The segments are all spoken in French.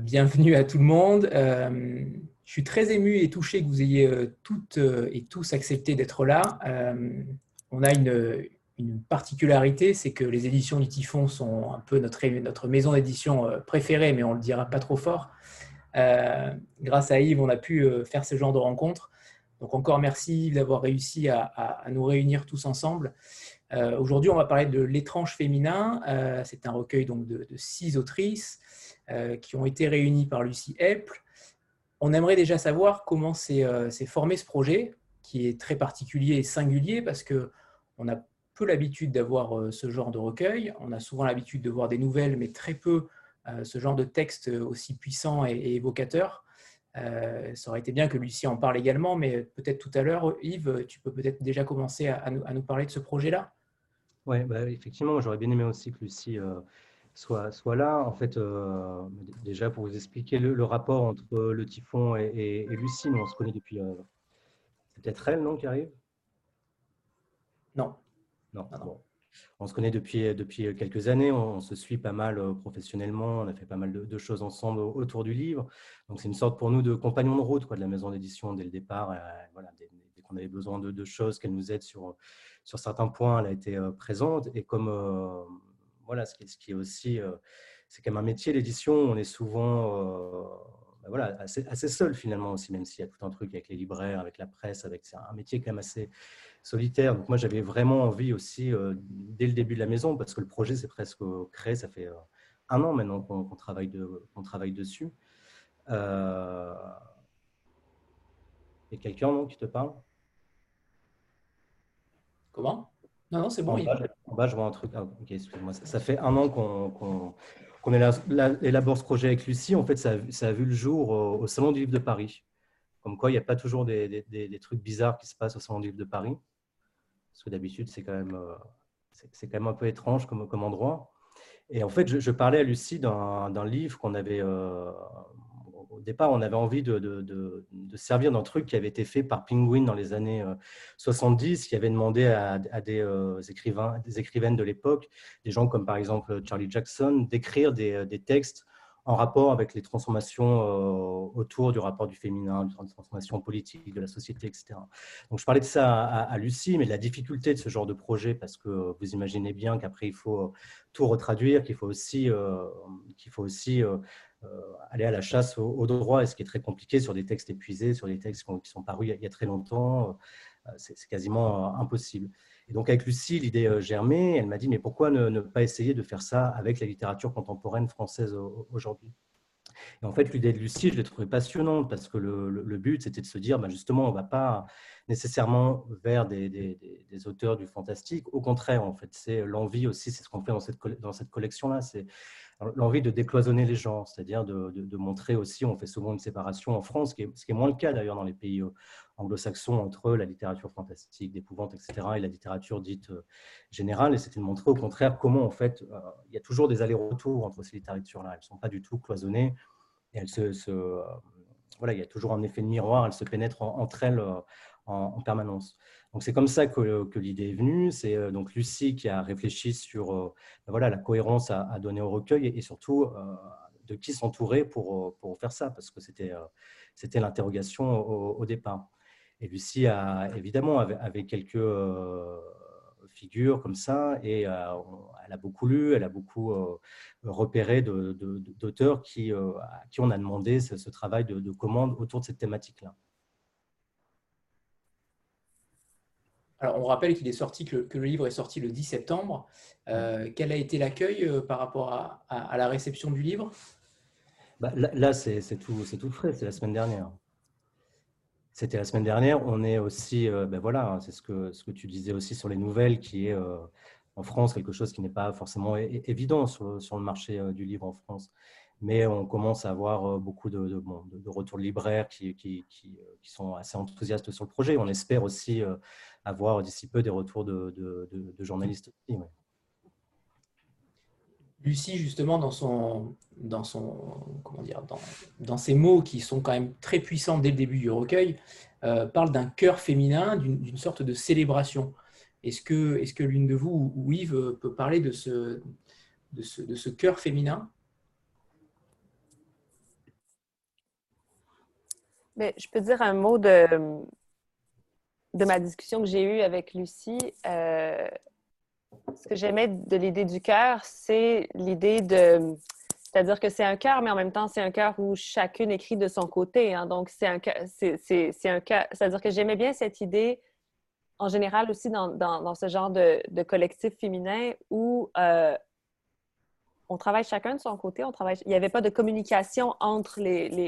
Bienvenue à tout le monde. Je suis très ému et touché que vous ayez toutes et tous accepté d'être là. On a une particularité, c'est que les éditions du Typhon sont un peu notre maison d'édition préférée, mais on ne le dira pas trop fort. Grâce à Yves, on a pu faire ce genre de rencontres. Donc encore merci Yves d'avoir réussi à nous réunir tous ensemble. Aujourd'hui, on va parler de L'étrange féminin. C'est un recueil donc, de 6 autrices qui ont été réunies par Lucie Hepple. On aimerait déjà savoir comment s'est formé ce projet, qui est très particulier et singulier parce qu'on a peu l'habitude d'avoir ce genre de recueil. On a souvent l'habitude de voir des nouvelles, mais très peu ce genre de texte aussi puissant et évocateur. Ça aurait été bien que Lucie en parle également, mais peut-être tout à l'heure, Yves, tu peux peut-être déjà commencer à nous parler de ce projet-là. Oui, bah, effectivement, j'aurais bien aimé aussi que Lucie soit là. En fait, déjà pour vous expliquer le rapport entre le Typhon et Lucie, nous on se connaît depuis. C'est peut-être elle, non, qui arrive? Non, Non, non, non. bon. On se connaît depuis quelques années, on se suit pas mal professionnellement, on a fait pas mal de choses ensemble autour du livre. Donc c'est une sorte pour nous de compagnon de route quoi, de la maison d'édition dès le départ. Voilà, dès qu'on avait besoin de choses, qu'elle nous aide sur certains points, elle a été présente. Et comme voilà, ce qui est aussi, c'est quand même un métier, l'édition, on est souvent voilà, assez seul finalement aussi, même s'il y a tout un truc avec les libraires, avec la presse, c'est un métier quand même assez solitaire. Donc moi, j'avais vraiment envie aussi, dès le début de la maison, parce que le projet, c'est presque créé, ça fait 1 an maintenant qu'on travaille dessus. Euh, et quelqu'un non, qui te parle? Comment? Non, non, c'est bon, Yves. En bas, je vois un truc. Ah, ok, excuse-moi. Ça fait 1 an qu'on élabore ce projet avec Lucie. En fait, ça a vu le jour au Salon du Livre de Paris. Comme quoi, il n'y a pas toujours des trucs bizarres qui se passent au Salon du Livre de Paris. Parce que d'habitude, c'est quand même un peu étrange comme endroit. Et en fait, je parlais à Lucie d'un livre qu'on avait, au départ, on avait envie de servir d'un truc qui avait été fait par Penguin dans les années 70, qui avait demandé à des écrivaines de l'époque, des gens comme par exemple Charlie Jackson, d'écrire des textes en rapport avec les transformations autour du rapport du féminin, des transformations politiques, de la société, etc. Donc, je parlais de ça à Lucie, mais la difficulté de ce genre de projet, parce que vous imaginez bien qu'après, il faut tout retraduire, qu'il faut aussi aller à la chasse au droit, et ce qui est très compliqué sur des textes épuisés, sur des textes qui sont parus il y a très longtemps, c'est quasiment impossible. Et donc avec Lucie, l'idée germait, elle m'a dit, mais pourquoi ne pas essayer de faire ça avec la littérature contemporaine française aujourd'hui? Et en fait, l'idée de Lucie, je l'ai trouvée passionnante parce que le but, c'était de se dire, ben justement, on ne va pas nécessairement vers des auteurs du fantastique. Au contraire, en fait, c'est l'envie aussi, c'est ce qu'on fait dans cette collection-là, c'est l'envie de décloisonner les genres, c'est-à-dire de montrer aussi, on fait souvent une séparation en France, ce qui est moins le cas d'ailleurs dans les pays anglo-saxons, entre la littérature fantastique, d'épouvante, etc., et la littérature dite générale. Et c'était de montrer au contraire comment, en fait, il y a toujours des allers-retours entre ces littératures-là. Elles ne sont pas du tout cloisonnées. Et voilà, il y a toujours un effet de miroir, elles se pénètrent entre elles en permanence. Donc c'est comme ça que l'idée est venue. C'est donc Lucie qui a réfléchi sur voilà, la cohérence à donner au recueil et surtout de qui s'entourer pour faire ça, parce que c'était l'interrogation au départ. Et Lucie a évidemment avait quelques figures comme ça, et elle a beaucoup lu, elle a beaucoup repéré d'auteurs à qui on a demandé ce travail de commande autour de cette thématique-là. Alors, on rappelle qu'il est sorti, que le livre est sorti le 10 septembre. Quel a été l'accueil par rapport à la réception du livre? Bah, là c'est tout frais, c'est la semaine dernière. C'était la semaine dernière. On est aussi, ben voilà, hein, c'est ce que tu disais aussi sur les nouvelles, qui est en France quelque chose qui n'est pas forcément évident sur le marché du livre en France. Mais on commence à avoir beaucoup de retours de libraires qui sont assez enthousiastes sur le projet. On espère aussi avoir d'ici peu des retours de journalistes aussi. Ouais. Lucie, justement, comment dire, dans ses mots qui sont quand même très puissants dès le début du recueil, parle d'un cœur féminin, d'une sorte de célébration. Est-ce que l'une de vous ou Yves peut parler de ce cœur féminin? Mais je peux dire un mot de ma discussion que j'ai eue avec Lucie. Ce que j'aimais de l'idée du cœur, c'est l'idée de... C'est-à-dire que c'est un cœur, mais en même temps, c'est un cœur où chacune écrit de son côté. Hein. Donc, c'est un cœur... C'est-à-dire que j'aimais bien cette idée, en général aussi dans ce genre de collectif féminin où on travaille chacun de son côté. Il n'y avait pas de communication entre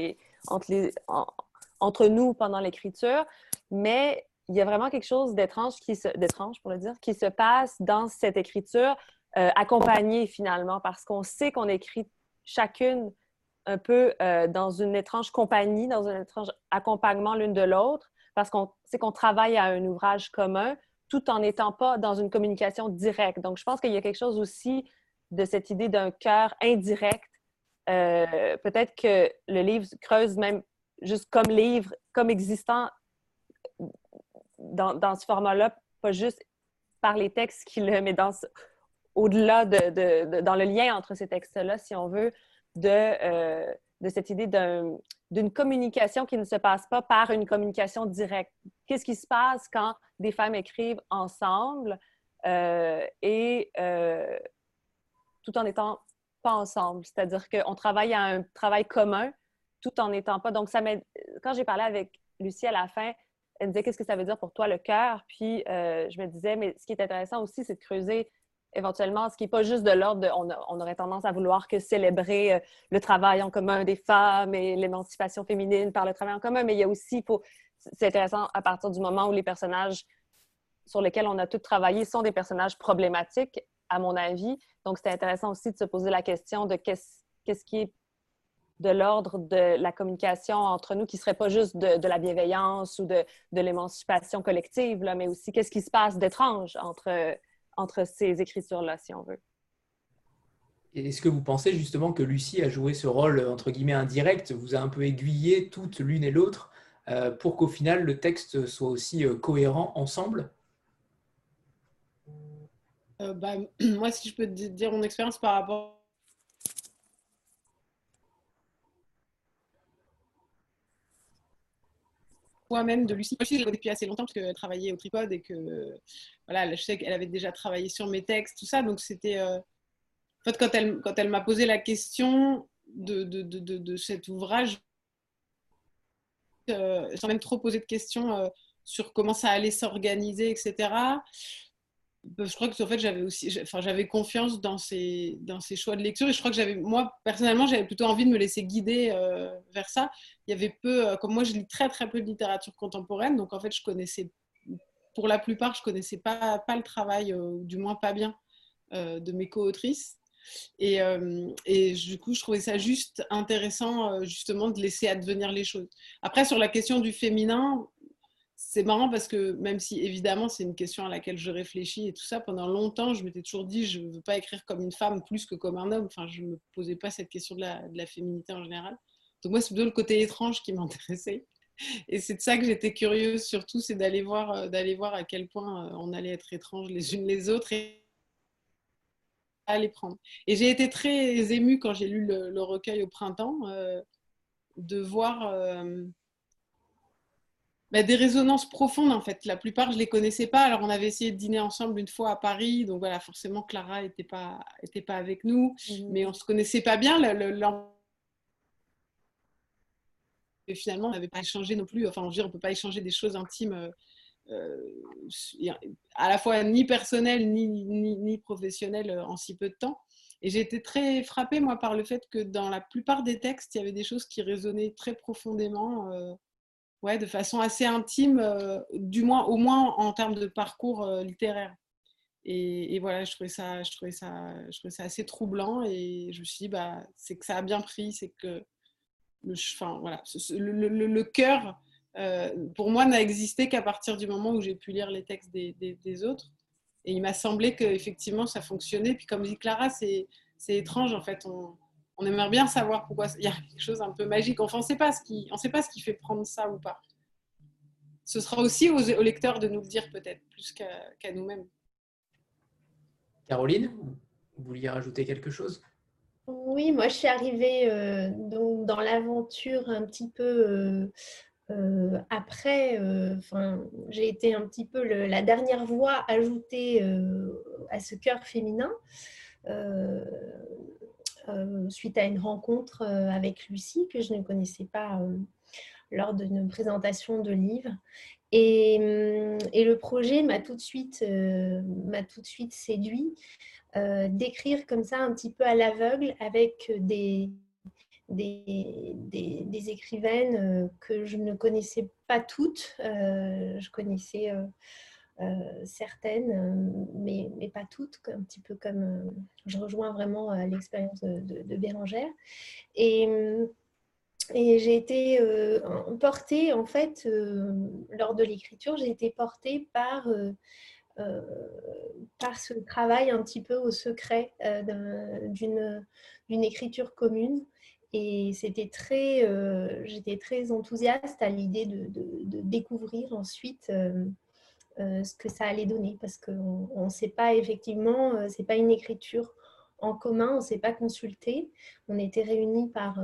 entre nous pendant l'écriture, mais il y a vraiment quelque chose d'étrange pour le dire, qui se passe dans cette écriture accompagnée finalement, parce qu'on sait qu'on écrit chacune un peu dans une étrange compagnie, dans un étrange accompagnement l'une de l'autre, parce qu'on sait qu'on travaille à un ouvrage commun, tout en n'étant pas dans une communication directe. Donc, je pense qu'il y a quelque chose aussi de cette idée d'un cœur indirect. Peut-être que le livre creuse même juste comme livre, comme existant dans ce format-là, pas juste par les textes mais au-delà dans le lien entre ces textes-là, si on veut, de cette idée d'une communication qui ne se passe pas par une communication directe. Qu'est-ce qui se passe quand des femmes écrivent ensemble tout en n'étant pas ensemble? C'est-à-dire qu'on travaille à un travail commun tout en n'étant pas... Donc, quand j'ai parlé avec Lucie à la fin, elle me disait « Qu'est-ce que ça veut dire pour toi, le cœur? » Puis, je me disais, mais ce qui est intéressant aussi, c'est de creuser éventuellement ce qui n'est pas juste de l'ordre on aurait tendance à vouloir que célébrer le travail en commun des femmes et l'émancipation féminine par le travail en commun, mais il y a aussi, c'est intéressant à partir du moment où les personnages sur lesquels on a tous travaillé sont des personnages problématiques, à mon avis. Donc, c'était intéressant aussi de se poser la question de qu'est-ce qui est de l'ordre de la communication entre nous, qui ne serait pas juste de la bienveillance ou de l'émancipation collective, là, mais aussi qu'est-ce qui se passe d'étrange entre ces écritures-là, si on veut. Est-ce que vous pensez justement que Lucie a joué ce rôle, entre guillemets, indirect, vous a un peu aiguillé toutes l'une et l'autre pour qu'au final, le texte soit aussi cohérent ensemble? Moi, si je peux te dire mon expérience par rapport moi-même de Lucie. Moi, je l'ai depuis assez longtemps parce qu'elle travaillait au Tripod et que voilà, je sais qu'elle avait déjà travaillé sur mes textes, tout ça. Donc c'était en fait quand elle m'a posé la question de cet ouvrage, sans même trop poser de questions sur comment ça allait s'organiser, etc. Je crois que en fait j'avais confiance dans ses choix de lecture et je crois que moi personnellement j'avais plutôt envie de me laisser guider vers ça. Il y avait comme moi je lis très très peu de littérature contemporaine, donc en fait pour la plupart je connaissais pas le travail, ou du moins pas bien, de mes co-autrices. Et du coup, je trouvais ça juste intéressant, justement, de laisser advenir les choses. Après, sur la question du féminin, c'est marrant parce que même si évidemment c'est une question à laquelle je réfléchis et tout ça, pendant longtemps je m'étais toujours dit je ne veux pas écrire comme une femme plus que comme un homme. Enfin, je ne me posais pas cette question de la féminité en général. Donc moi c'est plutôt le côté étrange qui m'intéressait. Et c'est de ça que j'étais curieuse surtout, c'est d'aller voir à quel point on allait être étranges les unes les autres et à les prendre. Et j'ai été très émue quand j'ai lu le recueil au printemps, de voir... des résonances profondes en fait. La plupart, je les connaissais pas. Alors, on avait essayé de dîner ensemble une fois à Paris. Donc voilà, forcément, Clara était pas avec nous. Mais on se connaissait pas bien. Et finalement, on n'avait pas échangé non plus. Enfin, on ne peut pas échanger des choses intimes à la fois ni personnelles ni professionnelles en si peu de temps. Et j'ai été très frappée, moi, par le fait que dans la plupart des textes, il y avait des choses qui résonnaient très profondément ouais, de façon assez intime, au moins en termes de parcours littéraire. Et voilà, je trouvais ça assez troublant et je me suis dit, c'est que ça a bien pris, c'est que le cœur, pour moi, n'a existé qu'à partir du moment où j'ai pu lire les textes des autres. Et il m'a semblé qu'effectivement, ça fonctionnait. Puis comme dit Clara, c'est étrange, en fait, on aimerait bien savoir pourquoi il y a quelque chose un peu magique. Enfin, on ne sait pas ce qui fait prendre ça ou pas. Ce sera aussi aux lecteurs de nous le dire peut-être, plus qu'à nous-mêmes. Caroline, vous vouliez rajouter quelque chose? Oui, moi je suis arrivée donc, dans l'aventure un petit peu Après, j'ai été un petit peu la dernière voix ajoutée à ce chœur féminin suite à une rencontre avec Lucie que je ne connaissais pas lors d'une présentation de livre. Et le projet m'a tout de suite séduit d'écrire comme ça un petit peu à l'aveugle avec des écrivaines que je ne connaissais pas toutes. Je connaissais certaines, mais pas toutes, un petit peu comme je rejoins vraiment l'expérience de Bérengère. Et j'ai été portée, en fait, lors de l'écriture, j'ai été portée par ce travail un petit peu au secret d'une écriture commune. Et j'étais très enthousiaste à l'idée de découvrir ensuite ce que ça allait donner, parce qu'on ne sait pas effectivement, c'est pas une écriture en commun, on ne s'est pas consulté, on était réunis par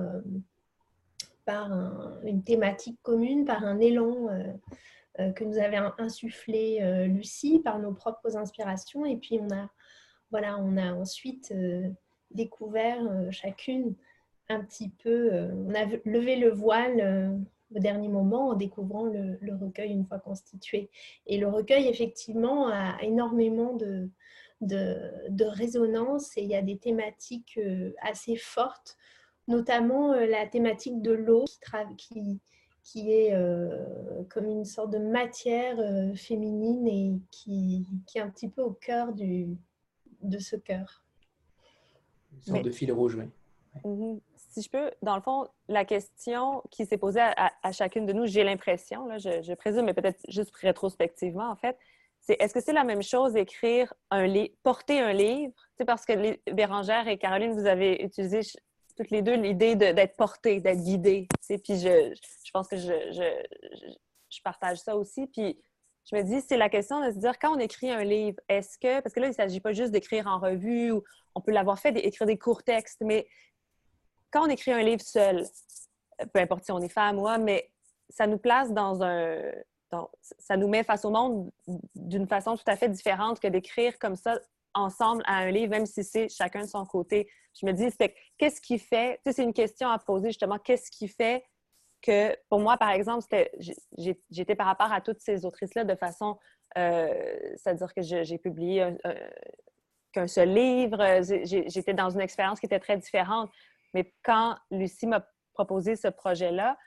une thématique commune, par un élan que nous avait insufflé Lucie, par nos propres inspirations. Et puis on a ensuite découvert chacune un petit peu, on a levé le voile au dernier moment en découvrant le recueil une fois constitué. Et le recueil, effectivement, a énormément de résonance et il y a des thématiques assez fortes, notamment la thématique de l'eau qui est comme une sorte de matière féminine et qui est un petit peu au cœur de ce chœur. Une sorte de fil rouge, oui. Si je peux, dans le fond, la question qui s'est posée à chacune de nous, j'ai l'impression, là, je présume, mais peut-être juste rétrospectivement, en fait, c'est est-ce que c'est la même chose écrire porter un livre? Tu sais, parce que Bérengère et Caroline, vous avez utilisé toutes les deux l'idée d'être portée, d'être guidée. Tu sais, puis je pense que je partage ça aussi. Puis je me dis, c'est la question de se dire, quand on écrit un livre, parce que là, il ne s'agit pas juste d'écrire en revue, ou on peut l'avoir fait, d'écrire des courts textes, mais quand on écrit un livre seul, peu importe si on est femme ou homme, mais ça nous place ça nous met face au monde d'une façon tout à fait différente que d'écrire comme ça ensemble à un livre, même si c'est chacun de son côté. Je me dis, qu'est-ce qui fait, tu sais, c'est une question à poser justement, qu'est-ce qui fait que, pour moi, par exemple, j'étais par rapport à toutes ces autrices-là de façon, c'est-à-dire que j'ai publié qu'un seul livre, j'étais dans une expérience qui était très différente. Mais quand Lucie m'a proposé ce projet-là,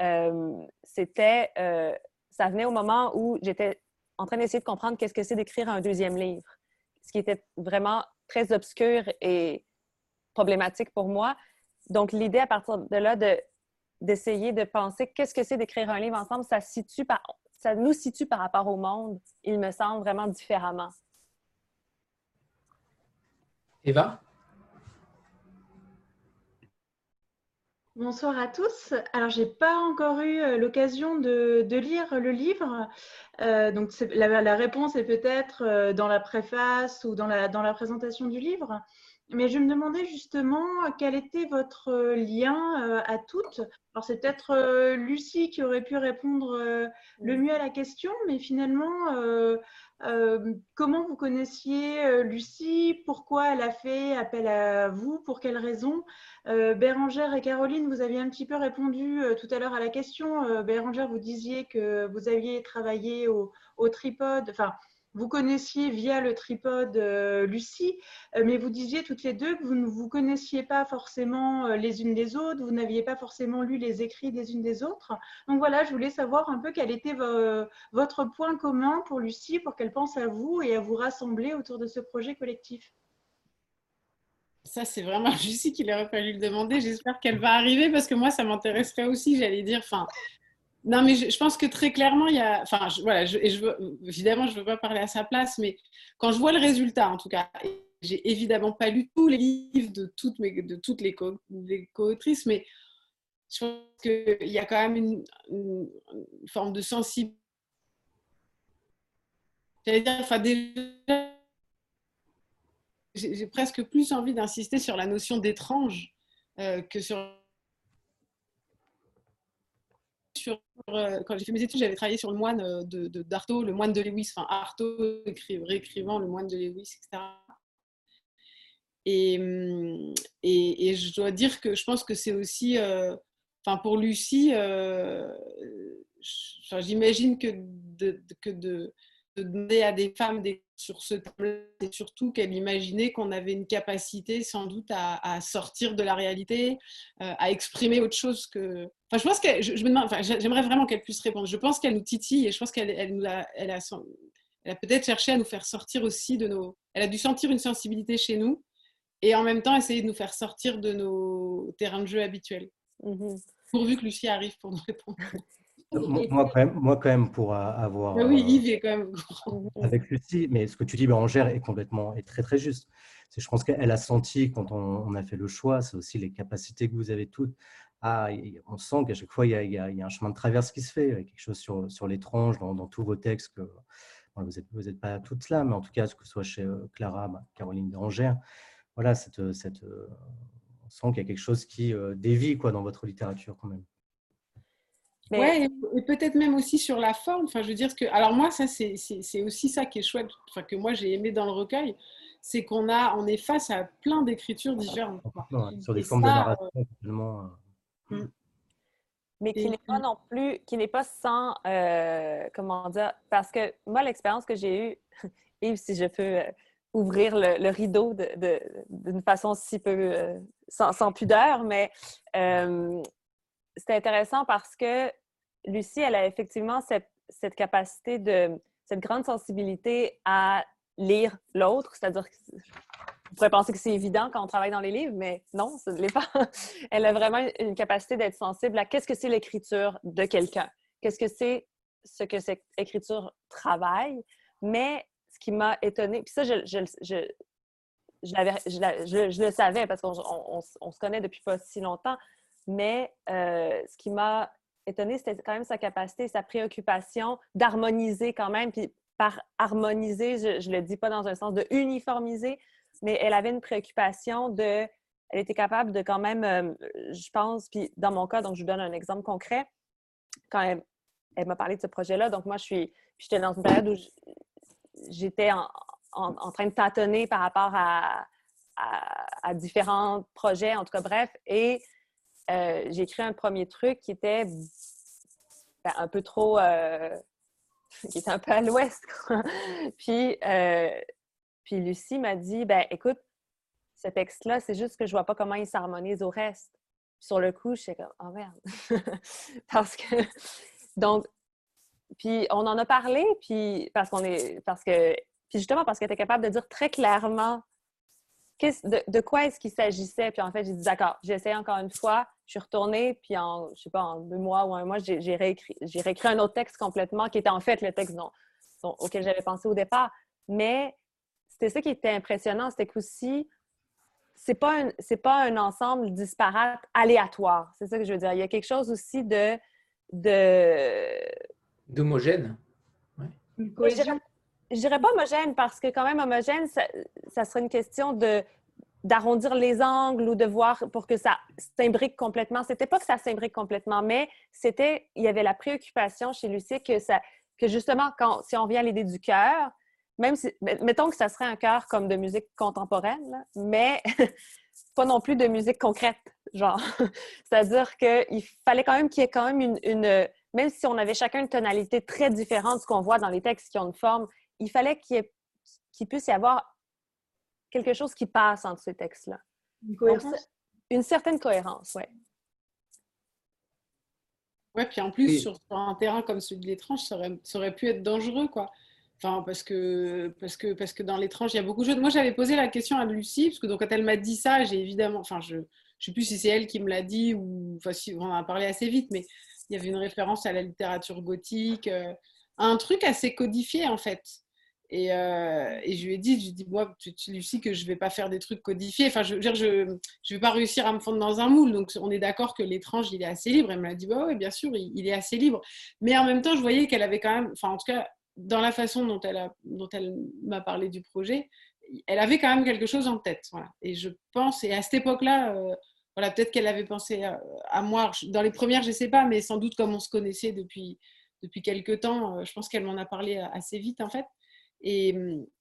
ça venait au moment où j'étais en train d'essayer de comprendre qu'est-ce que c'est d'écrire un deuxième livre, ce qui était vraiment très obscur et problématique pour moi. Donc, l'idée à partir de là d'essayer de penser qu'est-ce que c'est d'écrire un livre ensemble, ça nous situe par rapport au monde, il me semble, vraiment différemment. Eva? Bonsoir à tous. Alors, j'ai pas encore eu l'occasion de lire le livre. Donc, la réponse est peut-être dans la préface ou dans la présentation du livre. Mais je me demandais justement quel était votre lien à toutes. Alors, c'est peut-être Lucie qui aurait pu répondre le mieux à la question, mais finalement, comment vous connaissiez Lucie? Pourquoi elle a fait appel à vous? Pour quelles raisons? Bérengère et Caroline, vous aviez un petit peu répondu tout à l'heure à la question. Bérengère, vous disiez que vous aviez travaillé au tripode, enfin, vous connaissiez via le tripode Lucie, mais vous disiez toutes les deux que vous ne vous connaissiez pas forcément les unes des autres, vous n'aviez pas forcément lu les écrits des unes des autres. Donc voilà, je voulais savoir un peu quel était votre point commun pour Lucie, pour qu'elle pense à vous et à vous rassembler autour de ce projet collectif. Ça, c'est vraiment Lucie qu'il aurait fallu le demander. J'espère qu'elle va arriver parce que moi, ça m'intéresserait aussi. J'allais dire, non, mais je pense que très clairement, il y a, évidemment, je ne veux pas parler à sa place, mais quand je vois le résultat, en tout cas, j'ai évidemment pas lu tous les livres de toutes les co-autrices, mais je pense qu'il y a quand même une forme de sensibilité. J'allais dire, déjà, j'ai presque plus envie d'insister sur la notion d'étrange que sur quand j'ai fait mes études, j'avais travaillé sur le moine d'Artaud, le moine de Lewis, enfin Artaud réécrivant le moine de Lewis, etc. Et je dois dire que je pense que c'est aussi, pour Lucie, j'imagine que de demander à des femmes sur ce thème-là, c'est surtout qu'elle imaginait qu'on avait une capacité sans doute à sortir de la réalité, à exprimer autre chose que... je pense que je me demande, j'aimerais vraiment qu'elle puisse répondre. Je pense qu'elle nous titille et je pense qu'elle a peut-être cherché à nous faire sortir aussi de nos... Elle a dû sentir une sensibilité chez nous et en même temps essayer de nous faire sortir de nos terrains de jeu habituels. Pourvu que Lucie arrive pour nous répondre. Moi, quand même, pour avoir... oui, Yves est quand même... avec Lucie, mais ce que tu dis, Bérangère, est très, très juste. Je pense qu'elle a senti, quand on a fait le choix, c'est aussi les capacités que vous avez toutes. On sent qu'à chaque fois, il y a un chemin de traverse qui se fait, il y a quelque chose sur l'étrange, dans tous vos textes. Vous n'êtes pas toutes là, mais en tout cas, que ce soit chez Clara, Caroline Bérangère, voilà, on sent qu'il y a quelque chose qui dévie dans votre littérature quand même. Ouais, et peut-être même aussi sur la forme. Je veux dire que, alors moi, ça c'est aussi ça qui est chouette, que moi j'ai aimé dans le recueil, c'est qu'on est face à plein d'écritures différentes. Sur des formes de narration totalement. Mais qui n'est pas non plus, qui n'est pas sans, comment dire, parce que moi l'expérience que j'ai eue, Yves, si je peux ouvrir le rideau d'une façon si peu sans pudeur, mais c'était intéressant parce que Lucie, elle a effectivement cette capacité cette grande sensibilité à lire l'autre, c'est-à-dire que vous pourrez penser que c'est évident quand on travaille dans les livres, mais non, ce ne l'est pas. Elle a vraiment une capacité d'être sensible à qu'est-ce que c'est l'écriture de quelqu'un, qu'est-ce que c'est ce que cette écriture travaille, mais ce qui m'a étonnée, puis ça, je le savais parce qu'on se connaît depuis pas si longtemps, mais ce qui m'a étonnée, c'était quand même sa capacité, sa préoccupation d'harmoniser quand même. Puis par harmoniser, je le dis pas dans un sens de uniformiser, mais elle avait une préoccupation elle était capable de quand même, je pense, puis dans mon cas, donc je vous donne un exemple concret, quand elle m'a parlé de ce projet-là, donc moi j'étais dans une période où j'étais en train de tâtonner par rapport à différents projets, en tout cas bref, et j'ai écrit un premier truc qui était un peu trop... qui était un peu à l'ouest. Puis Lucie m'a dit, écoute, ce texte-là, c'est juste que je vois pas comment il s'harmonise au reste. Puis sur le coup, je suis comme, oh merde! Donc, puis on en a parlé, puis justement parce qu'elle était capable de dire très clairement de quoi est-ce qu'il s'agissait. Puis en fait, j'ai dit, d'accord, j'ai essayé encore une fois, je suis retournée, puis en 2 mois ou 1 mois, j'ai réécrit un autre texte complètement, qui était en fait le texte auquel j'avais pensé au départ. Mais c'était ça qui était impressionnant, c'était qu'aussi, c'est pas un ensemble disparate, aléatoire. C'est ça que je veux dire. Il y a quelque chose aussi d'homogène. Ouais. Une cohésion. Je dirais pas homogène parce que quand même homogène, ça serait une question d'arrondir les angles ou de voir pour que ça s'imbrique complètement. C'était pas que ça s'imbrique complètement, mais il y avait la préoccupation chez Lucie que justement, si on revient à l'idée du chœur, même si, mettons que ça serait un chœur comme de musique contemporaine, là, mais pas non plus de musique concrète, genre. C'est-à-dire qu'il fallait quand même qu'il y ait quand même même si on avait chacun une tonalité très différente de ce qu'on voit dans les textes qui ont une forme, il fallait qu'il puisse y avoir quelque chose qui passe entre ces textes-là. Une cohérence? Donc, une certaine cohérence, oui. Ouais, puis en plus, sur un terrain comme celui de l'étrange, ça aurait pu être dangereux, quoi. Parce que dans l'étrange, il y a beaucoup de choses. Moi, j'avais posé la question à Lucie, parce que donc, quand elle m'a dit ça, j'ai évidemment... je ne sais plus si c'est elle qui me l'a dit, ou si on en a parlé assez vite, mais il y avait une référence à la littérature gothique, un truc assez codifié, en fait. Et je lui ai dit, moi, Lucie, que je ne vais pas faire des trucs codifiés. Je veux dire, je vais pas réussir à me fondre dans un moule. Donc, on est d'accord que l'étrange, il est assez libre. Elle me l'a dit, oui, bien sûr, il est assez libre. Mais en même temps, je voyais qu'elle avait quand même, en tout cas, dans la façon dont elle m'a parlé du projet, elle avait quand même quelque chose en tête. Voilà. Et je pense, et à cette époque-là, voilà, peut-être qu'elle avait pensé à moi. Dans les premières, je ne sais pas, mais sans doute comme on se connaissait depuis quelques temps, je pense qu'elle m'en a parlé assez vite en fait. Et,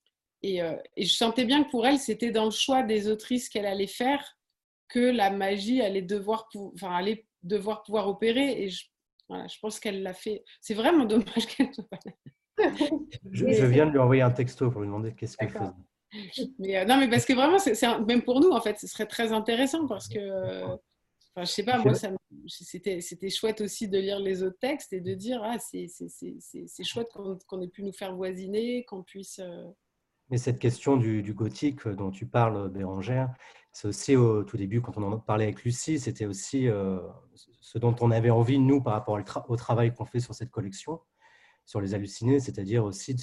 et je sentais bien que pour elle, c'était dans le choix des autrices qu'elle allait faire que la magie allait devoir pouvoir opérer. Et voilà, je pense qu'elle l'a fait. C'est vraiment dommage qu'elle ne soit pas là. Je viens de lui envoyer un texto pour lui demander qu'est-ce qu'elle faisait. Mais, non, mais parce que vraiment, même pour nous, en fait, ce serait très intéressant parce que, je sais pas, moi, c'était chouette aussi de lire les autres textes et de dire, ah, c'est chouette qu'on ait pu nous faire voisiner, qu'on puisse... Mais cette question du gothique dont tu parles, Bérangère, c'est aussi au tout début, quand on en parlait avec Lucie, c'était aussi ce dont on avait envie, nous, par rapport au travail qu'on fait sur cette collection, sur les hallucinés, c'est-à-dire aussi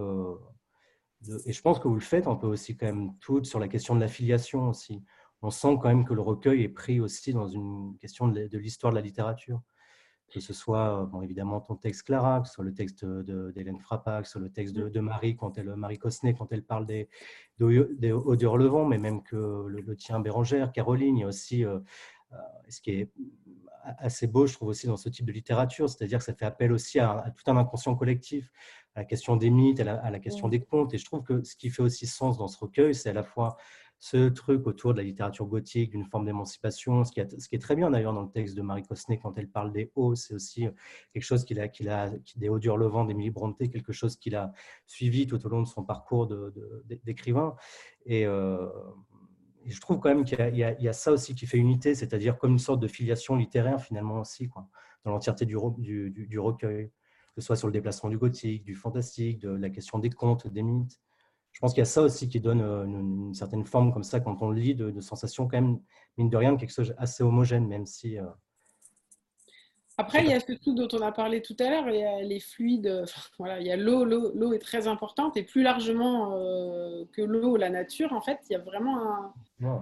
et je pense que vous le faites un peu aussi quand même toutes sur la question de l'affiliation aussi. On sent quand même que le recueil est pris aussi dans une question de l'histoire de la littérature. Que ce soit évidemment ton texte Clara, que ce soit le texte d'Hélène Frappa, que ce soit le texte de Marie Cosnet quand elle parle des Hauts d'Hurlevent, mais même que le tien Bérangère, Caroline, il y a aussi ce qui est assez beau, je trouve aussi dans ce type de littérature, c'est-à-dire que ça fait appel aussi à tout un inconscient collectif, à la question des mythes, à la question des contes. Et je trouve que ce qui fait aussi sens dans ce recueil, c'est à la fois ce truc autour de la littérature gothique, d'une forme d'émancipation, ce qui est très bien d'ailleurs dans le texte de Marie Cosnet quand elle parle des hauts, c'est aussi quelque chose des Hauts d'Hurlevent d'Émilie Brontë, quelque chose qu'il a suivi tout au long de son parcours d'écrivain. Et je trouve quand même qu'il y a ça aussi qui fait unité, c'est-à-dire comme une sorte de filiation littéraire finalement aussi, quoi, dans l'entièreté du recueil, que ce soit sur le déplacement du gothique, du fantastique, de la question des contes, des mythes. Je pense qu'il y a ça aussi qui donne une certaine forme comme ça quand on le lit, de sensation quand même, mine de rien, quelque chose assez homogène, même si... Après, il y a ce truc dont on a parlé tout à l'heure, il y a les fluides, voilà, il y a l'eau. L'eau est très importante et plus largement que l'eau, la nature, en fait, il y a vraiment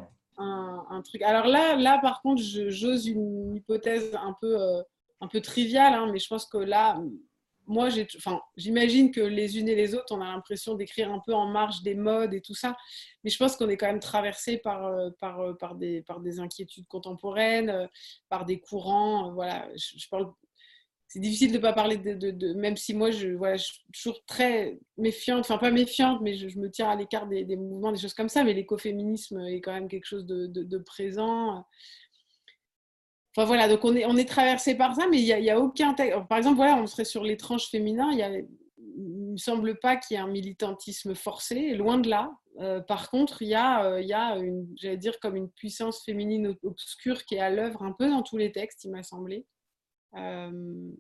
un truc. Alors là, par contre, j'ose une hypothèse un peu triviale, hein, mais je pense que là, moi, j'imagine que les unes et les autres, on a l'impression d'écrire un peu en marge des modes et tout ça, mais je pense qu'on est quand même traversé par des inquiétudes contemporaines, par des courants. Voilà, je parle. C'est difficile de ne pas parler même si moi, je suis toujours très méfiante, enfin pas méfiante, mais je me tiens à l'écart des mouvements, des choses comme ça, mais l'écoféminisme est quand même quelque chose de présent. Enfin voilà, donc on est traversé par ça, mais il y a aucun texte. Par exemple, voilà, on serait sur l'étrange féminin, il me semble pas qu'il y ait un militantisme forcé, loin de là. Par contre, il y a j'allais dire comme une puissance féminine obscure qui est à l'œuvre un peu dans tous les textes, il m'a semblé. Voilà,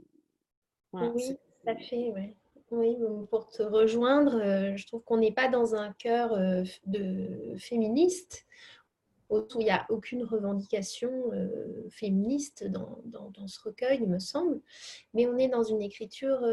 oui, tout à fait, ouais. Oui, pour te rejoindre, je trouve qu'on n'est pas dans un cœur de féministe, où il n'y a aucune revendication féministe dans ce recueil, il me semble, mais on est dans une écriture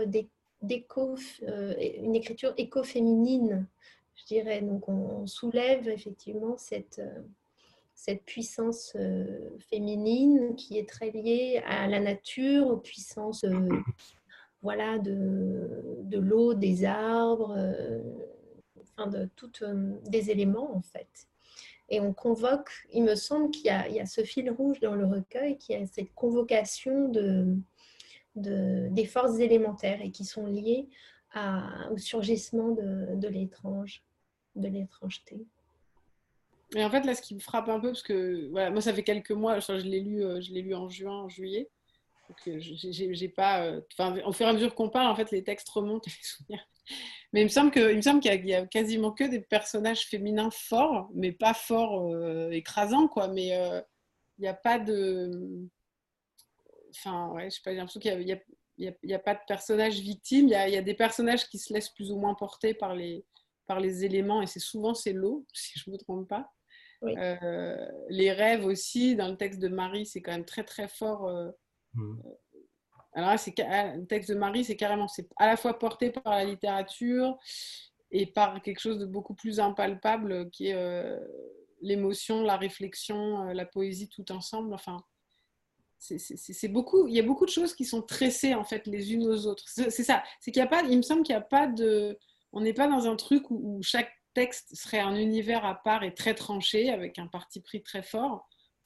une écriture écoféminine, je dirais. Donc on soulève effectivement cette puissance féminine qui est très liée à la nature, aux puissances voilà, de l'eau, des arbres, enfin des éléments en fait. Et on convoque, il me semble qu'il y a ce fil rouge dans le recueil, qui a cette convocation des forces élémentaires et qui sont liées au surgissement de l'étrange, de l'étrangeté. Et en fait, là, ce qui me frappe un peu, parce que voilà, moi, ça fait quelques mois, je l'ai lu en juillet. Donc, j'ai pas. Au fur et à mesure qu'on parle, en fait, les textes remontent et les souvenirs. Mais il me semble qu'il y a quasiment que des personnages féminins forts, mais pas forts écrasants, quoi. Mais il n'y a pas de. Enfin, ouais, je sais pas, j'ai l'impression qu'il y a pas de personnages victimes. Il y a des personnages qui se laissent plus ou moins porter par les éléments, et souvent c'est l'eau, si je ne me trompe pas. Oui. Les rêves aussi, dans le texte de Marie, c'est quand même très très fort. Alors là, le texte de Marie, c'est à la fois porté par la littérature et par quelque chose de beaucoup plus impalpable qui est l'émotion, la réflexion, la poésie tout ensemble. Enfin, c'est beaucoup. Il y a beaucoup de choses qui sont tressées en fait les unes aux autres. C'est ça. C'est qu'il y a pas. Il me semble qu'il n'y a pas de. On n'est pas dans un truc où chaque texte serait un univers à part et très tranché avec un parti pris très fort.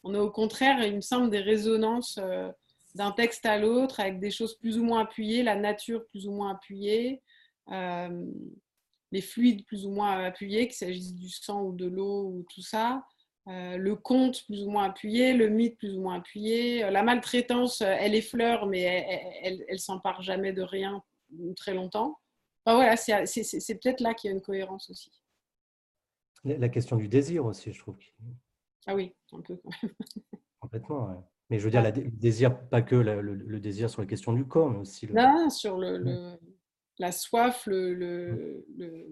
On a au contraire, il me semble, des résonances d'un texte à l'autre avec des choses plus ou moins appuyées, la nature plus ou moins appuyée, les fluides plus ou moins appuyés, qu'il s'agisse du sang ou de l'eau ou tout ça. Le conte plus ou moins appuyé, le mythe plus ou moins appuyé, la maltraitance, elle effleure, mais elle s'empare jamais de rien très longtemps. Enfin, voilà, c'est peut-être là qu'il y a une cohérence aussi. La question du désir aussi, je trouve. Ah oui, un peu quand même. Complètement, ouais. Mais je veux dire, le désir, pas que le désir sur la question du corps, mais aussi le... Non, sur la soif, ouais.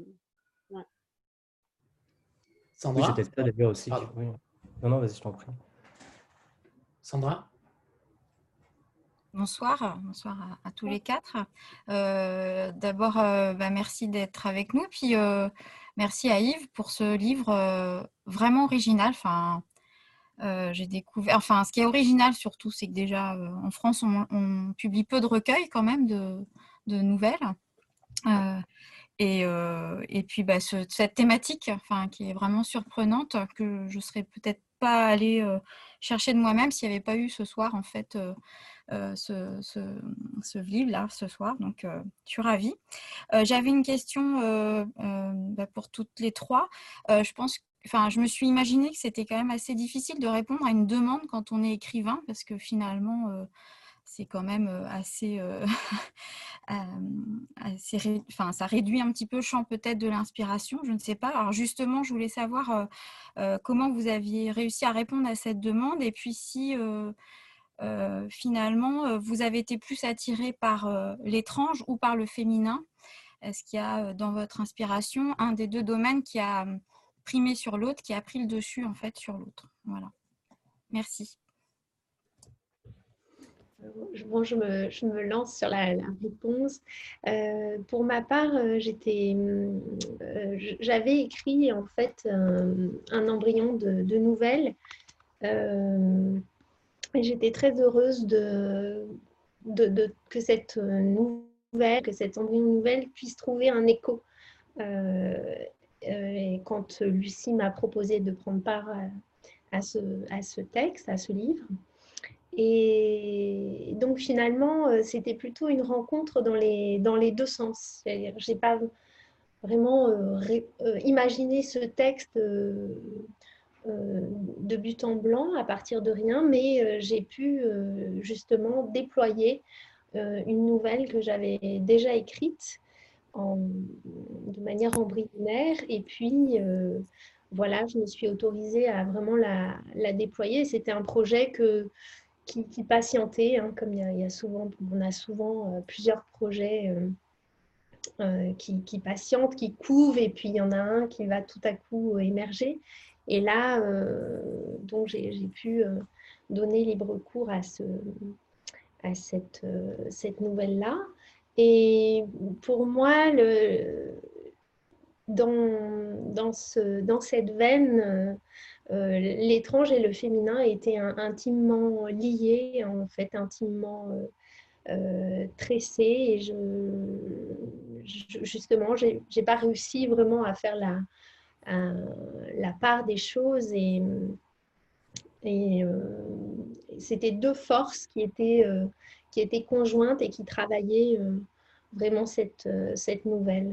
Sandra? Oui, j'étais ça d'ailleurs aussi. Pardon. Oui. Non, vas-y, je t'en prie. Sandra? Bonsoir à tous les quatre. D'abord, merci d'être avec nous. Puis, merci à Yves pour ce livre vraiment original. Enfin, j'ai découvert. Enfin, ce qui est original surtout, c'est que déjà en France, on publie peu de recueils quand même de nouvelles. Et puis, cette thématique, enfin, qui est vraiment surprenante, que je serais peut-être pas allée chercher de moi-même s'il n'y avait pas eu ce soir en fait. Ce livre-là ce soir, donc je suis ravie. J'avais une question pour toutes les trois. Je me suis imaginé que c'était quand même assez difficile de répondre à une demande quand on est écrivain, parce que finalement, c'est quand même assez, ça réduit un petit peu le champ peut-être de l'inspiration, je ne sais pas. Alors justement, je voulais savoir comment vous aviez réussi à répondre à cette demande, et puis si finalement, vous avez été plus attiré par l'étrange ou par le féminin. Est-ce qu'il y a dans votre inspiration un des deux domaines qui a primé sur l'autre, qui a pris le dessus en fait sur l'autre? Voilà. Merci. Bon, je me lance sur la réponse. Pour ma part, j'avais écrit en fait un embryon de nouvelle. Et j'étais très heureuse que cette nouvelle, que cet embryon nouvelle puisse trouver un écho. Et quand Lucie m'a proposé de prendre part à ce texte, à ce livre. Et donc finalement, c'était plutôt une rencontre dans les deux sens. C'est-à-dire, je n'ai pas vraiment imaginé ce texte de but en blanc à partir de rien, mais j'ai pu justement déployer une nouvelle que j'avais déjà écrite de manière embryonnaire, et puis voilà, je me suis autorisée à vraiment la déployer. C'était un projet qui patientait, hein, comme on a souvent plusieurs projets qui patientent, qui couvent, et puis il y en a un qui va tout à coup émerger. Et là, donc j'ai pu donner libre cours à cette nouvelle-là. Et pour moi, dans cette veine, l'étrange et le féminin étaient intimement liés, en fait, intimement tressés. Et justement, je n'ai pas réussi vraiment à faire la part des choses, et c'était deux forces qui étaient conjointes et qui travaillaient vraiment cette nouvelle.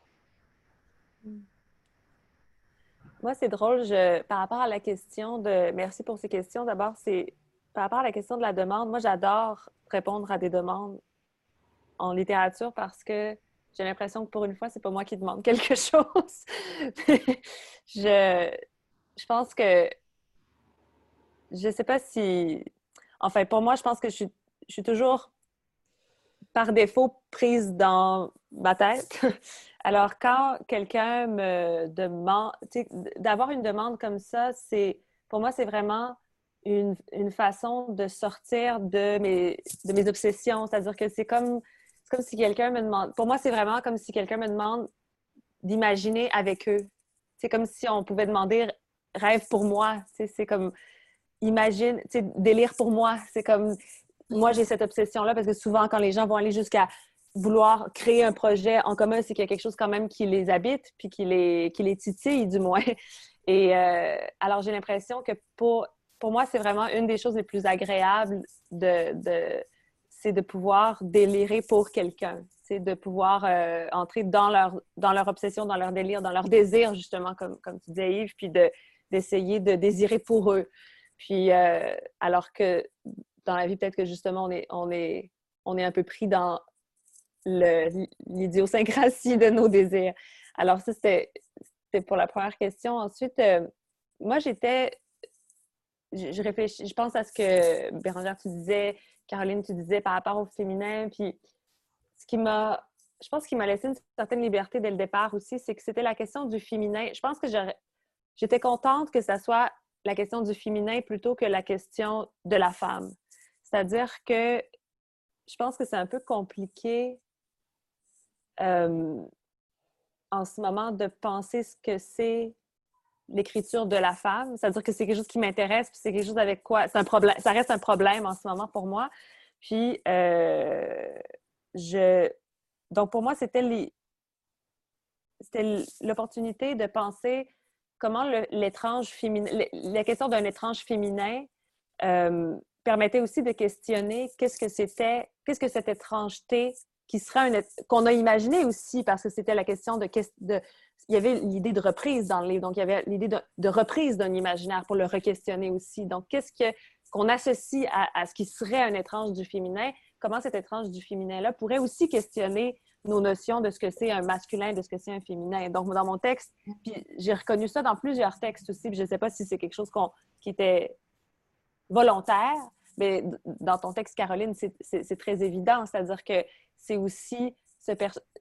Moi, c'est drôle, par rapport à la question merci pour ces questions. D'abord, c'est par rapport à la question de la demande. Moi, j'adore répondre à des demandes en littérature parce que j'ai l'impression que pour une fois, c'est pas moi qui demande quelque chose. Je pense que je sais pas si... Enfin, pour moi, je pense que je suis toujours par défaut prise dans ma tête. Alors, quand quelqu'un me demande... D'avoir une demande comme ça, pour moi, c'est vraiment une façon de sortir de mes obsessions. C'est-à-dire que c'est comme si quelqu'un me demande... Pour moi, c'est vraiment comme si quelqu'un me demande d'imaginer avec eux. C'est comme si on pouvait demander « rêve pour moi ». C'est comme « imagine », délire pour moi. C'est comme... Moi, j'ai cette obsession-là parce que souvent, quand les gens vont aller jusqu'à vouloir créer un projet en commun, c'est qu'il y a quelque chose quand même qui les habite puis qui les titille, du moins. Et alors, j'ai l'impression que pour pour moi, c'est vraiment une des choses les plus agréables c'est de pouvoir délirer pour quelqu'un. C'est de pouvoir entrer dans leur obsession, dans leur délire, dans leur désir, justement, comme tu disais, Yves, puis d'essayer de désirer pour eux. Puis, alors que dans la vie, peut-être que justement, on est un peu pris dans l'idiosyncrasie de nos désirs. Alors, ça, c'était pour la première question. Ensuite, moi, je réfléchis, je pense à ce que Bérangère, tu disais, Caroline, tu disais par rapport au féminin. Puis, je pense qu'il m'a laissé une certaine liberté dès le départ aussi, c'est que c'était la question du féminin. Je pense que j'étais contente que ça soit la question du féminin plutôt que la question de la femme. C'est-à-dire que je pense que c'est un peu compliqué en ce moment de penser ce que c'est l'écriture de la femme. C'est-à-dire que c'est quelque chose qui m'intéresse, puis c'est quelque chose avec quoi... C'est un problème, ça reste un problème en ce moment pour moi. Puis, donc pour moi, c'était l'opportunité de penser comment l'étrange féminin... La question d'un étrange féminin permettait aussi de questionner qu'est-ce que cette étrangeté qu'on a imaginé aussi, parce que c'était la question il y avait l'idée de reprise dans le livre, donc il y avait l'idée de reprise d'un imaginaire pour le re-questionner aussi. Donc, qu'on associe à ce qui serait un étrange du féminin, comment cet étrange du féminin-là pourrait aussi questionner nos notions de ce que c'est un masculin, de ce que c'est un féminin. Donc, dans mon texte, puis j'ai reconnu ça dans plusieurs textes aussi, puis je ne sais pas si c'est quelque chose qui était volontaire, mais dans ton texte, Caroline, c'est très évident, c'est-à-dire que c'est aussi ce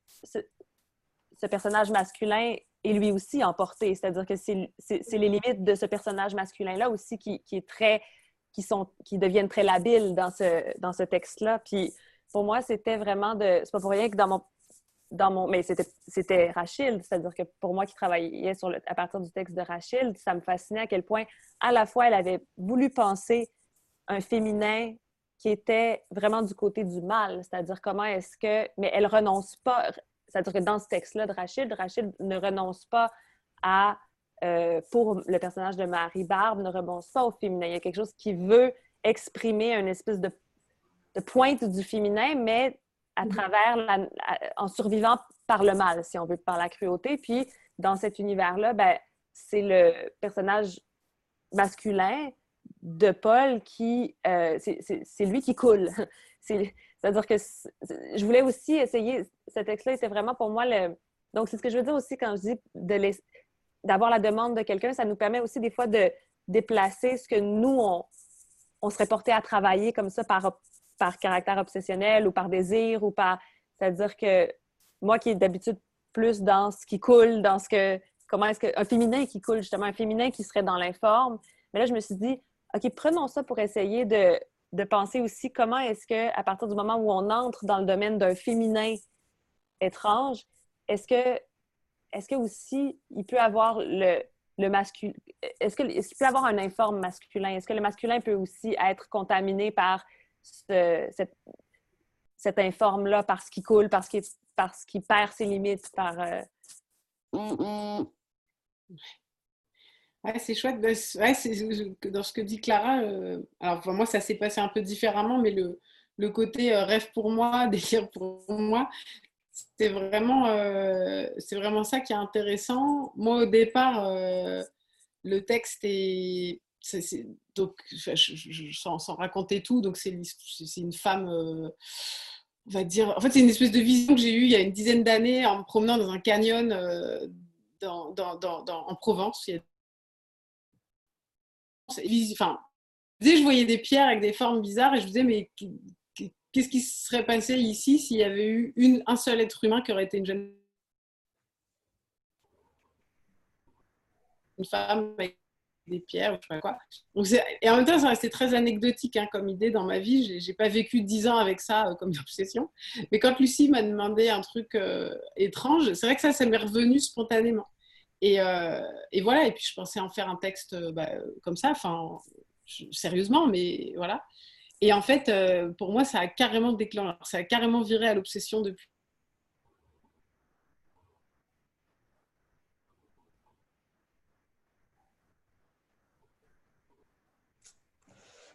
personnage masculin est lui aussi emporté, c'est-à-dire que c'est les limites de ce personnage masculin-là aussi qui deviennent très labiles dans ce texte-là. Puis pour moi, c'était vraiment c'est pas pour rien que mais c'était Rachilde, c'est-à-dire que pour moi qui travaillais à partir du texte de Rachilde, ça me fascinait à quel point, à la fois, elle avait voulu penser un féminin qui était vraiment du côté du mal, c'est-à-dire comment est-ce que... Mais elle renonce pas, c'est-à-dire que dans ce texte-là de Rachilde ne renonce pas pour le personnage de Marie Barbe, ne renonce pas au féminin. Il y a quelque chose qui veut exprimer une espèce de pointe du féminin, mais à travers en survivant par le mal, si on veut, par la cruauté. Puis, dans cet univers-là, c'est le personnage masculin de Paul qui... c'est lui qui coule. C'est-à-dire que je voulais aussi essayer... Ce texte-là était vraiment pour moi Donc, c'est ce que je veux dire aussi quand je dis d'avoir la demande de quelqu'un. Ça nous permet aussi des fois de déplacer ce que nous, on serait porté à travailler comme ça par caractère obsessionnel ou par désir ou par... C'est-à-dire que moi qui est d'habitude plus dans ce qui coule, dans ce que... Comment est-ce que... Un féminin qui coule, justement, un féminin qui serait dans l'informe. Mais là, je me suis dit, OK, prenons ça pour essayer de penser aussi comment est-ce qu'à partir du moment où on entre dans le domaine d'un féminin étrange, est-ce que aussi il peut avoir le masculin... Est-ce qu'il peut avoir un informe masculin? Est-ce que le masculin peut aussi être contaminé par cet informe-là, parce qu'il coule, parce qu'il perd ses limites, par... Ouais, c'est chouette. Ouais, dans ce que dit Clara, alors enfin, moi, ça s'est passé un peu différemment, mais le côté rêve pour moi, délire pour moi, c'est vraiment ça qui est intéressant. Moi, au départ, le texte est... donc, sans raconter tout, donc c'est une femme... on va dire, en fait, c'est une espèce de vision que j'ai eue il y a une dizaine d'années en me promenant dans un canyon en Provence. Enfin, je voyais des pierres avec des formes bizarres et je me disais, mais qu'est-ce qui se serait passé ici s'il y avait eu un seul être humain qui aurait été une femme avec des pierres, je sais pas quoi. Donc et en même temps, ça restait très anecdotique comme idée dans ma vie. J'ai pas vécu 10 ans avec ça comme une obsession. Mais quand Lucie m'a demandé un truc étrange, c'est vrai que ça m'est revenu spontanément. Et voilà, et puis je pensais en faire un texte comme ça, enfin, sérieusement, mais voilà. Et en fait, pour moi, ça a carrément déclenché, ça a carrément viré à l'obsession depuis.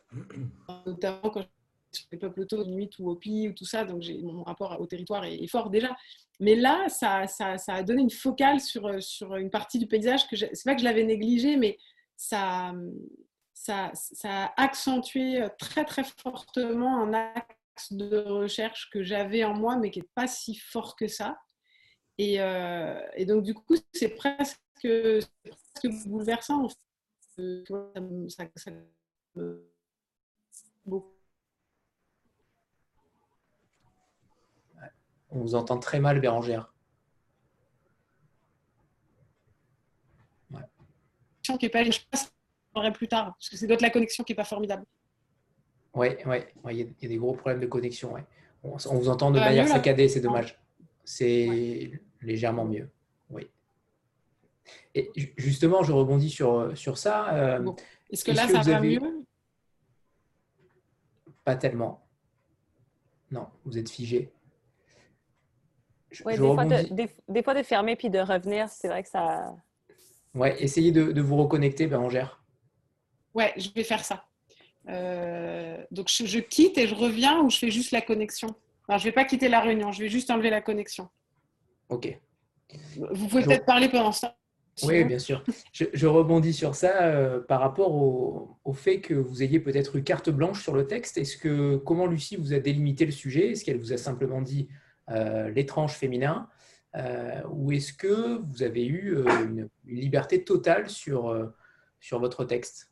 notamment quand je suis sur les peuples autochtones, Inuit ou Hopi ou tout ça, donc mon rapport au territoire est fort déjà. Mais là, ça a donné une focale sur une partie du paysage que c'est pas que je l'avais négligé, mais ça a accentué très très fortement un axe de recherche que j'avais en moi, mais qui n'est pas si fort que ça. Et donc du coup, c'est presque bouleversant. Ça me... On vous entend très mal, Bérangère. Qui est pas, je passerai plus tard, parce que c'est d'autres la connexion qui n'est pas formidable. Oui, il y a des gros problèmes de connexion. Ouais. On vous entend de manière saccadée, c'est dommage. C'est légèrement mieux. Oui. Et justement, je rebondis sur ça. Bon. Est-ce que là, ça va mieux? Pas tellement. Non, vous êtes figé. Oui, des fois de fermer puis de revenir, c'est vrai que ça... Ouais, essayez de vous reconnecter, Bérangère. Ouais, je vais faire ça. Donc, je quitte et je reviens ou je fais juste la connexion? Alors, je ne vais pas quitter la réunion, je vais juste enlever la connexion. Ok. Vous pouvez peut-être parler pendant ce temps. Oui, bien sûr. Je rebondis sur ça par rapport au fait que vous ayez peut-être eu carte blanche sur le texte. Comment Lucie vous a délimité le sujet? Est-ce qu'elle vous a simplement dit l'étrange féminin ou est-ce que vous avez eu une liberté totale sur votre texte?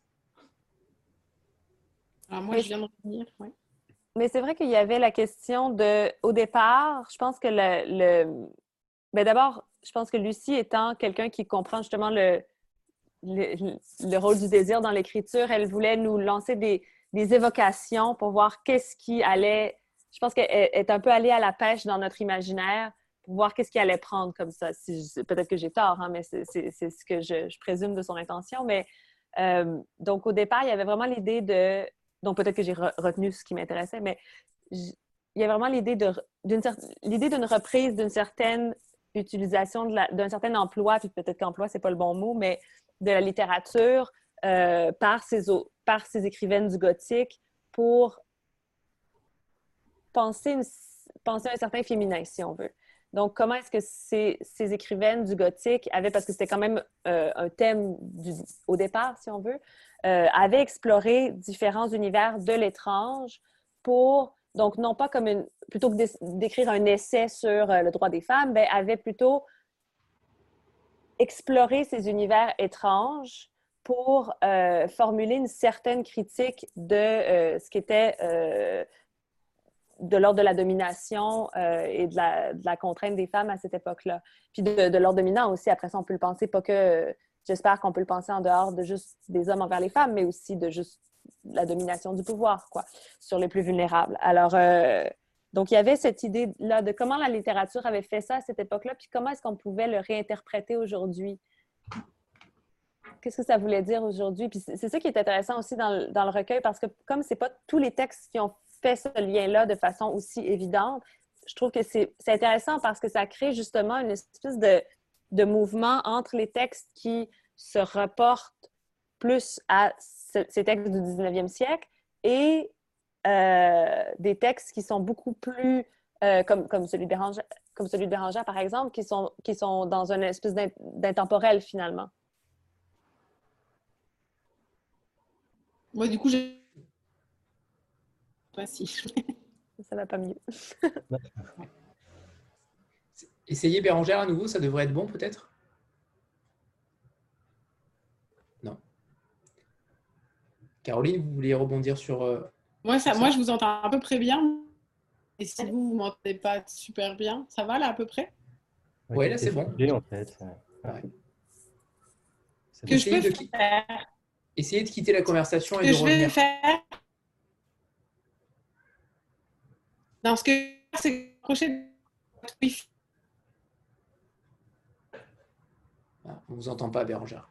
Alors moi, je viens de revenir. Ouais. Mais c'est vrai qu'il y avait la question au départ, je pense que d'abord, je pense que Lucie étant quelqu'un qui comprend justement le rôle du désir dans l'écriture, elle voulait nous lancer des évocations pour voir qu'est-ce qui allait... Je pense qu'elle est un peu allée à la pêche dans notre imaginaire pour voir qu'est-ce qui allait prendre comme ça. Peut-être que j'ai tort, hein, mais c'est ce que je présume de son intention. Mais donc, au départ, il y avait vraiment l'idée de... Donc, peut-être que j'ai retenu ce qui m'intéressait, mais il y a vraiment l'idée d'une reprise d'une certaine utilisation d'un certain emploi, puis peut-être qu'emploi, c'est pas le bon mot, mais de la littérature par ces écrivaines du gothique pour penser un certain féminin, si on veut. Donc, comment est-ce que ces écrivaines du gothique avaient, parce que c'était quand même un thème au départ, si on veut, avaient exploré différents univers de l'étrange pour, donc non pas comme plutôt que d'écrire un essai sur le droit des femmes, ben, avaient plutôt exploré ces univers étranges pour formuler une certaine critique de ce qui était de l'ordre de la domination et de la contrainte des femmes à cette époque-là. Puis de l'ordre dominant aussi, après ça, on peut le penser, pas que, j'espère qu'on peut le penser en dehors de juste des hommes envers les femmes, mais aussi de juste la domination du pouvoir, quoi, sur les plus vulnérables. Alors, donc, il y avait cette idée-là de comment la littérature avait fait ça à cette époque-là, puis comment est-ce qu'on pouvait le réinterpréter aujourd'hui. Qu'est-ce que ça voulait dire aujourd'hui? Puis c'est ça qui est intéressant aussi dans le recueil, parce que comme c'est pas tous les textes qui ont fait ce lien-là de façon aussi évidente, je trouve que c'est intéressant parce que ça crée justement une espèce de mouvement entre les textes qui se reportent plus à ces textes du 19e siècle et des textes qui sont beaucoup plus, comme celui de Bérangère, par exemple, qui sont dans une espèce d'intemporel finalement. Moi, du coup, j'ai... Pas si. Ça va pas mieux. Essayez Bérangère à nouveau, ça devrait être bon peut-être? Non. Caroline, vous vouliez rebondir sur... Moi, je vous entends à peu près bien. Et si vous ne m'entendez pas super bien, ça va là à peu près? Oui, là c'est bon. En fait. Ouais. Que je peux faire. Essayez de quitter la conversation et que de je revenir. Vais faire. Non, ce que je veux faire, c'est accrocher votre Wi-Fi. Ah, on ne vous entend pas, Bérangère.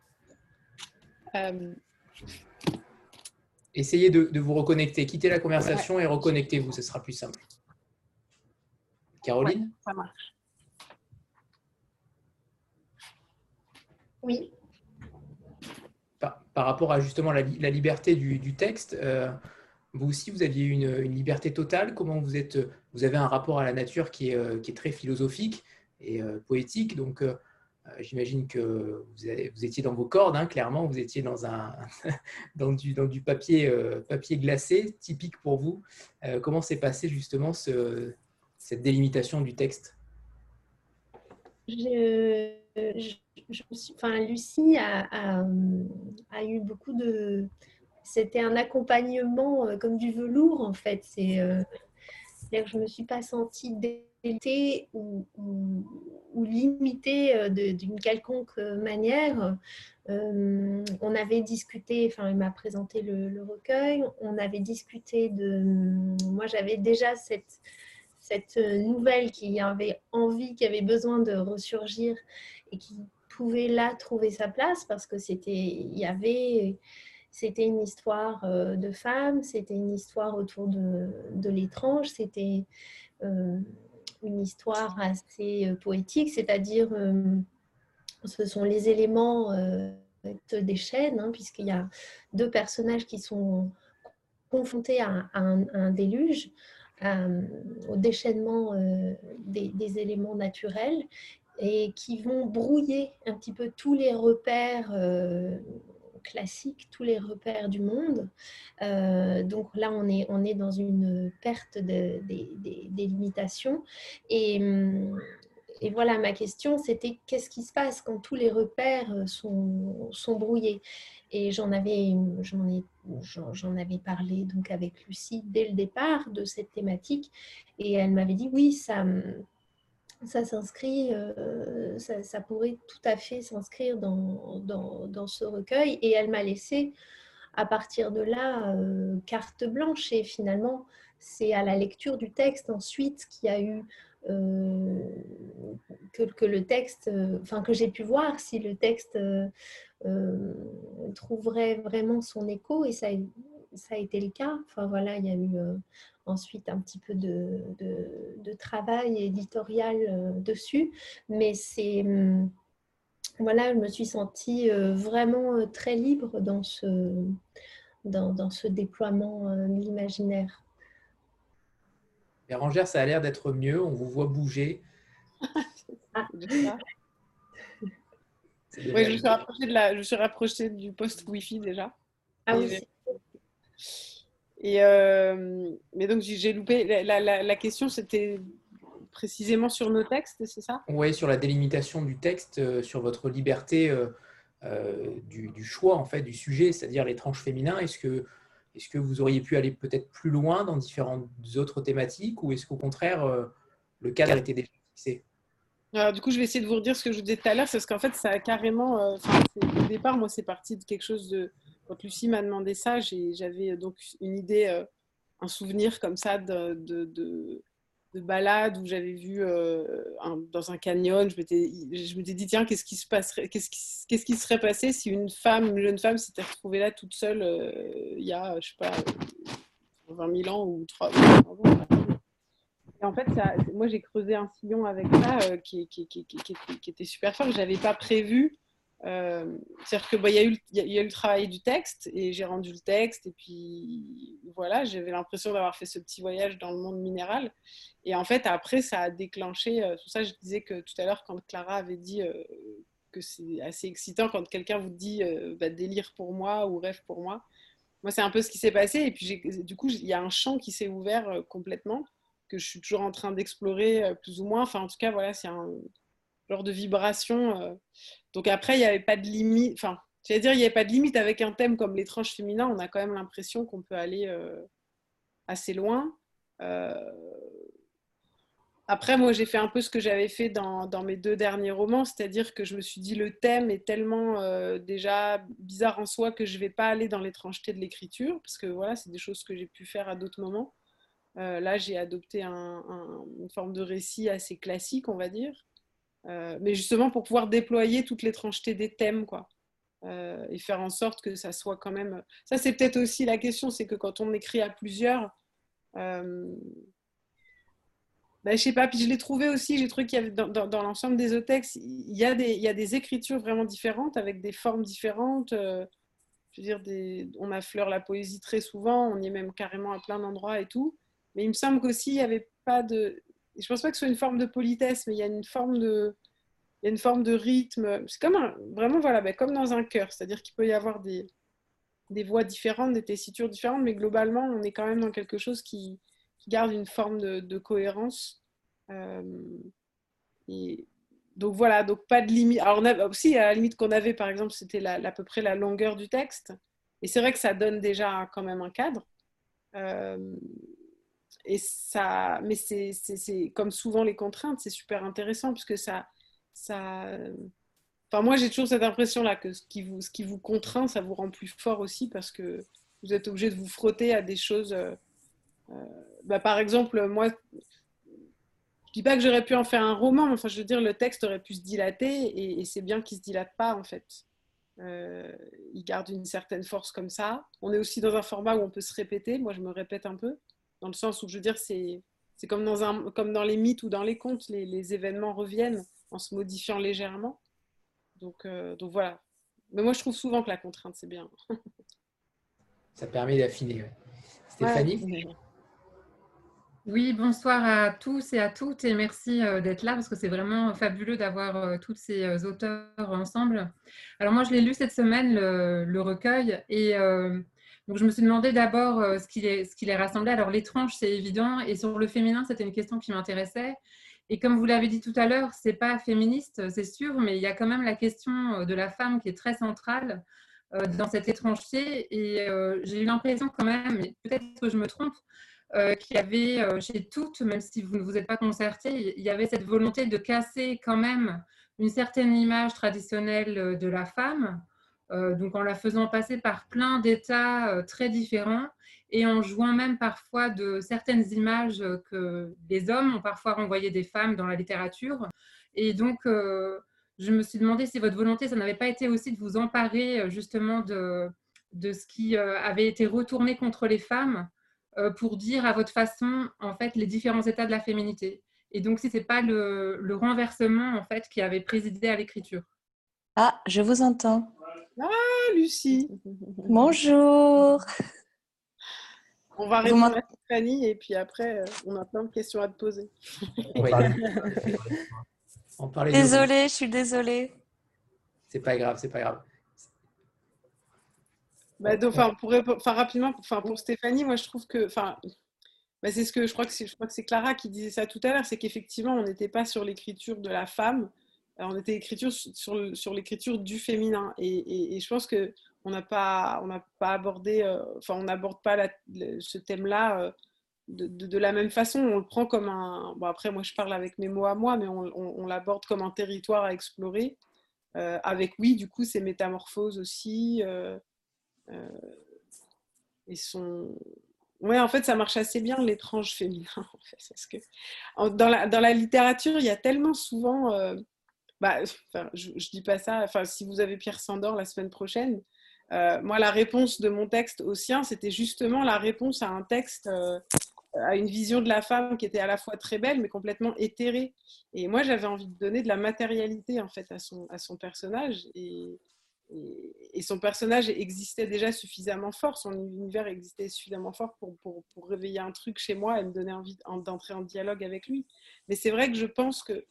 Essayez de vous reconnecter. Quittez la conversation et reconnectez-vous, ce sera plus simple. Caroline? Ouais, ça marche. Oui. par rapport à justement la liberté du texte, vous aussi, vous aviez une liberté totale. Comment vous avez un rapport à la nature qui est très philosophique et poétique. Donc, j'imagine que vous étiez dans vos cordes, hein, clairement. Vous étiez dans du papier glacé, typique pour vous. Comment s'est passé justement cette délimitation du texte? Lucie a eu beaucoup de... C'était un accompagnement comme du velours, en fait. C'est-à-dire que je ne me suis pas sentie délimitée ou limitée d'une quelconque manière. On avait discuté, enfin, il m'a présenté le recueil, on avait discuté moi, j'avais déjà cette nouvelle qui avait envie, qui avait besoin de ressurgir et qui pouvait là trouver sa place parce que c'était une histoire de femme, c'était une histoire autour de l'étrange, c'était une histoire assez poétique, c'est-à-dire ce sont les éléments des chaînes, hein, puisqu'il y a deux personnages qui sont confrontés à un déluge, au déchaînement des éléments naturels et qui vont brouiller un petit peu tous les repères classiques, tous les repères du monde. Donc là, on est dans une perte des limitations. Et voilà, ma question, c'était qu'est-ce qui se passe quand tous les repères sont brouillés? Et j'en avais parlé donc avec Lucie dès le départ de cette thématique. Et elle m'avait dit, oui, ça s'inscrit, ça pourrait tout à fait s'inscrire dans ce recueil. Et elle m'a laissé, à partir de là, carte blanche. Et finalement, c'est à la lecture du texte ensuite qu'il y a eu que le texte, que j'ai pu voir si le texte trouverait vraiment son écho, et ça a été le cas. Enfin voilà, il y a eu ensuite un petit peu de travail éditorial dessus, mais voilà, je me suis sentie vraiment très libre dans ce déploiement de l'imaginaire. Bérangère, ça a l'air d'être mieux, on vous voit bouger. Ah. Oui, je me suis rapprochée du poste Wi-Fi déjà. Ah oui. Mais donc j'ai loupé. La question, c'était précisément sur nos textes, c'est ça? Oui, sur la délimitation du texte, sur votre liberté du choix, en fait, du sujet, c'est-à-dire l'étrange féminin. Est-ce que vous auriez pu aller peut-être plus loin dans différentes autres thématiques, ou est-ce qu'au contraire, le cadre était déjà fixé? Alors, du coup, je vais essayer de vous redire ce que je vous disais tout à l'heure, c'est parce qu'en fait, ça a carrément... au départ, moi, c'est parti de quelque chose de... Quand Lucie m'a demandé ça, j'avais donc une idée, un souvenir comme ça de balade où j'avais vu dans un canyon. Je m'étais dit, tiens, qu'est-ce qui serait passé si une jeune femme s'était retrouvée là toute seule il y a, je sais pas, 20 000 ans ou 3 ans. Et en fait, moi, j'ai creusé un sillon avec ça qui était super fort, que je n'avais pas prévu. C'est-à-dire qu'il y a eu le travail du texte, et j'ai rendu le texte, et puis voilà, j'avais l'impression d'avoir fait ce petit voyage dans le monde minéral. Et en fait, après, ça a déclenché... c'est pour ça que je disais que tout à l'heure, quand Clara avait dit que c'est assez excitant quand quelqu'un vous dit délire pour moi ou rêve pour moi. Moi, c'est un peu ce qui s'est passé. Et puis, du coup, il y a un champ qui s'est ouvert complètement, que je suis toujours en train d'explorer plus ou moins. Enfin, en tout cas, voilà, c'est un genre de vibration. Donc après, il n'y avait pas de limite. Enfin, j'allais dire, il n'y avait pas de limite avec un thème comme l'étrange féminin. On a quand même l'impression qu'on peut aller assez loin. Après, moi, j'ai fait un peu ce que j'avais fait dans mes 2 derniers romans, c'est-à-dire que je me suis dit, le thème est tellement déjà bizarre en soi que je ne vais pas aller dans l'étrangeté de l'écriture, parce que voilà, c'est des choses que j'ai pu faire à d'autres moments. Là, j'ai adopté une forme de récit assez classique, on va dire, mais justement pour pouvoir déployer toute l'étrangeté des thèmes, quoi, et faire en sorte que ça soit quand même... Ça, c'est peut-être aussi la question, c'est que quand on écrit à plusieurs, je sais pas, puis je l'ai trouvé aussi, j'ai trouvé qu'il y avait dans l'ensemble des textes, il y a des écritures vraiment différentes, avec des formes différentes. je veux dire, on affleure la poésie très souvent, on y est même carrément à plein d'endroits et tout. Mais il me semble qu'aussi, il n'y avait pas de... Je ne pense pas que ce soit une forme de politesse, mais il y a une forme de rythme. C'est comme vraiment, voilà, ben, comme dans un chœur. C'est-à-dire qu'il peut y avoir des voix différentes, des tessitures différentes, mais globalement, on est quand même dans quelque chose qui garde une forme de cohérence. Et donc voilà, donc pas de limite. Alors on a aussi, à la limite qu'on avait, par exemple, c'était à peu près la longueur du texte. Et c'est vrai que ça donne déjà quand même un cadre. Et ça, mais c'est comme souvent les contraintes, c'est super intéressant puisque enfin moi j'ai toujours cette impression là que ce qui vous contraint, ça vous rend plus fort aussi parce que vous êtes obligé de vous frotter à des choses. Bah, par exemple, moi, je dis pas que j'aurais pu en faire un roman, mais enfin je veux dire le texte aurait pu se dilater et c'est bien qu'il se dilate pas en fait. Il garde une certaine force comme ça. On est aussi dans un format où on peut se répéter. Moi je me répète un peu. Dans le sens où, je veux dire, c'est comme dans les mythes ou dans les contes, les événements reviennent en se modifiant légèrement. Donc voilà. Mais moi, je trouve souvent que la contrainte, c'est bien. Ça permet d'affiner. Ouais. Stéphanie? Ouais. Oui, bonsoir à tous et à toutes et merci d'être là parce que c'est vraiment fabuleux d'avoir tous ces auteurs ensemble. Alors moi, je l'ai lu cette semaine, le recueil, et donc je me suis demandé d'abord ce qui les rassemblait. Alors l'étrange, c'est évident, et sur le féminin, c'était une question qui m'intéressait. Et comme vous l'avez dit tout à l'heure, c'est pas féministe, c'est sûr, mais il y a quand même la question de la femme qui est très centrale dans cette étrangeté. Et j'ai eu l'impression quand même, et peut-être que je me trompe, qu'il y avait chez toutes, même si vous ne vous êtes pas concertés, il y avait cette volonté de casser quand même une certaine image traditionnelle de la femme, donc en la faisant passer par plein d'états très différents et en jouant même parfois de certaines images que les hommes ont parfois renvoyées des femmes dans la littérature. Et donc, je me suis demandé si votre volonté, ça n'avait pas été aussi de vous emparer justement de ce qui avait été retourné contre les femmes pour dire à votre façon, en fait, les différents états de la féminité. Et donc, si ce n'est pas le renversement, en fait, qui avait présidé à l'écriture. Ah, je vous entends. Ah, Lucie. Bonjour. On va répondre à Stéphanie et puis après, on a plein de questions à te poser. Oui. Désolée, je suis désolée. C'est pas grave, c'est pas grave. Bah, donc, rapidement, pour Stéphanie, moi je trouve que, c'est ce que je crois que c'est Clara qui disait ça tout à l'heure, c'est qu'effectivement on n'était pas sur l'écriture de la femme, on était sur l'écriture du féminin, et je pense que on n'a pas abordé, on n'aborde pas ce thème-là de la même façon. On le prend comme un, bon après moi je parle avec mes mots à moi, mais on l'aborde comme un territoire à explorer, avec oui du coup ces métamorphoses aussi. Ouais, en fait, ça marche assez bien l'étrange féminin. En fait, parce que dans la littérature, il y a tellement souvent. Je dis pas ça. Enfin, si vous avez Pierre Sandor la semaine prochaine, moi, la réponse de mon texte au sien, c'était justement la réponse à un texte, à une vision de la femme qui était à la fois très belle, mais complètement éthérée. Et moi, j'avais envie de donner de la matérialité en fait à son personnage. Et son personnage existait déjà suffisamment fort, son univers existait suffisamment fort pour réveiller un truc chez moi et me donner envie d'entrer en dialogue avec lui. Mais c'est vrai que je pense que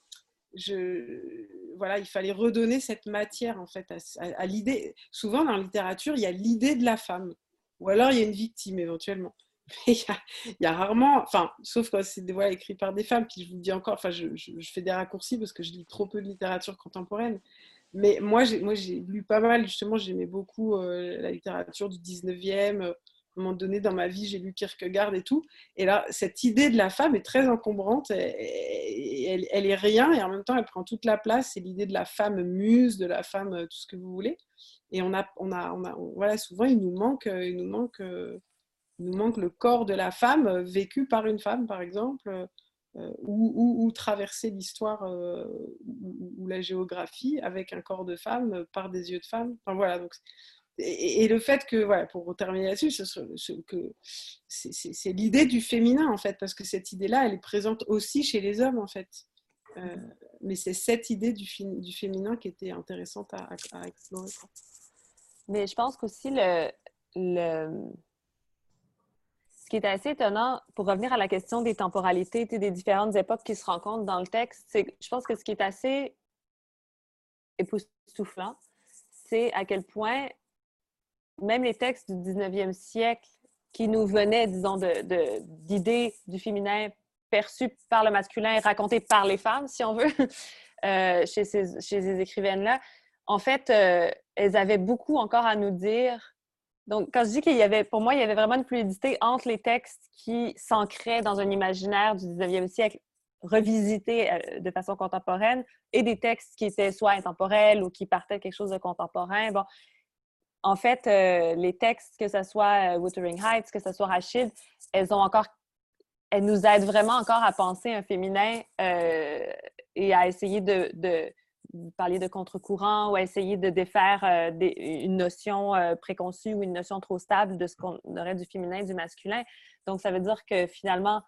il fallait redonner cette matière en fait à l'idée. Souvent dans la littérature, il y a l'idée de la femme, ou alors il y a une victime éventuellement. Mais il y a rarement, sauf quand c'est écrit par des femmes, puis je vous le dis encore, je fais des raccourcis parce que je lis trop peu de littérature contemporaine. Mais moi, j'ai lu pas mal, justement, j'aimais beaucoup la littérature du 19e. À un moment donné, dans ma vie, j'ai lu Kierkegaard et tout. Et là, cette idée de la femme est très encombrante. Elle est rien, et en même temps, elle prend toute la place. C'est l'idée de la femme muse, de la femme tout ce que vous voulez. Et voilà, souvent, il nous manque le corps de la femme vécu par une femme, par exemple. Ou traverser l'histoire ou la géographie avec un corps de femme par des yeux de femme. Enfin, voilà, donc, et le fait que, voilà, pour terminer là-dessus, c'est l'idée du féminin, en fait, parce que cette idée-là, elle est présente aussi chez les hommes, en fait. Mais c'est cette idée du féminin qui était intéressante à explorer, quoi. Mais je pense qu'aussi ce qui est assez étonnant, pour revenir à la question des temporalités, des différentes époques qui se rencontrent dans le texte, je pense que ce qui est assez époustouflant, c'est à quel point même les textes du 19e siècle qui nous venaient, disons, d'idées du féminin perçues par le masculin et racontées par les femmes, si on veut, chez ces écrivaines-là, en fait, elles avaient beaucoup encore à nous dire. Donc, quand je dis qu'il y avait, pour moi, il y avait vraiment une fluidité entre les textes qui s'ancraient dans un imaginaire du 19e siècle revisité de façon contemporaine et des textes qui étaient soit intemporels ou qui partaient de quelque chose de contemporain. Bon, en fait, les textes, que ce soit Wuthering Heights, que ce soit Rachid, elles nous aident vraiment encore à penser un féminin et à essayer de parler de contre-courant ou à essayer de défaire une notion préconçue ou une notion trop stable de ce qu'on aurait du féminin, du masculin. Donc, ça veut dire que finalement,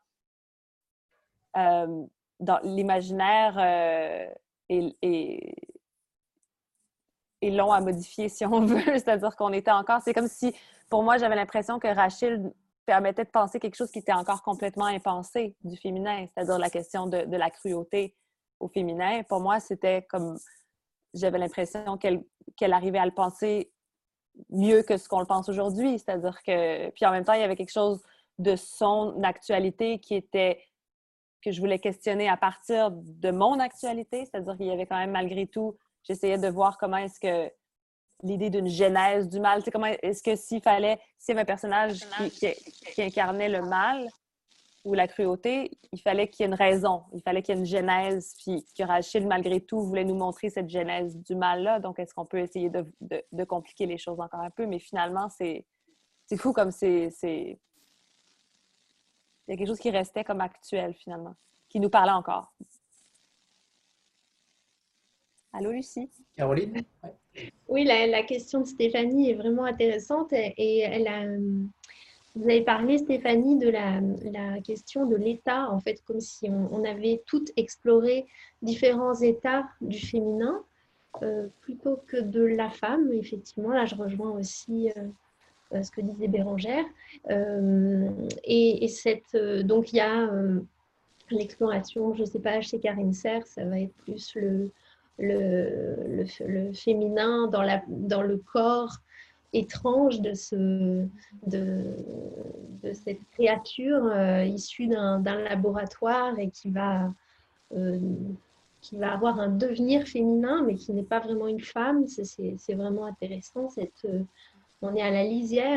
dans l'imaginaire est long à modifier, si on veut. C'est-à-dire qu'on était encore... C'est comme si, pour moi, j'avais l'impression que Rachid permettait de penser quelque chose qui était encore complètement impensé du féminin, c'est-à-dire la question de la cruauté au féminin. Pour moi, c'était comme... J'avais l'impression qu'elle arrivait à le penser mieux que ce qu'on le pense aujourd'hui. C'est-à-dire que... Puis en même temps, il y avait quelque chose de son actualité que je voulais questionner à partir de mon actualité. C'est-à-dire qu'il y avait quand même, malgré tout, j'essayais de voir comment est-ce que l'idée d'une genèse du mal, comment est-ce que s'il y avait un personnage qui incarnait le mal ou la cruauté, il fallait qu'il y ait une raison, il fallait qu'il y ait une genèse, puis que Rachid, malgré tout, voulait nous montrer cette genèse du mal-là. Donc, est-ce qu'on peut essayer de compliquer les choses encore un peu? Mais finalement, c'est fou comme c'est... Il y a quelque chose qui restait comme actuel, finalement, qui nous parlait encore. Allô, Lucie? Caroline? Ouais. Oui, la question de Stéphanie est vraiment intéressante et vous avez parlé, Stéphanie, de la question de l'état, en fait, comme si on avait toutes exploré différents états du féminin plutôt que de la femme. Effectivement, là, je rejoins aussi ce que disait Bérangère. Donc, il y a l'exploration, je ne sais pas, chez Karine Serre, ça va être plus le féminin dans le corps étrange de cette créature issue d'un laboratoire et qui va avoir un devenir féminin, mais qui n'est pas vraiment une femme. C'est vraiment intéressant. On est à la lisière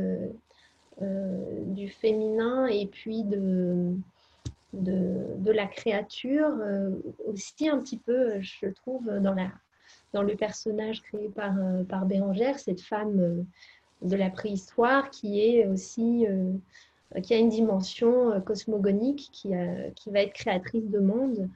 du féminin et puis de la créature, aussi un petit peu, je trouve, dans le personnage créé par Bérangère, cette femme de la préhistoire qui est aussi qui a une dimension cosmogonique, qui va être créatrice de monde.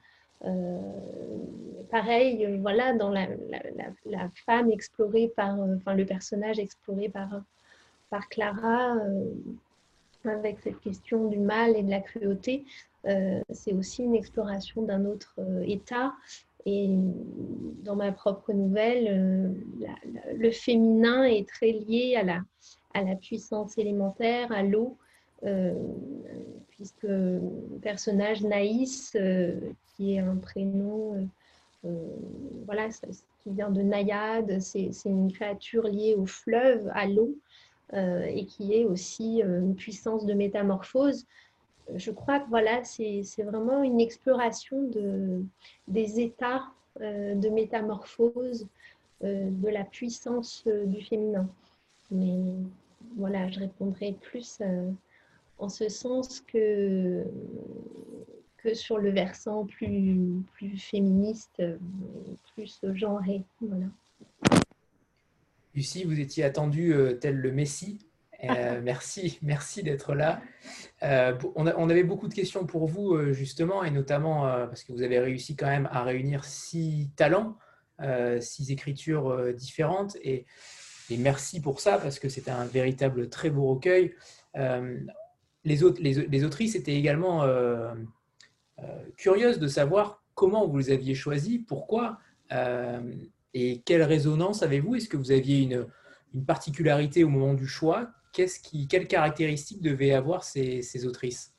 Pareil, voilà, dans la femme explorée le personnage exploré par Clara, avec cette question du mal et de la cruauté, c'est aussi une exploration d'un autre état. Et dans ma propre nouvelle, le féminin est très lié à la puissance élémentaire, à l'eau, puisque le personnage Naïs, qui est un prénom voilà, qui vient de naïade, c'est une créature liée au fleuve, à l'eau, et qui est aussi une puissance de métamorphose. Je crois que voilà, c'est vraiment une exploration des états de métamorphose, de la puissance du féminin. Mais voilà, je répondrai plus en ce sens que sur le versant plus féministe, plus genré. Voilà. Lucie, vous étiez attendue tel le Messie. Merci d'être là. On avait beaucoup de questions pour vous, justement, et notamment parce que vous avez réussi quand même à réunir 6 talents, 6 écritures différentes. Et merci pour ça, parce que c'était un véritable très beau recueil. Les autrices étaient également curieuses de savoir comment vous les aviez choisies, pourquoi, et quelle résonance avez-vous? Est-ce que vous aviez une particularité au moment du choix. Quelles caractéristiques devaient avoir ces autrices?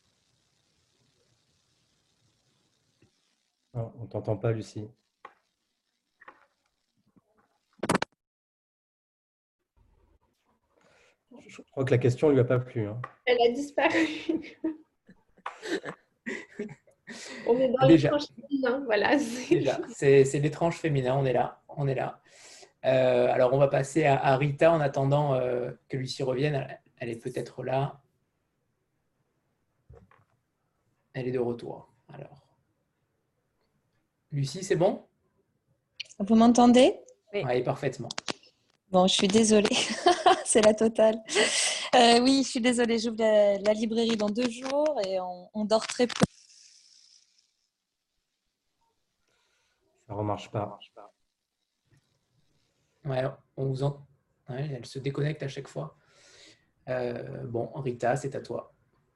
Non, on ne t'entend pas, Lucie. Je crois que la question ne lui a pas plu. Hein. Elle a disparu. On est dans Déjà. l'étrange féminin, voilà. Déjà, c'est l'étrange féminin, on est là. On est là. Alors, on va passer à Rita en attendant que Lucie revienne. Elle est peut-être là. Elle est de retour. Alors, Lucie, c'est bon? Vous m'entendez? Oui, parfaitement. Bon, je suis désolée. C'est la totale. Oui, je suis désolée. J'ouvre la librairie dans 2 jours et on dort très peu. Ça ne remarche pas. Ouais, on vous en... ouais, elle se déconnecte à chaque fois. Bon, Rita, c'est à toi.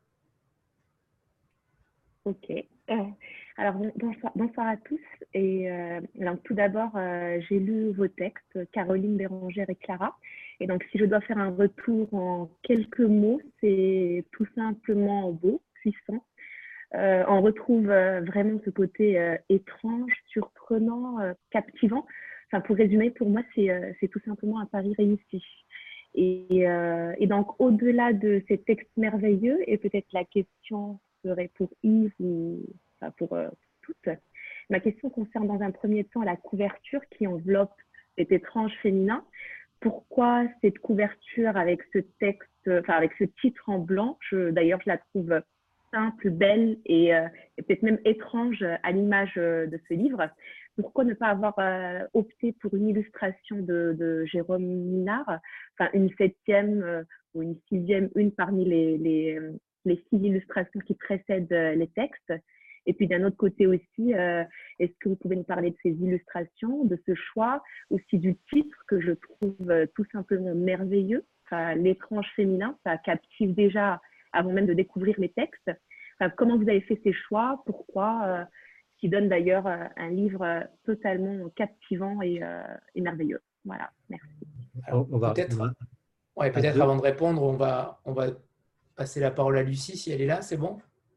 Ok. Alors, bonsoir à tous. Et donc, tout d'abord, j'ai lu vos textes, Caroline, Bérangère et Clara. Et donc, si je dois faire un retour en quelques mots, c'est tout simplement beau, puissant. On retrouve vraiment ce côté étrange, surprenant, captivant. Enfin, pour résumer, pour moi, c'est tout simplement un pari réussi. Et donc, au-delà de ces textes merveilleux, et peut-être la question serait pour Yves ou enfin pour toutes, ma question concerne dans un premier temps la couverture qui enveloppe cet étrange féminin. Pourquoi cette couverture avec ce texte, enfin avec ce titre en blanc? D'ailleurs, je la trouve simple, belle et peut-être même étrange à l'image de ce livre. Pourquoi ne pas avoir opté pour une illustration de Jérôme Minard, enfin une 7e ou une 6e, une parmi les 6 illustrations qui précèdent les textes? Et puis d'un autre côté aussi, est-ce que vous pouvez nous parler de ces illustrations, de ce choix, aussi du titre que je trouve tout simplement merveilleux, enfin, l'étrange féminin, ça captive déjà avant même de découvrir les textes. Enfin, comment vous avez fait ces choix? Pourquoi? Qui donne d'ailleurs un livre totalement captivant et merveilleux. Voilà, merci. Alors, peut-être avant de répondre, on va passer la parole à Lucie, si elle est là, c'est bon?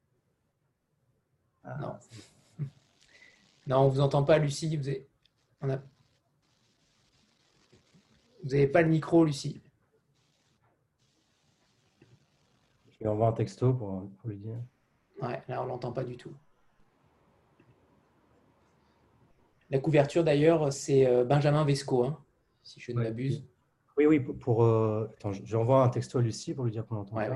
Non. Non, on ne vous entend pas, Lucie. Vous n'avez pas le micro, Lucie. Je lui envoie un texto pour lui dire. Ouais, là, on ne l'entend pas du tout. La couverture, d'ailleurs, c'est Benjamin Vesco, hein, si je ne m'abuse. Oui. Attends, j'envoie un texto à Lucie pour lui dire qu'on entend pas. Oui.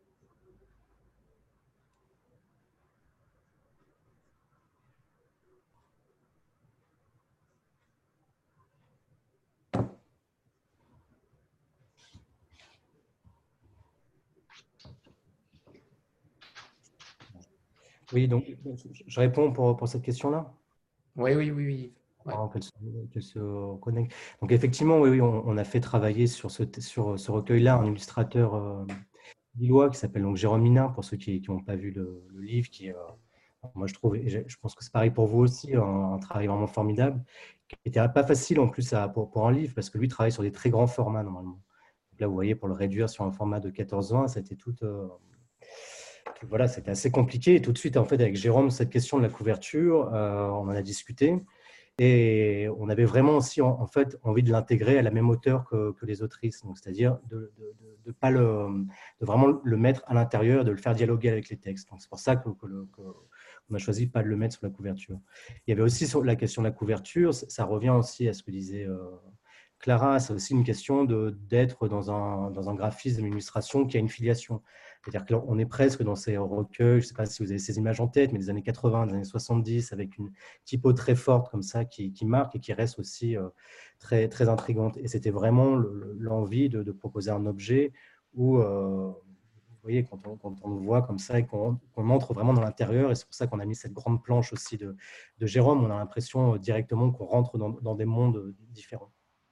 Oui, donc je réponds pour cette question-là. Oui. Ouais. Qu'elle se connecte. Donc effectivement, oui, on a fait travailler sur ce recueil-là un illustrateur lillois qui s'appelle donc Jérôme Minard, pour ceux qui n'ont pas vu le livre, moi je trouve, et je pense que c'est pareil pour vous aussi, un travail vraiment formidable, qui n'était pas facile en plus pour un livre, parce que lui travaille sur des très grands formats normalement. Donc là, vous voyez, pour le réduire sur un format de 14-20, ça a été voilà, c'était assez compliqué. Et tout de suite, en fait, avec Jérôme, cette question de la couverture, on en a discuté. Et on avait vraiment aussi en fait envie de l'intégrer à la même hauteur que les autrices, donc c'est-à-dire de vraiment le mettre à l'intérieur, de le faire dialoguer avec les textes. C'est pour ça qu'on a choisi de ne pas le mettre sur la couverture. Il y avait aussi sur la question de la couverture, ça revient aussi à ce que disait Clara, c'est aussi une question d'être dans un graphisme, une illustration qui a une filiation. C'est-à-dire qu'on est presque dans ces recueils, je ne sais pas si vous avez ces images en tête, mais des années 80, des années 70, avec une typo très forte comme ça qui marque et qui reste aussi très, très intrigante. Et c'était vraiment l'envie de proposer un objet où, vous voyez, quand on le voit comme ça et qu'on entre vraiment dans l'intérieur, et c'est pour ça qu'on a mis cette grande planche aussi de Jérôme, on a l'impression directement qu'on rentre dans des mondes différents.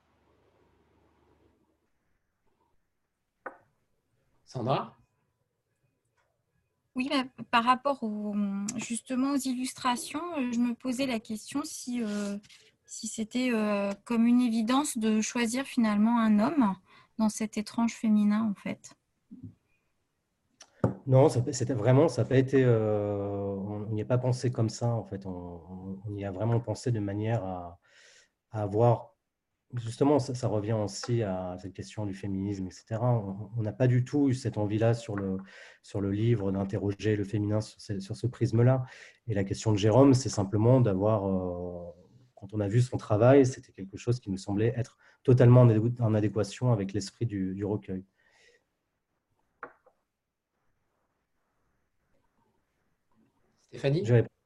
Sandra? Oui, par rapport justement aux illustrations, je me posais la question si si c'était comme une évidence de choisir finalement un homme dans cet étrange féminin, en fait. Non, c'était vraiment, ça n'a pas été, on n'y a pas pensé comme ça, en fait. On y a vraiment pensé de manière à avoir, justement, ça revient aussi à cette question du féminisme, etc. On n'a pas du tout eu cette envie-là sur le livre d'interroger le féminin sur ce prisme-là. Et la question de Jérôme, c'est simplement d'avoir, quand on a vu son travail, c'était quelque chose qui nous semblait être totalement en adéquation avec l'esprit du recueil. Stéphanie?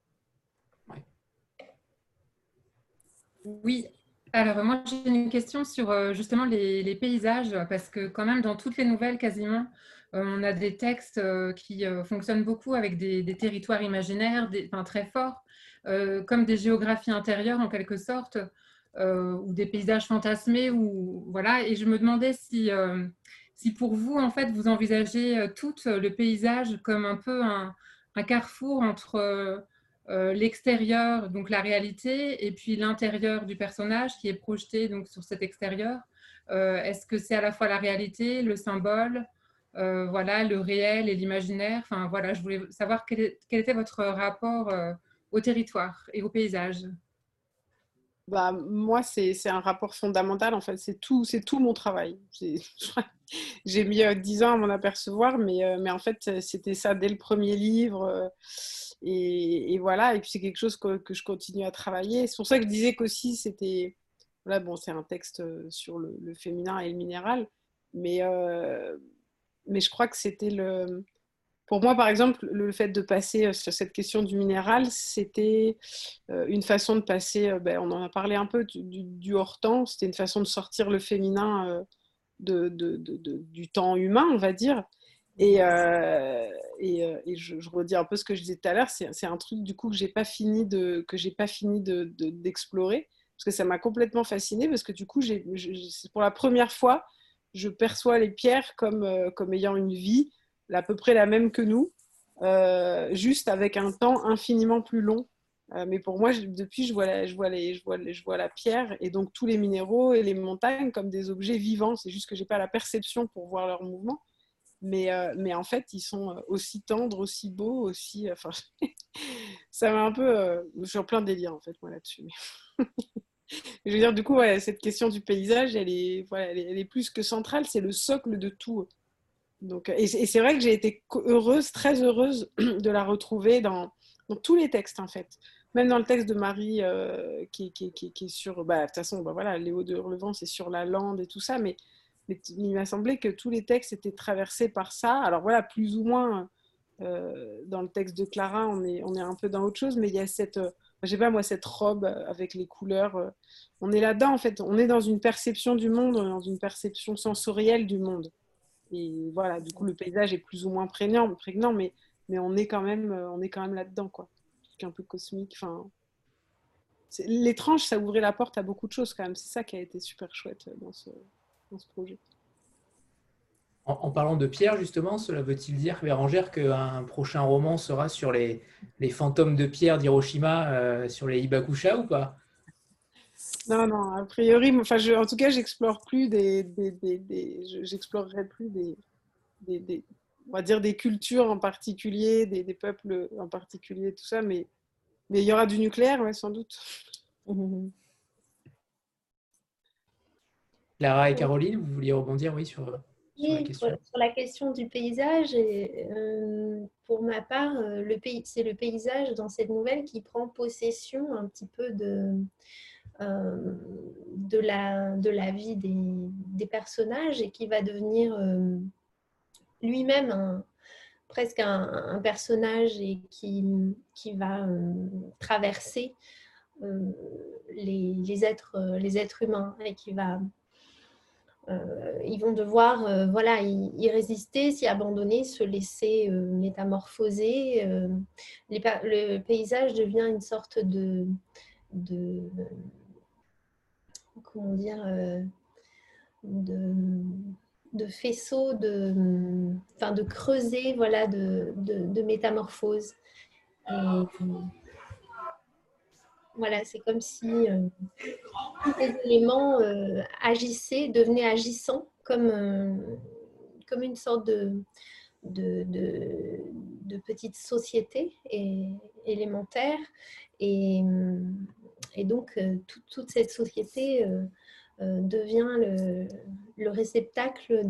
Oui, alors moi j'ai une question sur justement les paysages, parce que quand même dans toutes les nouvelles quasiment, on a des textes qui fonctionnent beaucoup avec des territoires imaginaires, enfin, très forts, comme des géographies intérieures en quelque sorte, ou des paysages fantasmés, ou, voilà. Et je me demandais si pour vous, en fait, vous envisagez tout le paysage comme un peu un carrefour entre l'extérieur, donc la réalité, et puis l'intérieur du personnage qui est projeté donc sur cet extérieur. Est-ce que c'est à la fois la réalité, le symbole, voilà, le réel et l'imaginaire? Enfin, voilà, je voulais savoir quel était votre rapport au territoire et au paysage. Bah, moi, c'est un rapport fondamental, en fait. C'est tout mon travail. J'ai mis 10 ans à m'en apercevoir, mais en fait, c'était ça dès le premier livre. Et voilà. Et puis, c'est quelque chose que je continue à travailler. C'est pour ça que je disais qu'aussi, c'était... Là, bon, c'est un texte sur le féminin et le minéral. Mais je crois que c'était le... Pour moi, par exemple, le fait de passer sur cette question du minéral, c'était une façon de passer, on en a parlé un peu, du hors-temps, c'était une façon de sortir le féminin du temps humain, on va dire. Et je redis un peu ce que je disais tout à l'heure, c'est un truc du coup que j'ai pas fini d'explorer, parce que ça m'a complètement fascinée, parce que du coup, pour la première fois, je perçois les pierres comme ayant une vie, à peu près la même que nous, juste avec un temps infiniment plus long. Mais pour moi, depuis, je vois la pierre et donc tous les minéraux et les montagnes comme des objets vivants. C'est juste que j'ai pas la perception pour voir leur mouvement. Mais en fait, ils sont aussi tendres, aussi beaux, aussi... Enfin, ça m'a un peu... je suis en plein délire, en fait, moi, là-dessus. Je veux dire, du coup, ouais, cette question du paysage, elle est plus que centrale. C'est le socle de tout. Donc, et c'est vrai que j'ai été heureuse, très heureuse de la retrouver dans tous les textes, en fait. Même dans le texte de Marie, qui est sur... de toute façon, voilà, Léo de Hurlevent, c'est sur la lande et tout ça, mais il m'a semblé que tous les textes étaient traversés par ça. Alors voilà, plus ou moins, dans le texte de Clara, on est un peu dans autre chose, mais il y a cette... je sais pas, moi, cette robe avec les couleurs... on est là-dedans, en fait. On est dans une perception du monde, dans une perception sensorielle du monde. Et voilà, du coup, le paysage est plus ou moins prégnant, mais on est quand même là-dedans, quoi. C'est un peu cosmique. Enfin, l'étrange, ça ouvrait la porte à beaucoup de choses, quand même. C'est ça qui a été super chouette dans ce projet. En parlant de pierre, justement, cela veut-il dire, Bérangère, qu'un prochain roman sera sur les fantômes de pierre d'Hiroshima, sur les Hibakusha ou pas? Non, a priori, enfin, en tout cas, j'explorerai plus on va dire des cultures en particulier, des peuples en particulier, tout ça, mais il y aura du nucléaire, ouais, sans doute. Clara et Caroline, vous vouliez rebondir, oui, sur la question. Sur la question du paysage, et, pour ma part, c'est le paysage dans cette nouvelle qui prend possession un petit peu de la vie des personnages et qui va devenir lui-même presque un personnage et qui va traverser les êtres humains et qui va... ils vont devoir y résister, s'y abandonner, se laisser métamorphoser. Le paysage devient une sorte de comment dire, de faisceau, de creuset, voilà, de métamorphose. Et voilà, c'est comme si tous les éléments agissaient, devenaient agissants, comme une sorte de, de, de petite société élémentaire. Et donc, toute cette société devient le réceptacle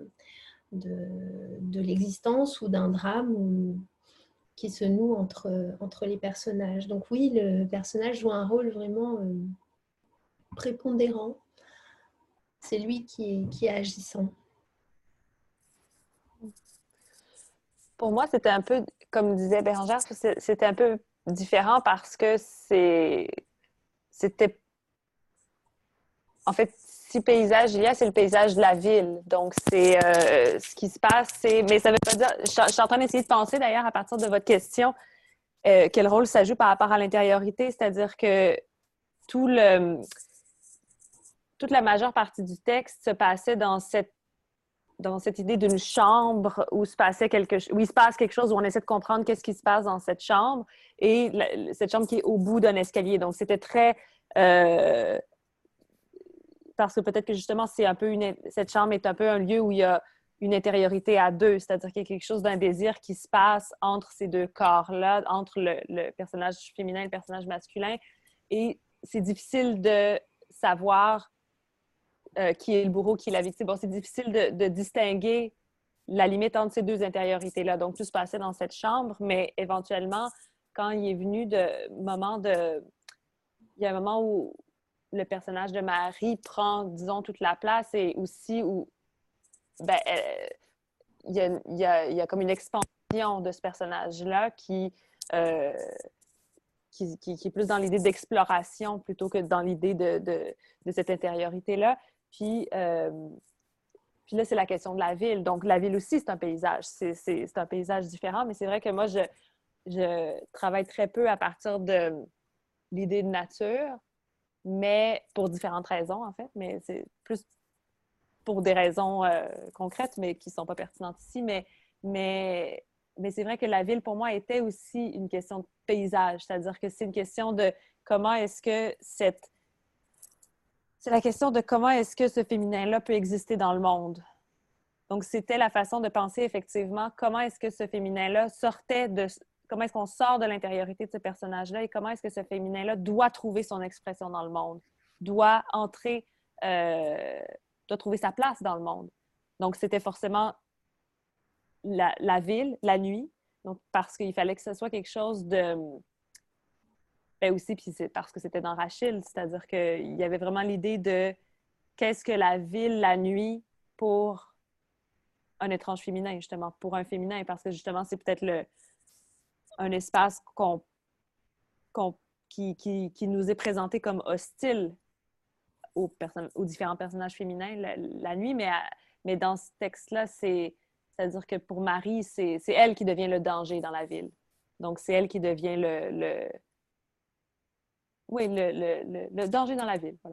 de l'existence ou d'un drame qui se noue entre les personnages. Donc oui, le personnage joue un rôle vraiment prépondérant. C'est lui qui est agissant. Pour moi, c'était un peu, comme disait Bérengère, c'était un peu différent parce que c'était... En fait, si paysage il y a, c'est le paysage de la ville. Donc, c'est ce qui se passe, c'est... Mais ça veut pas dire... Je suis en train d'essayer de penser, d'ailleurs, à partir de votre question, quel rôle ça joue par rapport à l'intériorité, c'est-à-dire que toute la majeure partie du texte se passait dans cette idée d'une chambre où il se passe quelque chose, où on essaie de comprendre qu'est-ce qui se passe dans cette chambre, et cette chambre qui est au bout d'un escalier. Donc, c'était très... parce que peut-être que justement, cette chambre est un peu un lieu où il y a une intériorité à deux, c'est-à-dire qu'il y a quelque chose d'un désir qui se passe entre ces deux corps-là, entre le personnage féminin et le personnage masculin. Et c'est difficile de savoir qui est le bourreau, qui est la victime. Bon, c'est difficile de distinguer la limite entre ces deux intériorités-là. Donc, tout se passait dans cette chambre, mais éventuellement, quand il est venu il y a un moment où le personnage de Marie prend, disons, toute la place, et aussi où il y a comme une expansion de ce personnage-là qui est plus dans l'idée d'exploration plutôt que dans l'idée de cette intériorité-là. Puis là, c'est la question de la ville. Donc, la ville aussi, c'est un paysage. C'est un paysage différent, mais c'est vrai que moi, je travaille très peu à partir de l'idée de nature, mais pour différentes raisons, en fait. Mais c'est plus pour des raisons concrètes, mais qui ne sont pas pertinentes ici. Mais c'est vrai que la ville, pour moi, était aussi une question de paysage. C'est-à-dire que c'est une question de comment est-ce que c'est la question de comment est-ce que ce féminin-là peut exister dans le monde. Donc, c'était la façon de penser effectivement comment est-ce que ce féminin-là comment est-ce qu'on sort de l'intériorité de ce personnage-là et comment est-ce que ce féminin-là doit trouver son expression dans le monde, doit entrer, doit trouver sa place dans le monde. Donc, c'était forcément la ville, la nuit, donc parce qu'il fallait que ce soit quelque chose de... aussi, puis c'est parce que c'était dans Rachel, c'est-à-dire qu'il y avait vraiment l'idée de qu'est-ce que la ville, la nuit, pour un étrange féminin, justement, pour un féminin, parce que justement, c'est peut-être un espace qui nous est présenté comme hostile aux différents personnages féminins la nuit, mais dans ce texte-là, c'est-à-dire que pour Marie, c'est elle qui devient le danger dans la ville. Donc, c'est elle qui devient le danger dans la ville. Voilà.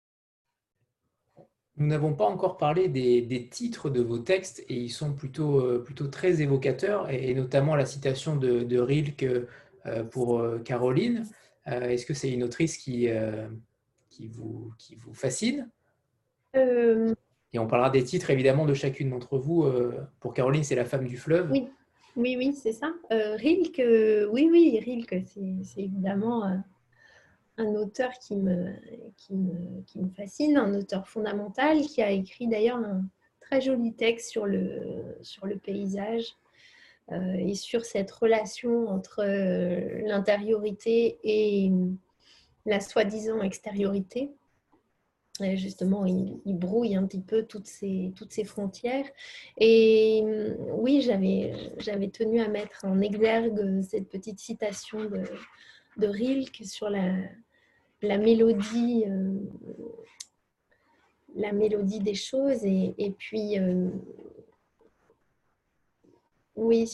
Nous n'avons pas encore parlé des titres de vos textes et ils sont plutôt très évocateurs, et notamment la citation de Rilke pour Caroline. Est-ce que c'est une autrice qui vous fascine? Et on parlera des titres évidemment de chacune d'entre vous. Pour Caroline, c'est La femme du fleuve. Oui, c'est ça. Rilke, oui, Rilke, c'est évidemment un auteur qui me fascine, un auteur fondamental qui a écrit d'ailleurs un très joli texte sur le paysage et sur cette relation entre l'intériorité et la soi-disant extériorité. Et justement, il brouille un petit peu toutes ces frontières. Et oui, j'avais tenu à mettre en exergue cette petite citation de Rilke sur la mélodie des choses, et puis oui,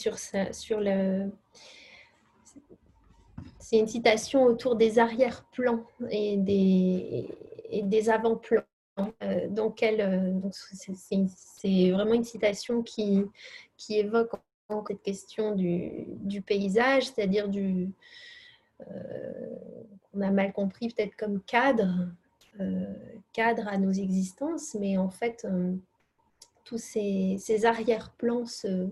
c'est une citation autour des arrière-plans et des avant-plans. Donc c'est vraiment une citation qui évoque cette question du paysage, c'est-à-dire qu'on a mal compris peut-être comme cadre à nos existences, mais en fait, tous ces arrière-plans se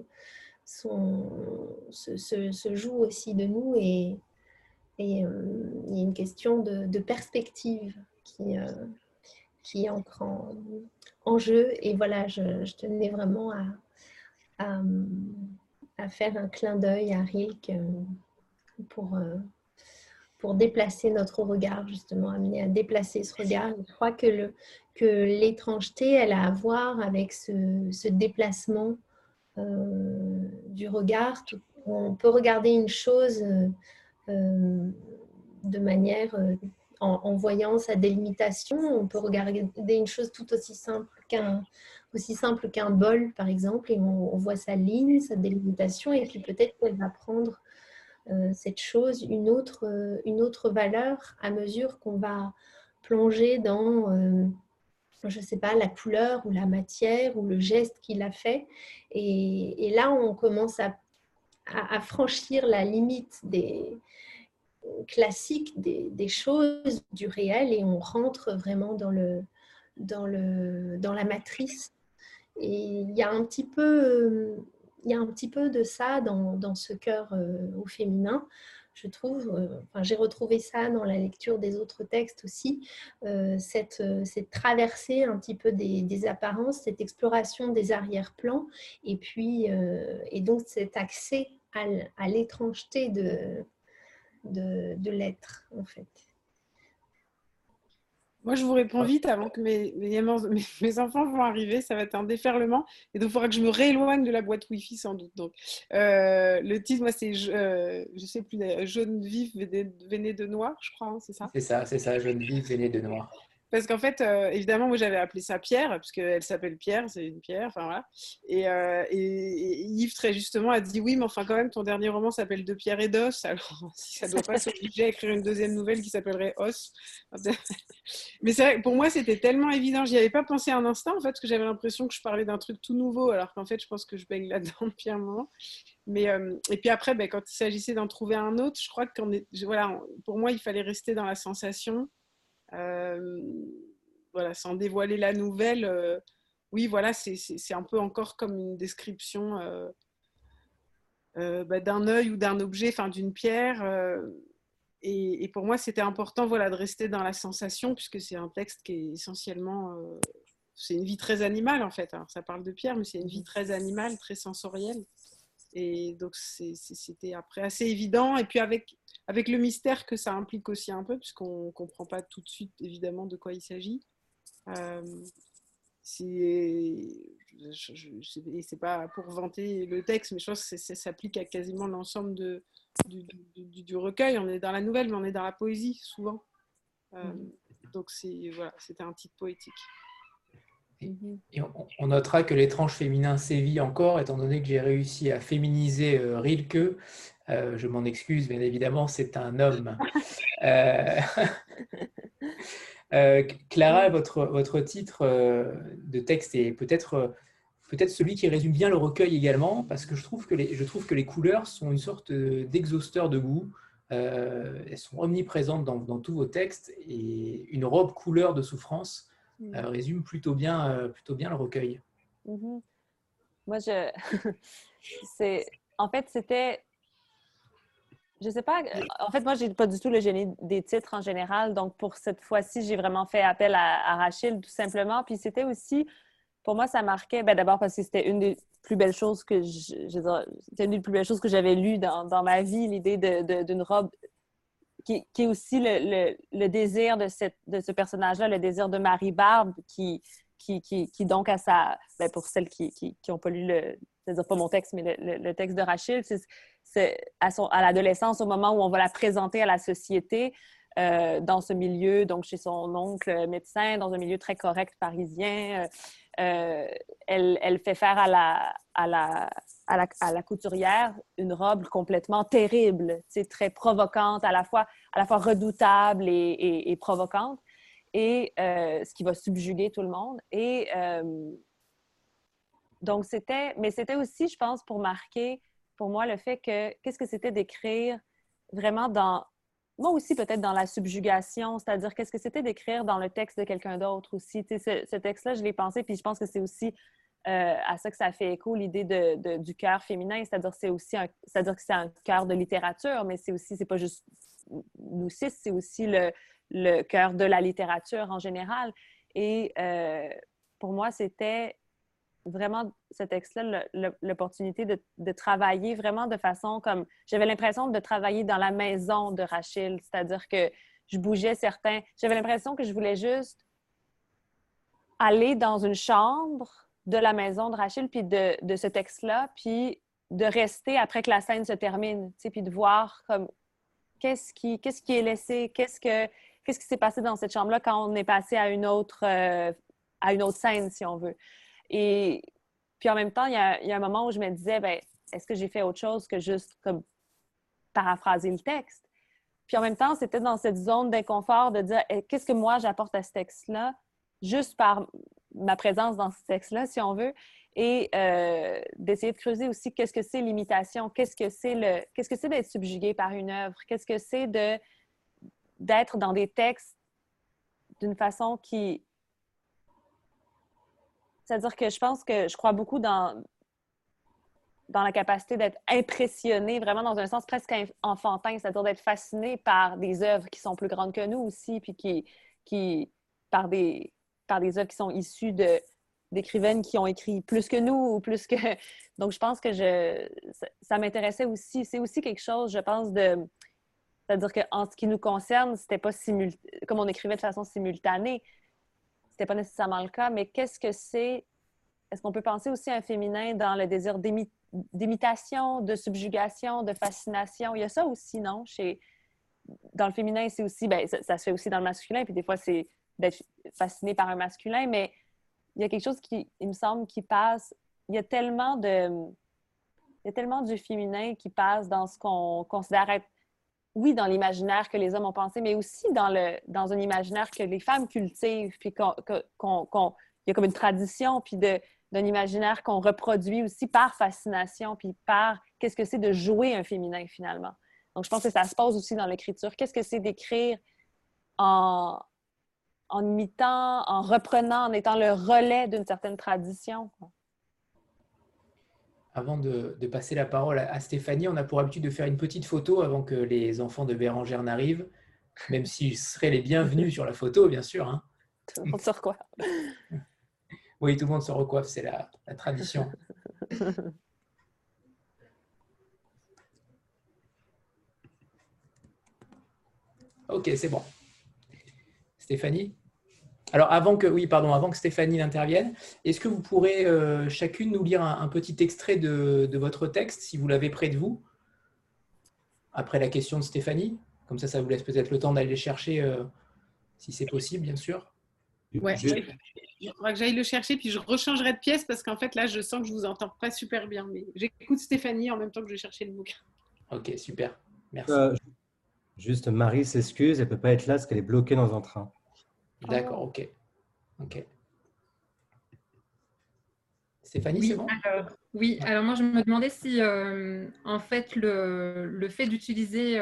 jouent aussi de nous et il y a une question de perspective qui entre en jeu. Et voilà, je tenais vraiment à faire un clin d'œil à Rilke pour déplacer notre regard, justement, amener à déplacer ce regard. Je crois que l'étrangeté, elle a à voir avec ce déplacement du regard. On peut regarder une chose de manière, en voyant sa délimitation, on peut regarder une chose tout aussi simple qu'un bol, par exemple, et on voit sa ligne, sa délimitation, et puis peut-être qu'elle va prendre cette chose une autre valeur à mesure qu'on va plonger dans, je ne sais pas, la couleur ou la matière ou le geste qu'il a fait. Et là, on commence à franchir la limite classique des choses, du réel, et on rentre vraiment dans la matrice. Et il y a un petit peu de ça dans ce cœur au féminin, je trouve. J'ai retrouvé ça dans la lecture des autres textes aussi, cette traversée un petit peu des apparences, cette exploration des arrière-plans, et puis et donc cet accès à l'étrangeté de l'être, en fait. Moi, je vous réponds vite avant que mes enfants vont arriver. Ça va être un déferlement. Et donc, il faudra que je me rééloigne de la boîte Wi-Fi, sans doute. Donc, le titre, moi, c'est, je sais plus, Jaune vif, veiné de noir, je crois, hein, c'est ça? C'est ça, Jaune vif, veiné de noir. Parce qu'en fait, évidemment, moi, j'avais appelé ça Pierre, puisqu'elle s'appelle Pierre, c'est une pierre, enfin voilà. Et Yves, très justement, a dit oui, mais enfin, quand même, ton dernier roman s'appelle De pierre et d'os. Alors, si ça ne doit pas s'obliger à écrire une deuxième nouvelle qui s'appellerait Os. Mais c'est vrai, pour moi, c'était tellement évident. J'y avais pas pensé un instant, en fait, parce que j'avais l'impression que je parlais d'un truc tout nouveau, alors qu'en fait, je pense que je baigne là-dedans depuis un moment. Mais, et puis après, quand il s'agissait d'en trouver un autre, je crois que voilà, pour moi, il fallait rester dans la sensation. Voilà, sans dévoiler la nouvelle, oui, voilà, c'est un peu encore comme une description d'un œil ou d'un objet, enfin d'une pierre. Et pour moi, c'était important, voilà, de rester dans la sensation, puisque c'est un texte qui est essentiellement, c'est une vie très animale en fait. Alors, ça parle de pierre, mais c'est une vie très animale, très sensorielle. Et donc c'était après assez évident. Et puis avec le mystère que ça implique aussi un peu, puisqu'on ne comprend pas tout de suite évidemment de quoi il s'agit. C'est pas pour vanter le texte, mais je pense que ça s'applique à quasiment l'ensemble du recueil. On est dans la nouvelle, mais on est dans la poésie souvent. Donc voilà, c'était un titre poétique. Et on notera que l'étrange féminin sévit encore, étant donné que j'ai réussi à féminiser Rilke. Je m'en excuse, bien évidemment, c'est un homme. Clara, votre titre de texte est peut-être celui qui résume bien le recueil également, parce que je trouve que les couleurs sont une sorte d'exhausteur de goût. Elles sont omniprésentes dans tous vos textes, et une robe couleur de souffrance résume plutôt bien le recueil. Moi, en fait, c'était... Je sais pas. En fait, moi, j'ai pas du tout le génie des titres en général. Donc, pour cette fois-ci, j'ai vraiment fait appel à Rachel, tout simplement. Puis c'était aussi, pour moi, ça marquait, d'abord parce que c'était une des plus belles choses que c'était une des plus belles choses que j'avais lues dans ma vie, l'idée d'une robe qui est aussi le désir de ce personnage-là, le désir de Marie Barbe, qui donc à sa... pour celles qui n'ont pas lu c'est-à-dire pas mon texte, mais le texte de Rachel, c'est à l'adolescence, au moment où on va la présenter à la société, dans ce milieu, donc chez son oncle médecin, dans un milieu très correct parisien. Elle fait faire à la couturière une robe complètement terrible, très provocante, à la fois redoutable et provocante, et ce qui va subjuguer tout le monde. Et donc, c'était aussi, je pense, pour marquer pour moi le fait que qu'est-ce que c'était d'écrire vraiment moi aussi, peut-être dans la subjugation, c'est-à-dire qu'est-ce que c'était d'écrire dans le texte de quelqu'un d'autre aussi. Tu sais, ce texte-là, je l'ai pensé, puis je pense que c'est aussi à ça que ça fait écho, l'idée du cœur féminin, c'est-à-dire c'est-à-dire que c'est un cœur de littérature, mais c'est pas juste nous six, c'est aussi le cœur de la littérature en général. Et pour moi, c'était vraiment ce texte-là, l'opportunité de travailler vraiment de façon comme... J'avais l'impression de travailler dans la maison de Rachel, c'est-à-dire que je bougeais certains... J'avais l'impression que je voulais juste aller dans une chambre de la maison de Rachel, puis de ce texte-là, puis de rester après que la scène se termine, tu sais, puis de voir comme qu'est-ce qui est laissé, qu'est-ce qui s'est passé dans cette chambre-là quand on est passé à une autre scène, si on veut. Et puis en même temps, il y a un moment où je me disais, ben, est-ce que j'ai fait autre chose que juste comme paraphraser le texte? Puis en même temps, c'était dans cette zone d'inconfort de dire, qu'est-ce que moi j'apporte à ce texte-là, juste par ma présence dans ce texte-là, si on veut, et d'essayer de creuser aussi qu'est-ce que c'est l'imitation, qu'est-ce que c'est d'être subjugué par une œuvre, qu'est-ce que c'est d'être dans des textes d'une façon qui... C'est-à-dire que je crois beaucoup dans la capacité d'être impressionné, vraiment dans un sens presque enfantin, c'est-à-dire d'être fasciné par des œuvres qui sont plus grandes que nous aussi, puis par des œuvres qui sont issues d'écrivaines qui ont écrit plus que nous ou plus que... Donc, je pense que ça m'intéressait aussi. C'est aussi quelque chose, je pense, c'est-à-dire qu'en ce qui nous concerne, c'était pas comme on écrivait de façon simultanée, c'était pas nécessairement le cas, mais qu'est-ce que c'est... Est-ce qu'on peut penser aussi à un féminin dans le désir d'imitation, de subjugation, de fascination? Il y a ça aussi, non? Dans le féminin, c'est aussi... Bien, ça se fait aussi dans le masculin, puis des fois, c'est d'être fasciné par un masculin, mais il y a quelque chose qui, il me semble, qui passe... Il y a tellement du féminin qui passe dans ce qu'on considère être, oui, dans l'imaginaire que les hommes ont pensé, mais aussi dans un imaginaire que les femmes cultivent, puis il y a comme une tradition, puis d'un imaginaire qu'on reproduit aussi par fascination, puis par qu'est-ce que c'est de jouer un féminin, finalement. Donc, je pense que ça se pose aussi dans l'écriture. Qu'est-ce que c'est d'écrire en imitant, en reprenant, en étant le relais d'une certaine tradition? Avant de passer la parole à Stéphanie, on a pour habitude de faire une petite photo avant que les enfants de Bérengère n'arrivent, même s'ils seraient les bienvenus sur la photo, bien sûr. Hein. Tout le monde se recoiffe. Oui, tout le monde se recoiffe, c'est la tradition. Ok, c'est bon. Stéphanie ? Alors, avant que Stéphanie n'intervienne, est-ce que vous pourrez chacune nous lire un petit extrait de votre texte, si vous l'avez près de vous, après la question de Stéphanie? Comme ça vous laisse peut-être le temps d'aller le chercher, si c'est possible, bien sûr. Ouais, il faudra que j'aille le chercher, puis je rechangerai de pièce, parce qu'en fait, là, je sens que je vous entends pas super bien. Mais j'écoute Stéphanie en même temps que je vais chercher le bouquin. Ok, super. Merci. Juste, Marie s'excuse, elle ne peut pas être là parce qu'elle est bloquée dans un train. D'accord, ok. Stéphanie, Oui, c'est bon? Alors moi je me demandais si en fait le fait d'utiliser,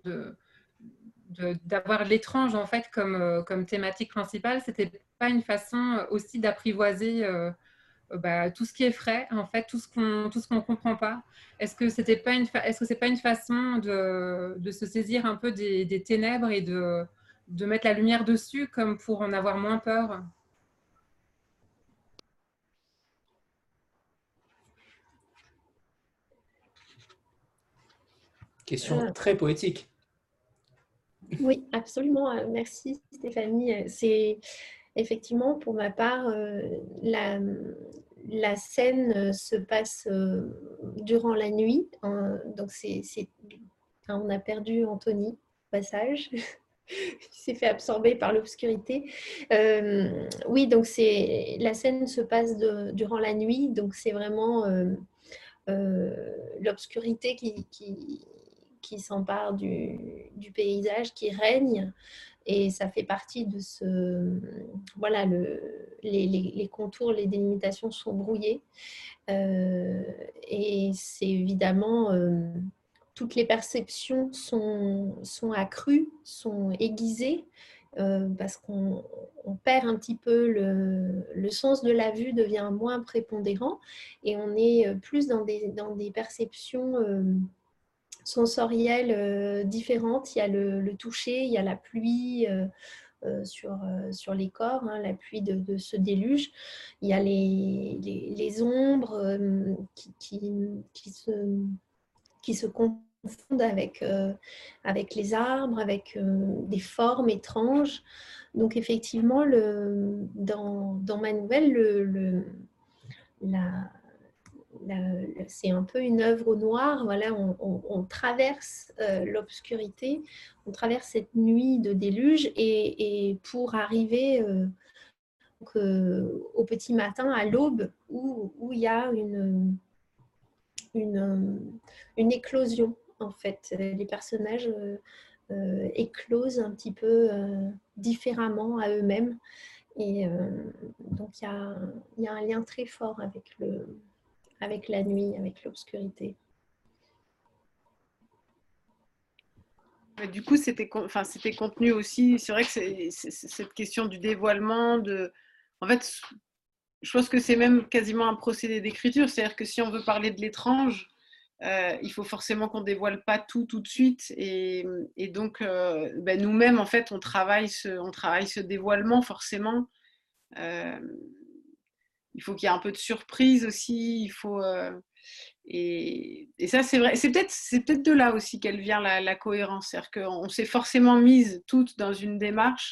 d'avoir l'étrange en fait comme thématique principale, c'était pas une façon aussi d'apprivoiser tout ce qui est frais, en fait, tout ce qu'on comprend pas. Est-ce que c'est pas une façon de se saisir un peu des ténèbres et de mettre la lumière dessus comme pour en avoir moins peur? Question très poétique. Oui, absolument. Merci Stéphanie. C'est effectivement, pour ma part, la scène se passe durant la nuit. Donc, on a perdu Anthony au passage. Qui s'est fait absorber par l'obscurité. Oui, donc la scène se passe durant la nuit, donc c'est vraiment l'obscurité qui s'empare du paysage, qui règne, et ça fait partie de ce... Voilà, les contours, les délimitations sont brouillés, et c'est évidemment... toutes les perceptions sont accrues, sont aiguisées, parce qu'on perd un petit peu le sens de la vue devient moins prépondérant et on est plus dans des perceptions sensorielles différentes. Il y a le toucher, il y a la pluie sur les corps, hein, la pluie de ce déluge. Il y a les ombres qui se confondent avec les arbres, avec des formes étranges. Donc effectivement, dans ma nouvelle, c'est un peu une œuvre au noir. Voilà, on traverse l'obscurité, on traverse cette nuit de déluge et pour arriver au petit matin, à l'aube, où il y a une éclosion. En fait, les personnages éclosent un petit peu différemment à eux-mêmes. Et donc, il y a un lien très fort avec la nuit, avec l'obscurité. Du coup, c'était contenu aussi. C'est vrai que c'est cette question du dévoilement. En fait, je pense que c'est même quasiment un procédé d'écriture. C'est-à-dire que si on veut parler de l'étrange, il faut forcément qu'on dévoile pas tout de suite. Et donc, nous-mêmes, en fait, on travaille ce dévoilement forcément. Il faut qu'il y ait un peu de surprise aussi. Il faut et ça, c'est vrai. C'est peut-être de là aussi qu'elle vient la cohérence. C'est-à-dire qu'on s'est forcément mises toutes dans une démarche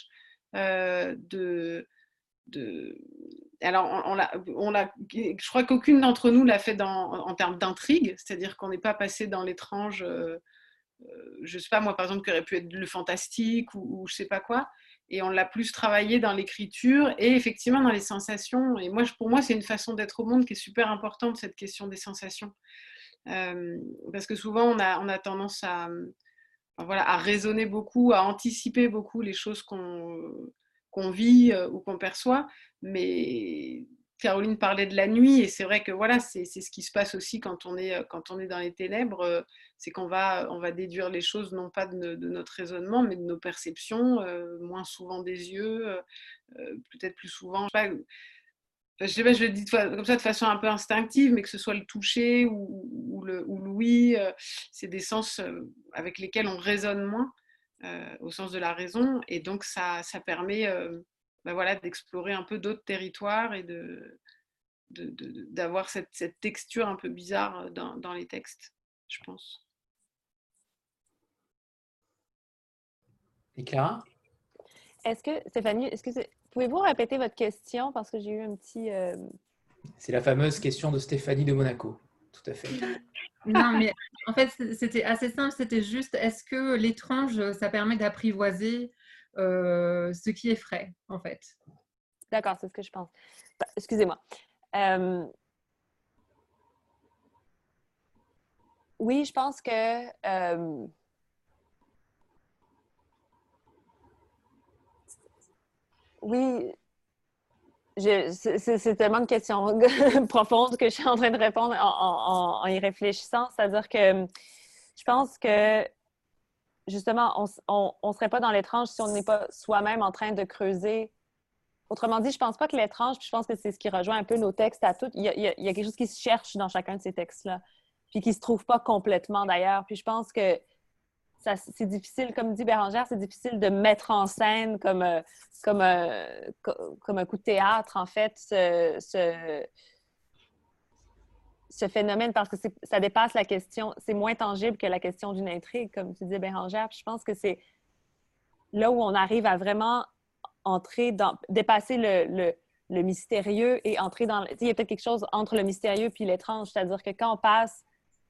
alors, je crois qu'aucune d'entre nous l'a fait en termes d'intrigue, c'est-à-dire qu'on n'est pas passé dans l'étrange, je ne sais pas moi par exemple, qui aurait pu être le fantastique ou je ne sais pas quoi, et on l'a plus travaillé dans l'écriture et effectivement dans les sensations. Et pour moi, c'est une façon d'être au monde qui est super importante, cette question des sensations. Parce que souvent, on a tendance à raisonner beaucoup, à anticiper beaucoup les choses qu'on vit ou qu'on perçoit. Mais Caroline parlait de la nuit et c'est vrai que voilà, c'est ce qui se passe aussi quand on est dans les ténèbres, c'est qu'on va déduire les choses non pas de notre raisonnement mais de nos perceptions, moins souvent des yeux, peut-être plus souvent. Je sais pas, je le dis comme ça de façon un peu instinctive, mais que ce soit le toucher ou l'ouïe, c'est des sens avec lesquels on raisonne moins, au sens de la raison, et donc ça permet d'explorer un peu d'autres territoires et d'avoir cette texture un peu bizarre dans les textes, je pense. Et Clara ? Stéphanie, pouvez-vous répéter votre question parce que j'ai eu un petit... C'est la fameuse question de Stéphanie de Monaco. Tout à fait. Non, mais en fait, c'était assez simple. C'était juste, est-ce que l'étrange, ça permet d'apprivoiser ce qui est frais, en fait? D'accord, c'est ce que je pense. Excusez-moi. Oui, je pense que... oui, c'est tellement une question profonde que je suis en train de répondre en y réfléchissant. C'est-à-dire que je pense que, justement, on ne serait pas dans l'étrange si on n'est pas soi-même en train de creuser. Autrement dit, je ne pense pas que l'étrange, puis je pense que c'est ce qui rejoint un peu nos textes à tous. Il y a quelque chose qui se cherche dans chacun de ces textes-là, puis qui ne se trouve pas complètement d'ailleurs. Puis je pense que c'est difficile, comme dit Bérangère, c'est difficile de mettre en scène comme un coup de théâtre, en fait, ce phénomène, parce que ça dépasse la question, c'est moins tangible que la question d'une intrigue, comme tu dis, Bérangère. Puis je pense que c'est là où on arrive à vraiment dépasser le mystérieux et entrer dans... Il y a peut-être quelque chose entre le mystérieux puis l'étrange, c'est-à-dire que quand on passe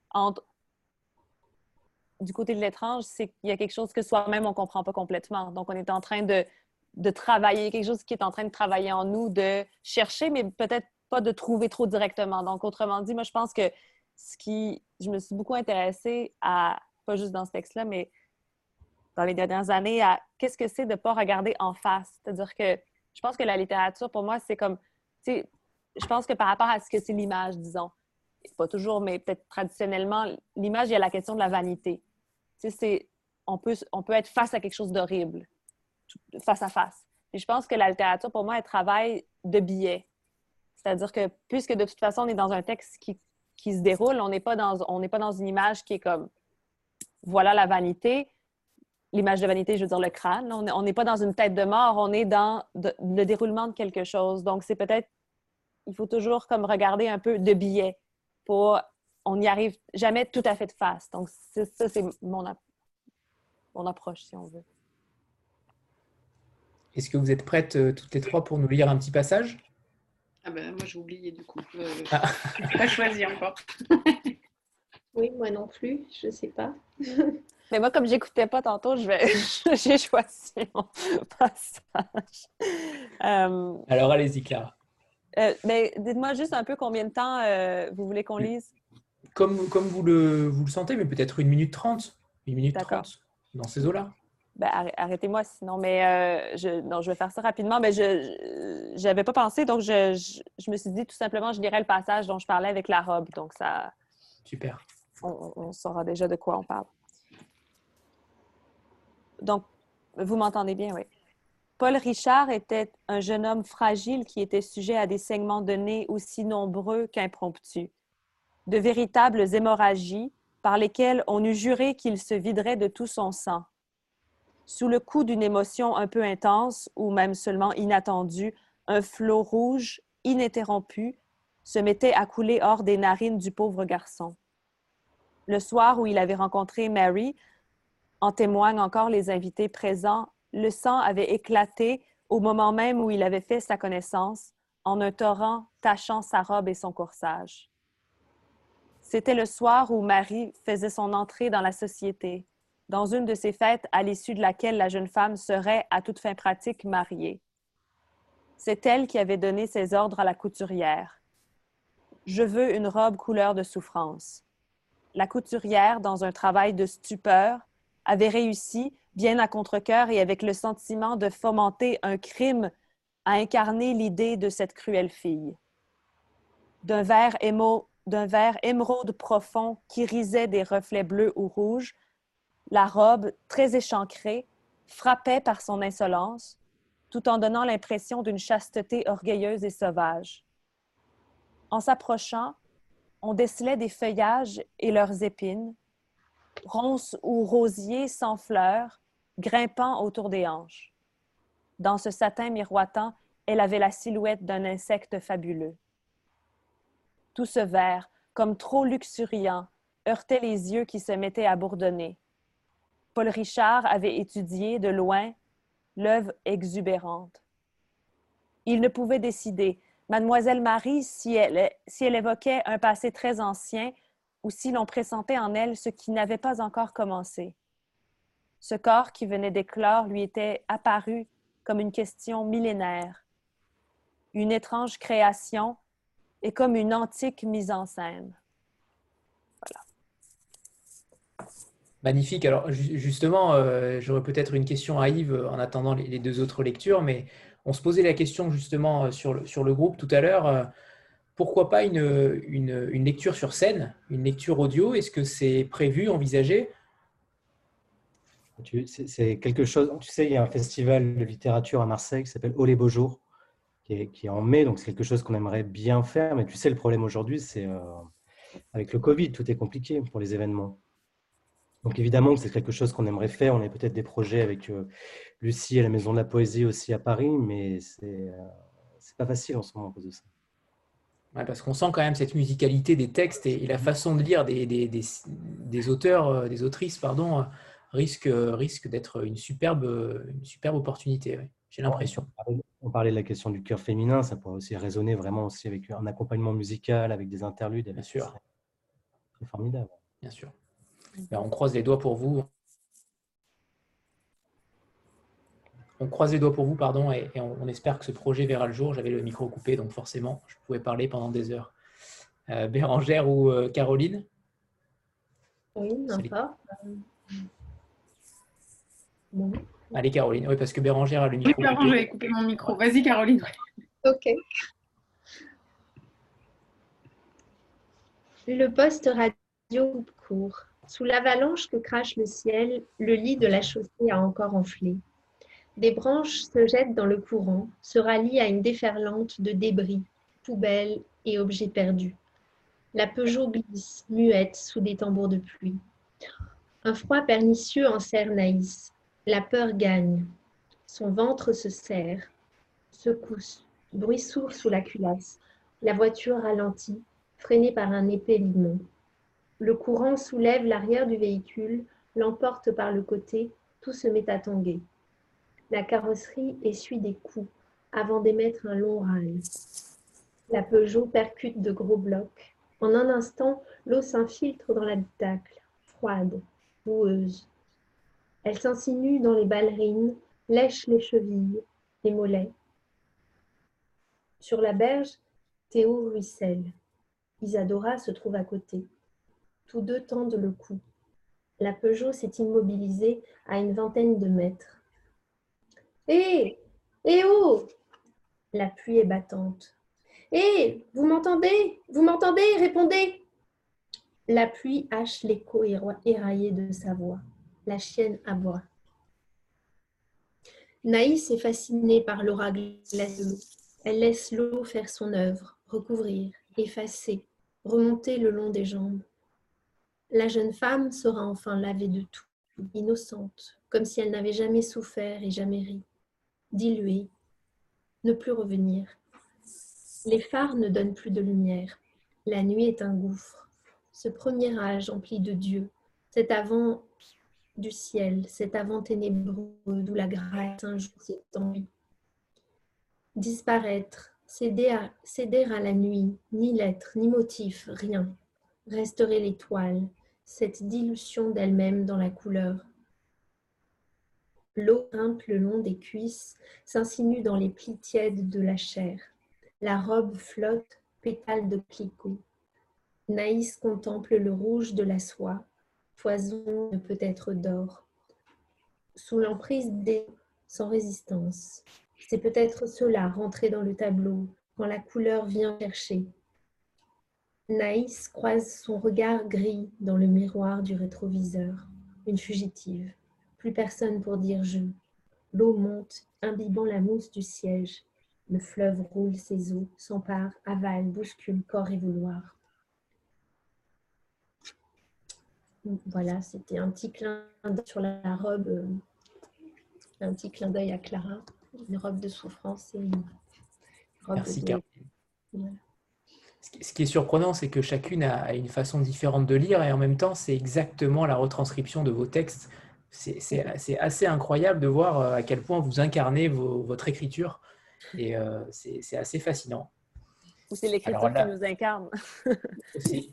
du côté de l'étrange, c'est qu'il y a quelque chose que soi-même, on ne comprend pas complètement. Donc, on est en train de travailler, quelque chose qui est en train de travailler en nous, de chercher, mais peut-être pas de trouver trop directement. Donc, autrement dit, moi, je pense que je me suis beaucoup intéressée à, pas juste dans ce texte-là, mais dans les dernières années, à qu'est-ce que c'est de ne pas regarder en face. C'est-à-dire que je pense que la littérature, pour moi, c'est comme, tu sais, je pense que par rapport à ce que c'est l'image, disons, pas toujours, mais peut-être traditionnellement, l'image, il y a la question de la vanité. Tu sais, on peut être face à quelque chose d'horrible, face à face. Et je pense que la littérature, pour moi, elle travaille de biais. C'est-à-dire que puisque de toute façon, on est dans un texte qui se déroule, on n'est pas dans une image qui est comme voilà la vanité. L'image de vanité, je veux dire le crâne. On n'est pas dans une tête de mort, on est dans le déroulement de quelque chose. Donc, c'est peut-être, il faut toujours comme regarder un peu de biais on n'y arrive jamais tout à fait de face. Donc, ça, c'est mon approche, si on veut. Est-ce que vous êtes prêtes toutes les trois pour nous lire un petit passage? Ah ben, moi, j'ai oublié du coup. Je Ah. n'ai pas choisi encore. Oui, moi non plus, je ne sais pas. Mais moi, comme j'écoutais pas tantôt, j'ai choisi mon passage. Alors, allez-y, Clara. Mais dites-moi juste un peu combien de temps vous voulez qu'on lise? Comme vous le sentez, mais peut-être 1 minute 30. 1 minute D'accord. 30, dans ces eaux-là. Ben, arrêtez-moi sinon, mais je vais faire ça rapidement. Mais je n'avais pas pensé, donc je me suis dit tout simplement, je lirais le passage dont je parlais avec la robe. Donc, ça, Super. on saura déjà de quoi on parle. Donc, vous m'entendez bien, oui. Paul Richard était un jeune homme fragile qui était sujet à des saignements de nez aussi nombreux qu'impromptus, de véritables hémorragies par lesquelles on eût juré qu'il se viderait de tout son sang. Sous le coup d'une émotion un peu intense, ou même seulement inattendue, un flot rouge, ininterrompu, se mettait à couler hors des narines du pauvre garçon. Le soir où il avait rencontré Mary, en témoignent encore les invités présents, le sang avait éclaté au moment même où il avait fait sa connaissance, en un torrent tachant sa robe et son corsage. C'était le soir où Marie faisait son entrée dans la société, dans une de ces fêtes à l'issue de laquelle la jeune femme serait, à toute fin pratique, mariée. C'est elle qui avait donné ses ordres à la couturière. « Je veux une robe couleur de souffrance. » La couturière, dans un travail de stupeur, avait réussi, bien à contre-cœur et avec le sentiment de fomenter un crime, à incarner l'idée de cette cruelle fille. D'un vert émeraude profond qui risait des reflets bleus ou rouges, la robe, très échancrée, frappait par son insolence, tout en donnant l'impression d'une chasteté orgueilleuse et sauvage. En s'approchant, on décelait des feuillages et leurs épines, ronces ou rosiers sans fleurs, grimpant autour des hanches. Dans ce satin miroitant, elle avait la silhouette d'un insecte fabuleux. Tout ce vert, comme trop luxuriant, heurtait les yeux qui se mettaient à bourdonner. Paul Richard avait étudié de loin l'œuvre exubérante. Il ne pouvait décider, Mademoiselle Marie, si elle évoquait un passé très ancien ou si l'on pressentait en elle ce qui n'avait pas encore commencé. Ce corps qui venait d'éclore lui était apparu comme une question millénaire, une étrange création et comme une antique mise en scène. Voilà. Magnifique. Alors justement, j'aurais peut-être une question à Yves en attendant les 2 autres lectures, mais on se posait la question justement sur le groupe tout à l'heure. Pourquoi pas une lecture sur scène, une lecture audio? Est-ce que c'est prévu, envisagé? C'est quelque chose, tu sais, il y a un festival de littérature à Marseille qui s'appelle Oh les beaux jours, qui est en mai, donc c'est quelque chose qu'on aimerait bien faire, mais tu sais, le problème aujourd'hui, c'est avec le Covid, tout est compliqué pour les événements. Donc évidemment que c'est quelque chose qu'on aimerait faire, on a peut-être des projets avec Lucie à la Maison de la Poésie aussi à Paris, mais c'est pas facile en ce moment à cause de ça. Ouais, parce qu'on sent quand même cette musicalité des textes et la façon de lire des auteurs, des autrices, pardon, risque d'être une superbe opportunité. Ouais. J'ai l'impression. On parlait de la question du cœur féminin, ça pourrait aussi résonner vraiment aussi avec un accompagnement musical, avec des interludes. Bien sûr. C'est formidable. Bien sûr. Ben, on croise les doigts pour vous. On croise les doigts pour vous, pardon, et on espère que ce projet verra le jour. J'avais le micro coupé, donc forcément, je pouvais parler pendant des heures. Bérangère ou Caroline? Oui, n'importe. Bon. Allez, Caroline. Oui, parce que Bérangère a le micro coupé. Oui, pardon, j'avais coupé mon micro. Vas-y, Caroline. Ok. Le poste radio coupe court. Sous l'avalanche que crache le ciel, le lit de la chaussée a encore enflé. Des branches se jettent dans le courant, se rallient à une déferlante de débris, poubelles et objets perdus. La Peugeot glisse, muette, sous des tambours de pluie. Un froid pernicieux enserre Naïs. La peur gagne. Son ventre se serre, secousse, bruit sourd sous la culasse. La voiture ralentit, freinée par un épais limon. Le courant soulève l'arrière du véhicule, l'emporte par le côté, tout se met à tanguer. La carrosserie essuie des coups avant d'émettre un long râle. La Peugeot percute de gros blocs. En un instant, l'eau s'infiltre dans l'habitacle, froide, boueuse. Elle s'insinue dans les ballerines, lèche les chevilles, les mollets. Sur la berge, Théo ruisselle. Isadora se trouve à côté. Tous deux tendent le cou. La Peugeot s'est immobilisée à une vingtaine de mètres. Hé! Hé oh! La pluie est battante. Hé! Vous m'entendez? Vous m'entendez? Répondez! La pluie hache l'écho éraillé de sa voix. La chienne aboie. Naïs est fascinée par l'aura glace de l'eau. Elle laisse l'eau faire son œuvre, recouvrir, effacer, remonter le long des jambes. La jeune femme sera enfin lavée de tout, innocente, comme si elle n'avait jamais souffert et jamais ri. Diluée, ne plus revenir. Les phares ne donnent plus de lumière. La nuit est un gouffre. Ce premier âge empli de Dieu, cet avant du ciel, cet avant ténébreux d'où la grâce un jour s'est envie. Disparaître, céder à la nuit, ni lettre, ni motif, rien. Resterait l'étoile, cette dilution d'elle-même dans la couleur. L'eau grimpe le long des cuisses, s'insinue dans les plis tièdes de la chair. La robe flotte, pétale de cliquot. Naïs contemple le rouge de la soie, poison de peut-être d'or. Sous l'emprise des sans résistance. C'est peut-être cela rentré dans le tableau, quand la couleur vient chercher. Naïs croise son regard gris dans le miroir du rétroviseur. Une fugitive. Plus personne pour dire je. L'eau monte, imbibant la mousse du siège. Le fleuve roule ses eaux, s'empare, avale, bouscule corps et vouloir. Voilà, c'était un petit clin d'œil sur la robe, un petit clin d'œil à Clara, une robe de souffrance et une robe Merci, de... Caroline. Voilà. Ce qui est surprenant, c'est que chacune a une façon différente de lire et en même temps, c'est exactement la retranscription de vos textes. C'est assez incroyable de voir à quel point vous incarnez votre écriture et c'est assez fascinant. Ou c'est l'écriture qui nous incarne. Aussi.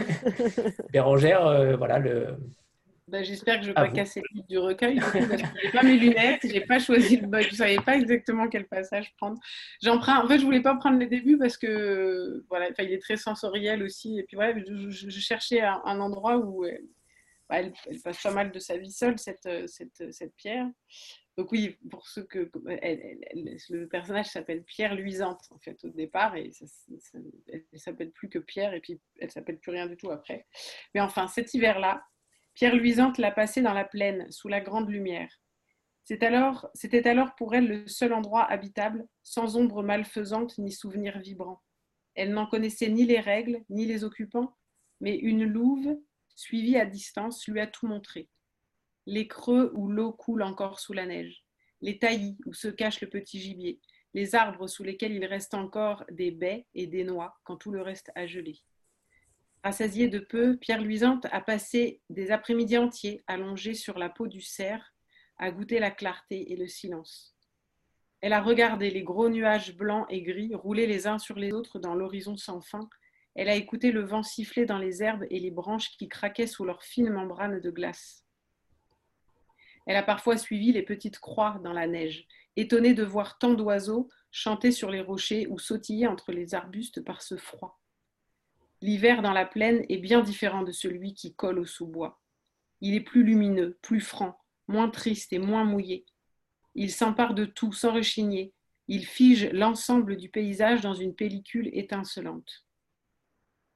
Bérangère, voilà Ben, j'espère que je ne vais pas casser le titre du recueil, du coup, parce que je n'ai pas mes lunettes, je n'ai pas choisi je ne savais pas exactement quel passage prendre. En fait, je ne voulais pas prendre les débuts parce que voilà, il est très sensoriel aussi. Et puis voilà, je cherchais un endroit où elle passe pas mal de sa vie seule, cette Pierre. Donc oui, pour ceux que le personnage s'appelle Pierre Luisante en fait au départ et elle ne s'appelle plus que Pierre et puis elle ne s'appelle plus rien du tout après. Mais enfin, cet hiver-là, Pierre Luisante l'a passé dans la plaine, sous la grande lumière. C'était alors pour elle le seul endroit habitable, sans ombre malfaisante ni souvenir vibrant. Elle n'en connaissait ni les règles, ni les occupants, mais une louve, suivie à distance, lui a tout montré. Les creux où l'eau coule encore sous la neige, les taillis où se cache le petit gibier, les arbres sous lesquels il reste encore des baies et des noix quand tout le reste a gelé. Rassasiée de peu, Pierre Luisante a passé des après-midi entiers allongée sur la peau du cerf, à goûter la clarté et le silence. Elle a regardé les gros nuages blancs et gris rouler les uns sur les autres dans l'horizon sans fin. Elle a écouté le vent siffler dans les herbes et les branches qui craquaient sous leurs fines membranes de glace. Elle a parfois suivi les petites croix dans la neige, étonnée de voir tant d'oiseaux chanter sur les rochers ou sautiller entre les arbustes par ce froid. L'hiver dans la plaine est bien différent de celui qui colle au sous-bois. Il est plus lumineux, plus franc, moins triste et moins mouillé. Il s'empare de tout sans rechigner. Il fige l'ensemble du paysage dans une pellicule étincelante.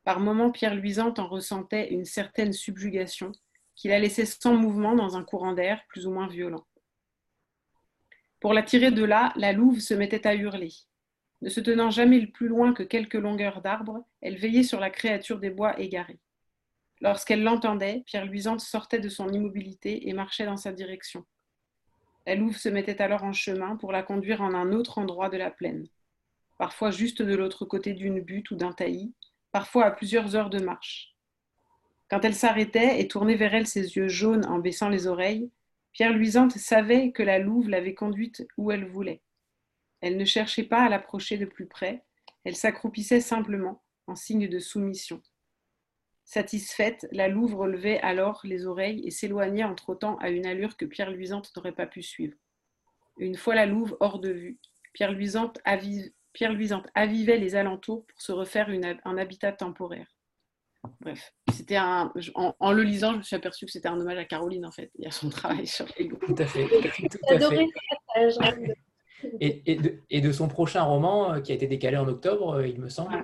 Par moments, Pierre Luisante en ressentait une certaine subjugation qui la laissait sans mouvement dans un courant d'air plus ou moins violent. Pour la tirer de là, la louve se mettait à hurler. Ne se tenant jamais plus loin que quelques longueurs d'arbres, elle veillait sur la créature des bois égarés. Lorsqu'elle l'entendait, Pierre Luisante sortait de son immobilité et marchait dans sa direction. La louve se mettait alors en chemin pour la conduire en un autre endroit de la plaine, parfois juste de l'autre côté d'une butte ou d'un taillis, parfois à plusieurs heures de marche. Quand elle s'arrêtait et tournait vers elle ses yeux jaunes en baissant les oreilles, Pierre Luisante savait que la louve l'avait conduite où elle voulait. Elle ne cherchait pas à l'approcher de plus près, elle s'accroupissait simplement, en signe de soumission. Satisfaite, la louve relevait alors les oreilles et s'éloignait en trottant à une allure que Pierre Luisante n'aurait pas pu suivre. Une fois la louve hors de vue, Pierre Luisante avivait les alentours pour se refaire un habitat temporaire. Bref, en le lisant, je me suis aperçue que c'était un hommage à Caroline, en fait, et à son travail sur les loups. Tout à fait. J'ai adoré ce passage. Et de son prochain roman, qui a été décalé en octobre, il me semble.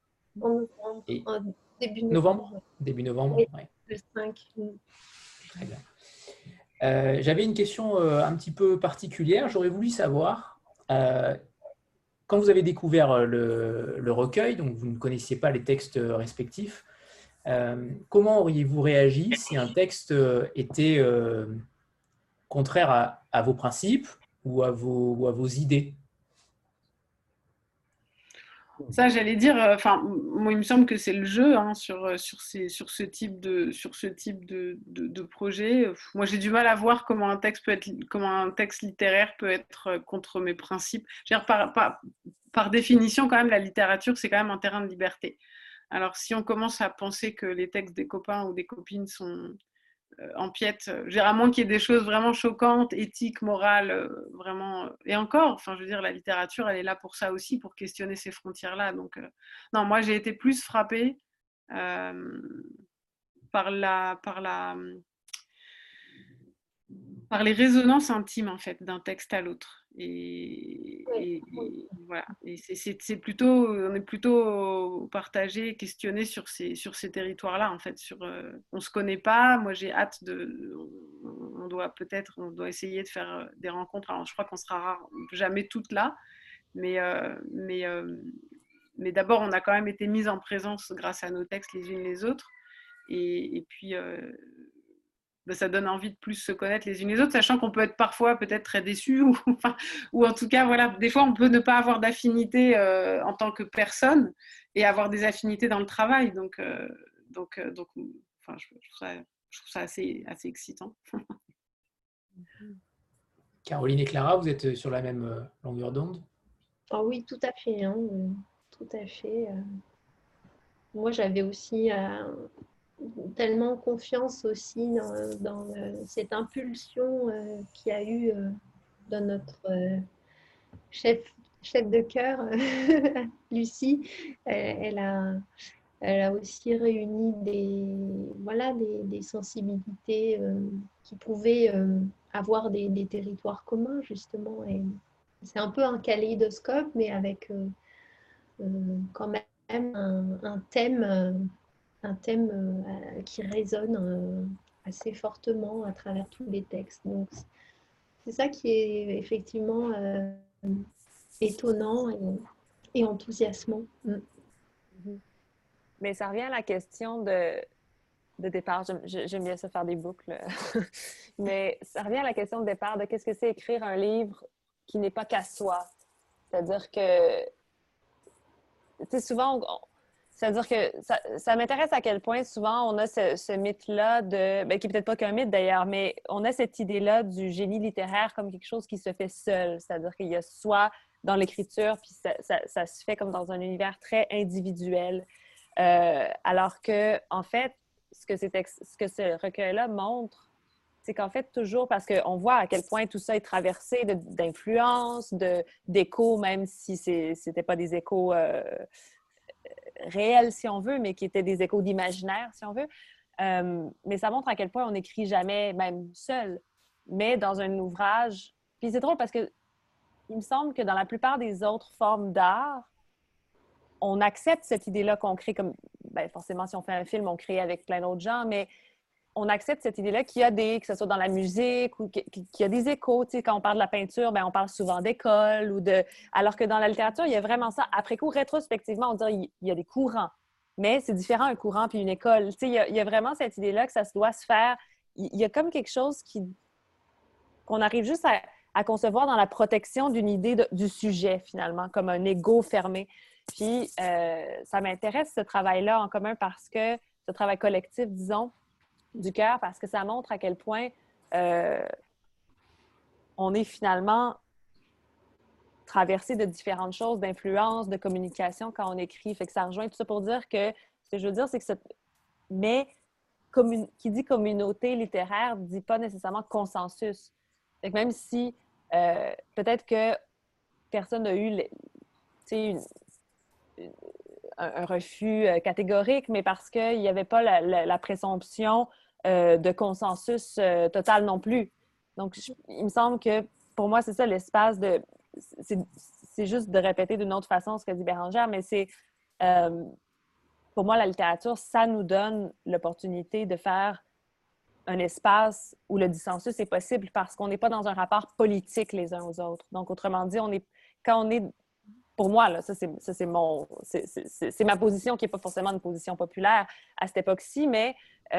Début novembre. Début novembre, oui, ouais. Le 5. Très bien. J'avais une question un petit peu particulière. J'aurais voulu savoir, quand vous avez découvert le recueil, donc vous ne connaissiez pas les textes respectifs, comment auriez-vous réagi si un texte était contraire à vos principes ou à vos idées? Ça, j'allais dire, moi, il me semble que c'est le jeu hein, sur ce type de projet. Moi, j'ai du mal à voir comment un texte littéraire peut être contre mes principes. Je veux dire, par définition, quand même, la littérature, c'est quand même un terrain de liberté. Alors, si on commence à penser que les textes des copains ou des copines empiètent, à moins qu'il y ait des choses vraiment choquantes, éthiques, morales, vraiment. Et encore, je veux dire, la littérature, elle est là pour ça aussi, pour questionner ces frontières-là. Donc, non, moi, j'ai été plus frappée par les résonances intimes, en fait, d'un texte à l'autre. Et voilà. Et c'est plutôt, on est plutôt partagé, questionné sur ces territoires-là, en fait. On se connaît pas. Moi, j'ai hâte on doit essayer de faire des rencontres. Alors, je crois qu'on sera jamais toutes là, mais d'abord, on a quand même été mises en présence grâce à nos textes les unes les autres. Et puis, ça donne envie de plus se connaître les unes les autres, sachant qu'on peut être parfois peut-être très déçu ou en tout cas, voilà, des fois, on peut ne pas avoir d'affinité en tant que personne et avoir des affinités dans le travail. Donc, je trouve ça assez excitant. Caroline et Clara, vous êtes sur la même longueur d'onde? Oh oui, tout à fait. Hein, tout à fait. Moi, j'avais aussi tellement confiance aussi dans cette impulsion qu'il y a eu dans notre chef de chœur, Lucie. Elle a aussi réuni des sensibilités qui pouvaient avoir des territoires communs, justement. Et c'est un peu un kaléidoscope, mais avec quand même un thème qui résonne assez fortement à travers tous les textes. Donc, c'est ça qui est effectivement étonnant et enthousiasmant. Mais ça revient à la question de départ. J'aime bien ça faire des boucles. Mais ça revient à la question de départ de qu'est-ce que c'est écrire un livre qui n'est pas qu'à soi. C'est-à-dire que, tu sais, souvent, c'est-à-dire que ça m'intéresse à quel point souvent on a ce mythe-là qui n'est peut-être pas qu'un mythe d'ailleurs, mais on a cette idée-là du génie littéraire comme quelque chose qui se fait seul. C'est-à-dire qu'il y a soi dans l'écriture, puis ça se fait comme dans un univers très individuel. Alors que, en fait, ce que ce recueil-là montre, c'est qu'en fait, toujours, parce qu'on voit à quel point tout ça est traversé d'influences, d'échos, même si ce n'était pas des échos réels, si on veut, mais qui étaient des échos d'imaginaire, si on veut. Mais ça montre à quel point on n'écrit jamais, même seul, mais dans un ouvrage. Puis c'est drôle parce que il me semble que dans la plupart des autres formes d'art, on accepte cette idée-là qu'on crée comme, ben, forcément, si on fait un film, on crée avec plein d'autres gens, mais on accepte cette idée-là qu'il y a que ce soit dans la musique ou qu'il y a des échos. Tu sais, quand on parle de la peinture, ben, on parle souvent d'école alors que dans la littérature, il y a vraiment ça. Après coup, rétrospectivement, on dirait qu'il y a des courants. Mais c'est différent un courant puis une école. Tu sais, il y a vraiment cette idée-là que ça doit se faire. Il y a comme quelque chose qu'on arrive juste à concevoir dans la protection d'une idée du sujet, finalement, comme un ego fermé. Puis, ça m'intéresse, ce travail-là en commun, parce que ce travail collectif, disons, du cœur, parce que ça montre à quel point on est finalement traversé de différentes choses, d'influence, de communication quand on écrit. Fait que ça rejoint tout ça pour dire que, ce que je veux dire, c'est que mais qui dit communauté littéraire ne dit pas nécessairement consensus. Fait que même si peut-être que personne n'a eu un refus catégorique, mais parce qu'il n'y avait pas la présomption de consensus total non plus. Donc, il me semble que pour moi, c'est ça l'espace de... C'est juste de répéter d'une autre façon ce que dit Bérengère, mais c'est... pour moi, la littérature, ça nous donne l'opportunité de faire un espace où le dissensus est possible parce qu'on n'est pas dans un rapport politique les uns aux autres. Donc, autrement dit, quand on est... Pour moi, là, c'est ma position qui n'est pas forcément une position populaire à cette époque-ci, mais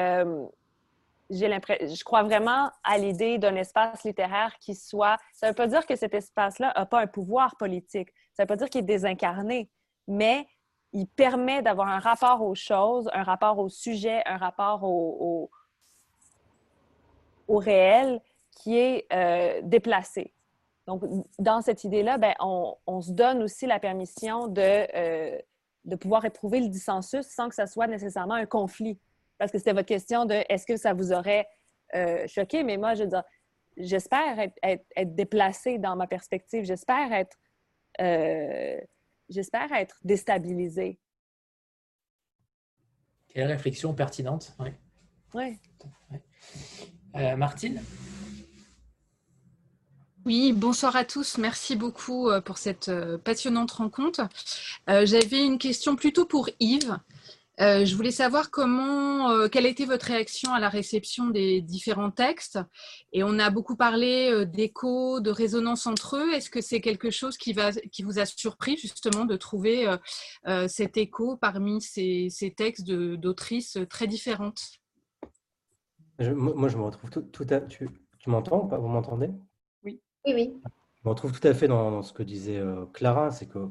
je crois vraiment à l'idée d'un espace littéraire qui soit... Ça ne veut pas dire que cet espace-là n'a pas un pouvoir politique. Ça ne veut pas dire qu'il est désincarné, mais il permet d'avoir un rapport aux choses, un rapport au sujet, un rapport au réel qui est déplacé. Donc, dans cette idée-là, ben, on se donne aussi la permission de pouvoir éprouver le dissensus sans que ça soit nécessairement un conflit. Parce que c'était votre question de est-ce que ça vous aurait choqué? Mais moi, je veux dire, j'espère être déplacée dans ma perspective. J'espère être déstabilisée. Quelle réflexion pertinente. Oui. Oui. Martine? Oui, bonsoir à tous. Merci beaucoup pour cette passionnante rencontre. J'avais une question plutôt pour Yves. Je voulais savoir quelle a été votre réaction à la réception des différents textes. Et on a beaucoup parlé d'écho, de résonance entre eux. Est-ce que c'est quelque chose qui vous a surpris justement de trouver cet écho parmi ces textes d'autrices très différentes? Moi, je me retrouve tout à... Tu m'entends ou pas? Vous m'entendez? Oui, oui. Je me retrouve tout à fait dans ce que disait Clara. C'est que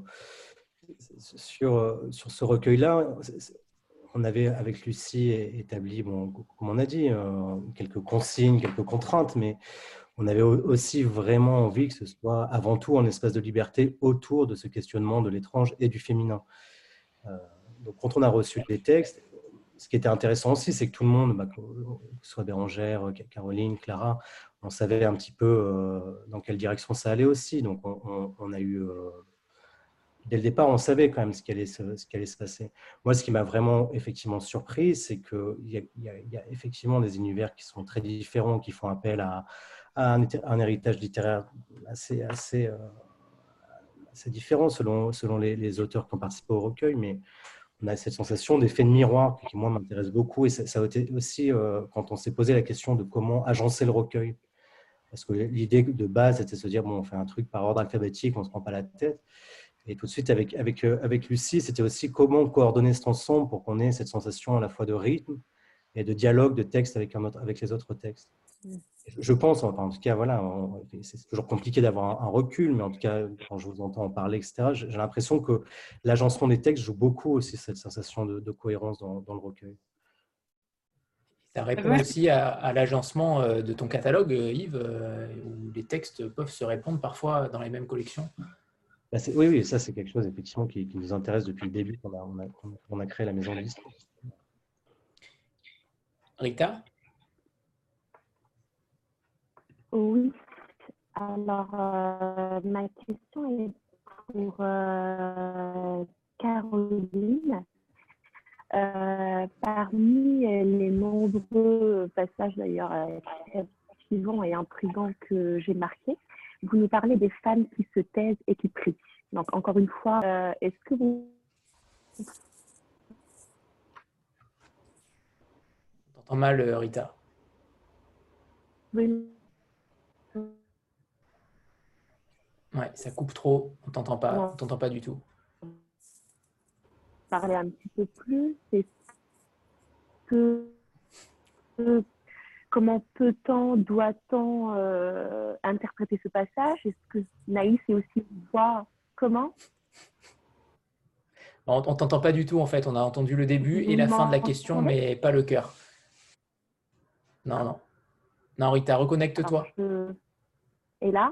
sur ce recueil-là, on avait avec Lucie établi, bon, comme on a dit, quelques consignes, quelques contraintes, mais on avait aussi vraiment envie que ce soit avant tout un espace de liberté autour de ce questionnement de l'étrange et du féminin. Donc, quand on a reçu les textes, ce qui était intéressant aussi, c'est que tout le monde, que ce soit Bérengère, Caroline, Clara, on savait un petit peu dans quelle direction ça allait aussi. Donc, on a eu... Dès le départ, on savait quand même ce qui allait se passer. Moi, ce qui m'a vraiment effectivement surpris, c'est qu'il y a effectivement des univers qui sont très différents, qui font appel à un héritage littéraire assez différent selon les auteurs qui ont participé au recueil, mais on a cette sensation d'effet de miroir qui, moi, m'intéresse beaucoup. Et ça a été aussi quand on s'est posé la question de comment agencer le recueil. Parce que l'idée de base, c'était de se dire, bon, on fait un truc par ordre alphabétique, on ne se prend pas la tête. Et tout de suite, avec Lucie, c'était aussi comment coordonner cet ensemble pour qu'on ait cette sensation à la fois de rythme et de dialogue de texte avec les autres textes. Je pense, en tout cas, voilà, c'est toujours compliqué d'avoir un recul, mais en tout cas, quand je vous entends en parler, etc., j'ai l'impression que l'agencement des textes joue beaucoup aussi cette sensation de cohérence dans le recueil. Ça répond aussi à l'agencement de ton catalogue, Yves, où les textes peuvent se répondre parfois dans les mêmes collections. Oui, ça c'est quelque chose effectivement qui nous intéresse depuis le début qu'on a créé la Maison de l'Histoire. Rita? Oui, alors ma question est pour Caroline. Parmi les nombreux passages d'ailleurs suivants et intrigants que j'ai marqués, vous nous parlez des femmes qui se taisent et qui prient. Donc encore une fois, est-ce que vous On t'entend mal, Rita. Oui. Ouais, ça coupe trop. On t'entend pas. Non. On t'entend pas du tout. Parler un petit peu plus, c'est que comment peut-on, doit-on interpréter ce passage? Est-ce que Naïs est aussi voix comment? On t'entend pas du tout en fait. On a entendu le début et la fin de la question, mais pas le cœur. Non, non. Non, Rita, reconnecte-toi. Et là?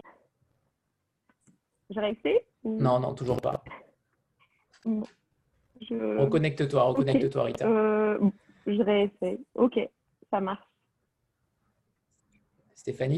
Je réessaie? Non, non, toujours pas. Je... Reconnecte-toi, reconnecte-toi, Rita. Je réessaie. Ok, ça marche. Stéphanie?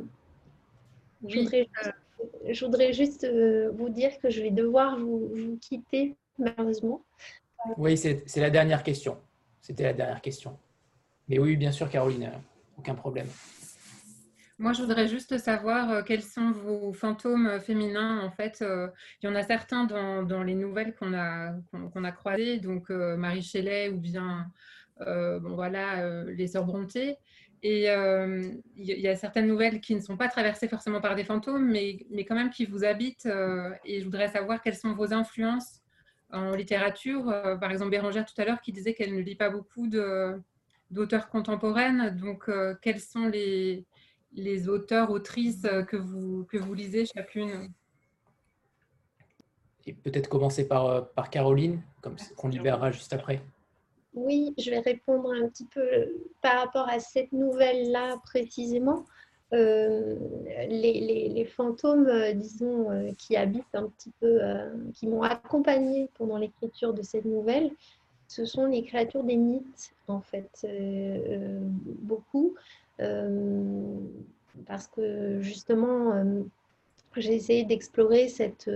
Je voudrais juste vous dire que je vais devoir vous quitter, malheureusement. Oui, c'est la dernière question. C'était la dernière question. Mais oui, bien sûr, Caroline, aucun problème. Moi, je voudrais juste savoir quels sont vos fantômes féminins. En fait, il y en a certains dans les nouvelles qu'on a croisées, donc Marie Shelley ou bien bon, voilà, les Sœurs Brontë. Et il y a certaines nouvelles qui ne sont pas traversées forcément par des fantômes, mais quand même qui vous habitent. Et je voudrais savoir quelles sont vos influences en littérature. Par exemple, Bérangère tout à l'heure qui disait qu'elle ne lit pas beaucoup d'auteurs contemporaines. Donc, quels sont les auteurs, autrices que vous lisez chacune? Et peut-être commencer par Caroline, comme qu'on libérera juste après. Oui, je vais répondre un petit peu par rapport à cette nouvelle-là précisément. Les fantômes, disons, qui habitent un petit peu, qui m'ont accompagnée pendant l'écriture de cette nouvelle, ce sont les créatures des mythes, en fait, beaucoup. Parce que justement, j'ai essayé d'explorer cette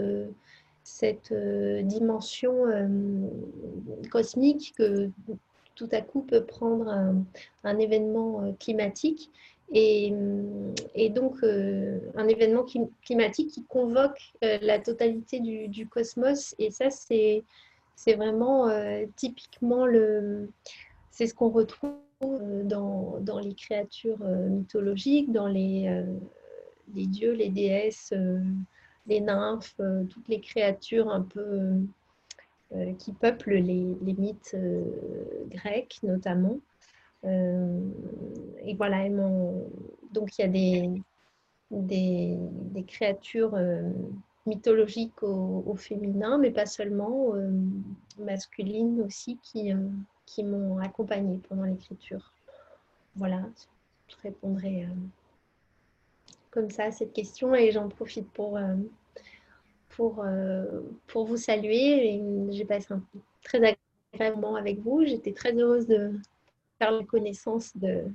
dimension cosmique que tout à coup peut prendre un événement climatique. Et donc, un événement climatique qui convoque la totalité du cosmos. Et ça, c'est vraiment typiquement c'est ce qu'on retrouve dans les créatures mythologiques, dans les dieux, les déesses, les nymphes, toutes les créatures un peu qui peuplent les mythes grecs notamment. Et voilà, donc il y a des créatures mythologiques au féminin, mais pas seulement, masculines aussi, qui m'ont accompagnée pendant l'écriture. Voilà, je répondrai comme ça à cette question et j'en profite pour vous saluer. J'ai passé un très agréable moment avec vous. J'étais très heureuse de faire la connaissance de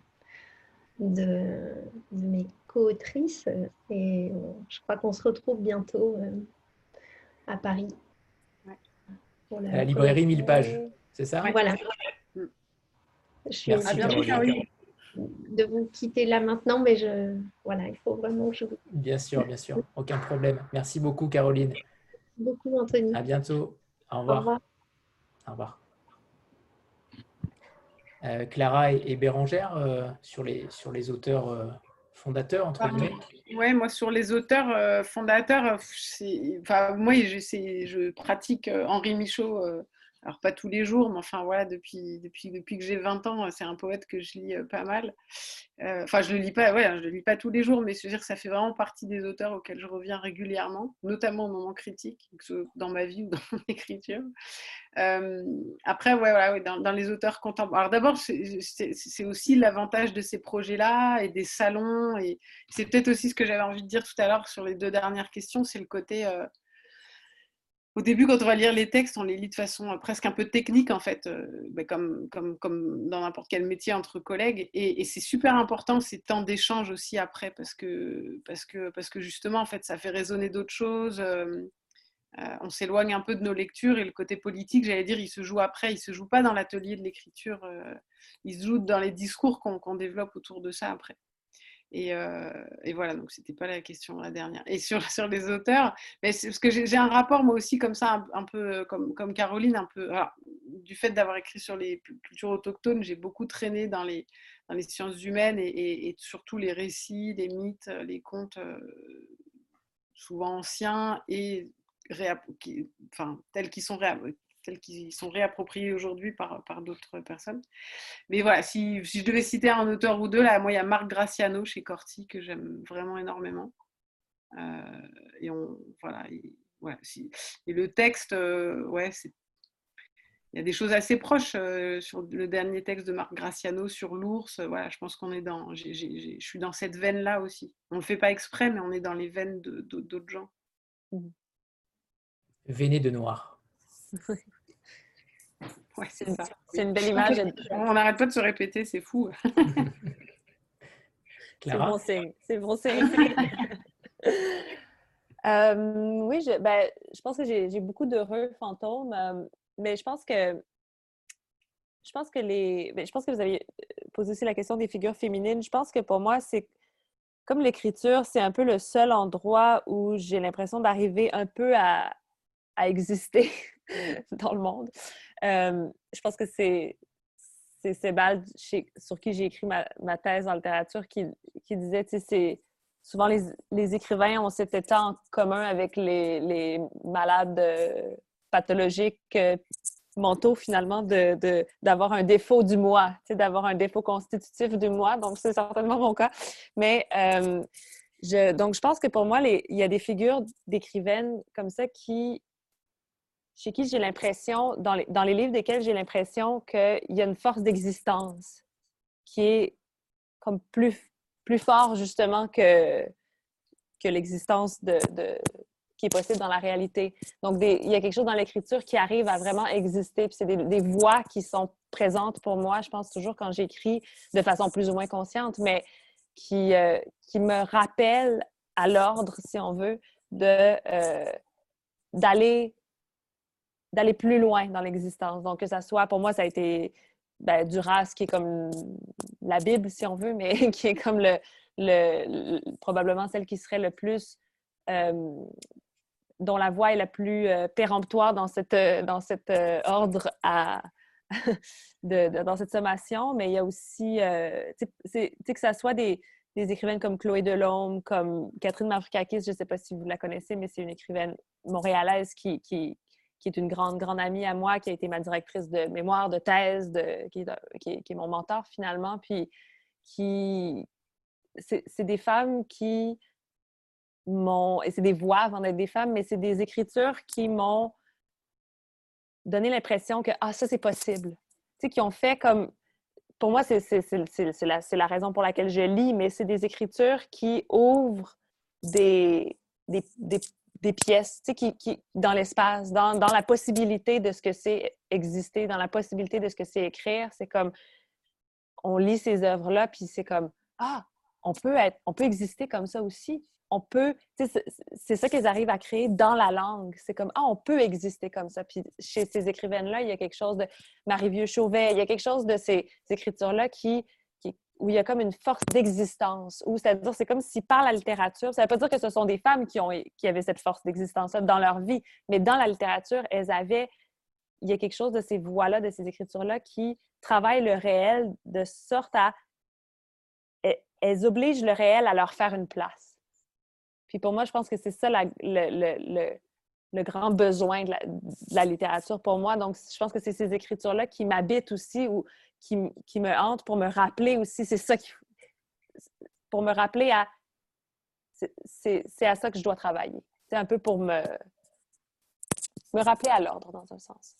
mes co-autrices et je crois qu'on se retrouve bientôt à Paris. À la librairie 1000 pages, c'est ça? Voilà. Merci, Caroline. De vous quitter là maintenant, mais voilà, il faut vraiment que je vous... Bien sûr, aucun problème. Merci beaucoup, Caroline. Merci beaucoup, Anthony. À bientôt. Au revoir. Au revoir. Au revoir. Clara et Bérangère, sur les auteurs fondateurs, entre guillemets. Oui, moi, sur les auteurs fondateurs, moi, je pratique Henri Michaud. Alors, pas tous les jours, mais enfin, voilà, depuis que j'ai 20 ans, c'est un poète que je lis pas mal. Enfin, je le lis pas tous les jours, mais je veux dire que ça fait vraiment partie des auteurs auxquels je reviens régulièrement, notamment au moment critique, que ce soit dans ma vie ou dans mon écriture. Après, dans les auteurs contemporains. Alors d'abord, c'est aussi l'avantage de ces projets-là et des salons, et c'est peut-être aussi ce que j'avais envie de dire tout à l'heure sur les 2 dernières questions, c'est le côté... Au début, quand on va lire les textes, on les lit de façon presque un peu technique, en fait, comme dans n'importe quel métier entre collègues. Et c'est super important ces temps d'échange aussi après, parce que justement, en fait, ça fait résonner d'autres choses. On s'éloigne un peu de nos lectures et le côté politique, j'allais dire, il se joue après, il se joue pas dans l'atelier de l'écriture, il se joue dans les discours qu'on développe autour de ça après. Et voilà, donc c'était pas la question la dernière. Et sur les auteurs, mais parce que j'ai un rapport moi aussi comme ça, un peu comme Caroline, un peu alors, du fait d'avoir écrit sur les cultures autochtones, j'ai beaucoup traîné dans les sciences humaines et surtout les récits, les mythes, les contes souvent anciens et tels qu'ils sont réappropriés aujourd'hui par d'autres personnes. Mais voilà, si je devais citer un auteur ou deux, là, moi, il y a Marc Graciano chez Corti que j'aime vraiment énormément. Et voilà. Et le texte, il y a des choses assez proches sur le dernier texte de Marc Graciano sur l'ours. Voilà, je pense qu'on est je suis dans cette veine-là aussi. On ne le fait pas exprès, mais on est dans les veines d'autres gens. Veiné de noir. Ouais, c'est ça. C'est une belle image. On n'arrête pas de se répéter, c'est fou. C'est bon signe. C'est bon signe. Oui, je pense que j'ai beaucoup d'heureux fantômes, mais je pense que vous aviez posé aussi la question des figures féminines. Je pense que pour moi, c'est comme l'écriture, c'est un peu le seul endroit où j'ai l'impression d'arriver un peu à exister dans le monde. Je pense que c'est Sebald, sur qui j'ai écrit ma thèse en littérature, qui disait, tu sais, c'est souvent les écrivains ont cet état en commun avec les malades pathologiques mentaux, finalement, d'avoir un défaut du moi, tu sais, d'avoir un défaut constitutif du moi. Donc, c'est certainement mon cas. Mais donc, je pense que pour moi, il y a des figures d'écrivaines comme ça chez qui j'ai l'impression, dans les livres desquels j'ai l'impression qu'il y a une force d'existence qui est comme plus fort, justement, que l'existence qui est possible dans la réalité. Donc, il y a quelque chose dans l'écriture qui arrive à vraiment exister. Puis c'est des voix qui sont présentes pour moi, je pense toujours quand j'écris de façon plus ou moins consciente, mais qui me rappellent à l'ordre, si on veut, d'aller plus loin dans l'existence. Donc, que ça soit, pour moi, ça a été Duras, qui est comme la Bible, si on veut, mais qui est comme probablement celle qui serait le plus, dont la voix est la plus péremptoire dans cet ordre dans cette sommation. Mais il y a aussi, que ça soit des écrivaines comme Chloé Delhomme, comme Catherine Mavroukakis, je ne sais pas si vous la connaissez, mais c'est une écrivaine montréalaise qui est une grande amie à moi, qui a été ma directrice de mémoire, de thèse, qui est mon mentor finalement. Puis c'est des femmes qui m'ont... Et c'est des voix avant d'être des femmes, mais c'est des écritures qui m'ont donné l'impression que ça, c'est possible. Tu sais, qui ont fait comme... Pour moi, c'est la raison pour laquelle je lis, mais c'est des écritures qui ouvrent des pièces, tu sais, qui dans l'espace, dans la possibilité de ce que c'est exister, dans la possibilité de ce que c'est écrire. C'est comme, on lit ces œuvres-là, puis c'est comme, on peut exister comme ça aussi. On peut, tu sais, c'est ça qu'ils arrivent à créer dans la langue. C'est comme, on peut exister comme ça. Puis chez ces écrivaines-là, il y a quelque chose de Marie-Vieux-Chauvet, il y a quelque chose de ces écritures-là où il y a comme une force d'existence, c'est-à-dire c'est comme si par la littérature, ça ne veut pas dire que ce sont des femmes qui avaient cette force d'existence-là dans leur vie, mais dans la littérature, il y a quelque chose de ces voix-là, de ces écritures-là qui travaillent le réel de sorte à... Elles obligent le réel à leur faire une place. Puis pour moi, je pense que c'est ça le grand besoin de la littérature pour moi. Donc, je pense que c'est ces écritures-là qui m'habitent aussi ou qui me hantent pour me rappeler aussi. C'est ça pour me rappeler c'est à ça que je dois travailler. C'est un peu pour me rappeler à l'ordre, dans un sens.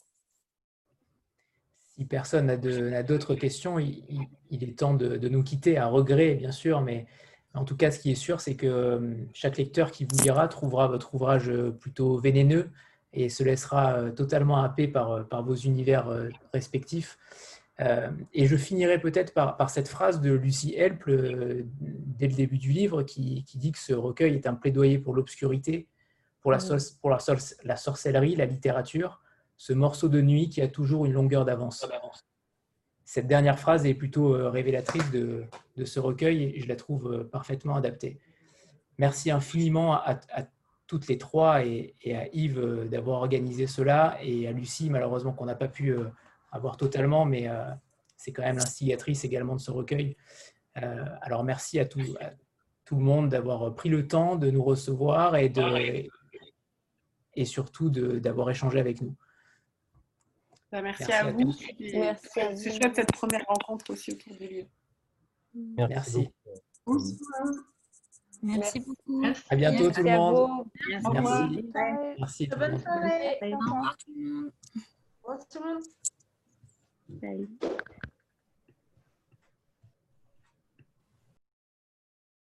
Si personne n'a d'autres questions, il est temps de nous quitter, à regret, bien sûr, mais en tout cas, ce qui est sûr, c'est que chaque lecteur qui vous lira trouvera votre ouvrage plutôt vénéneux et se laissera totalement happer par vos univers respectifs. Et je finirai peut-être par cette phrase de Lucie Help dès le début du livre qui dit que ce recueil est un plaidoyer pour l'obscurité, pour la sorcellerie, la littérature, ce morceau de nuit qui a toujours une longueur d'avance. cette dernière phrase est plutôt révélatrice de ce recueil et je la trouve parfaitement adaptée. Merci infiniment à toutes les trois et à Yves d'avoir organisé cela et à Lucie, malheureusement, qu'on n'a pas pu avoir totalement, mais c'est quand même l'instigatrice également de ce recueil. Alors, merci à tout le monde d'avoir pris le temps de nous recevoir et surtout d'avoir échangé avec nous. Merci à vous. Merci à C'est vous. chouette cette première rencontre aussi autour du livre. Merci. Merci beaucoup. À bientôt tout le monde. Merci. Merci tout le Bonne monde. soirée. Au revoir tout le monde. Au revoir tout le monde. Salut.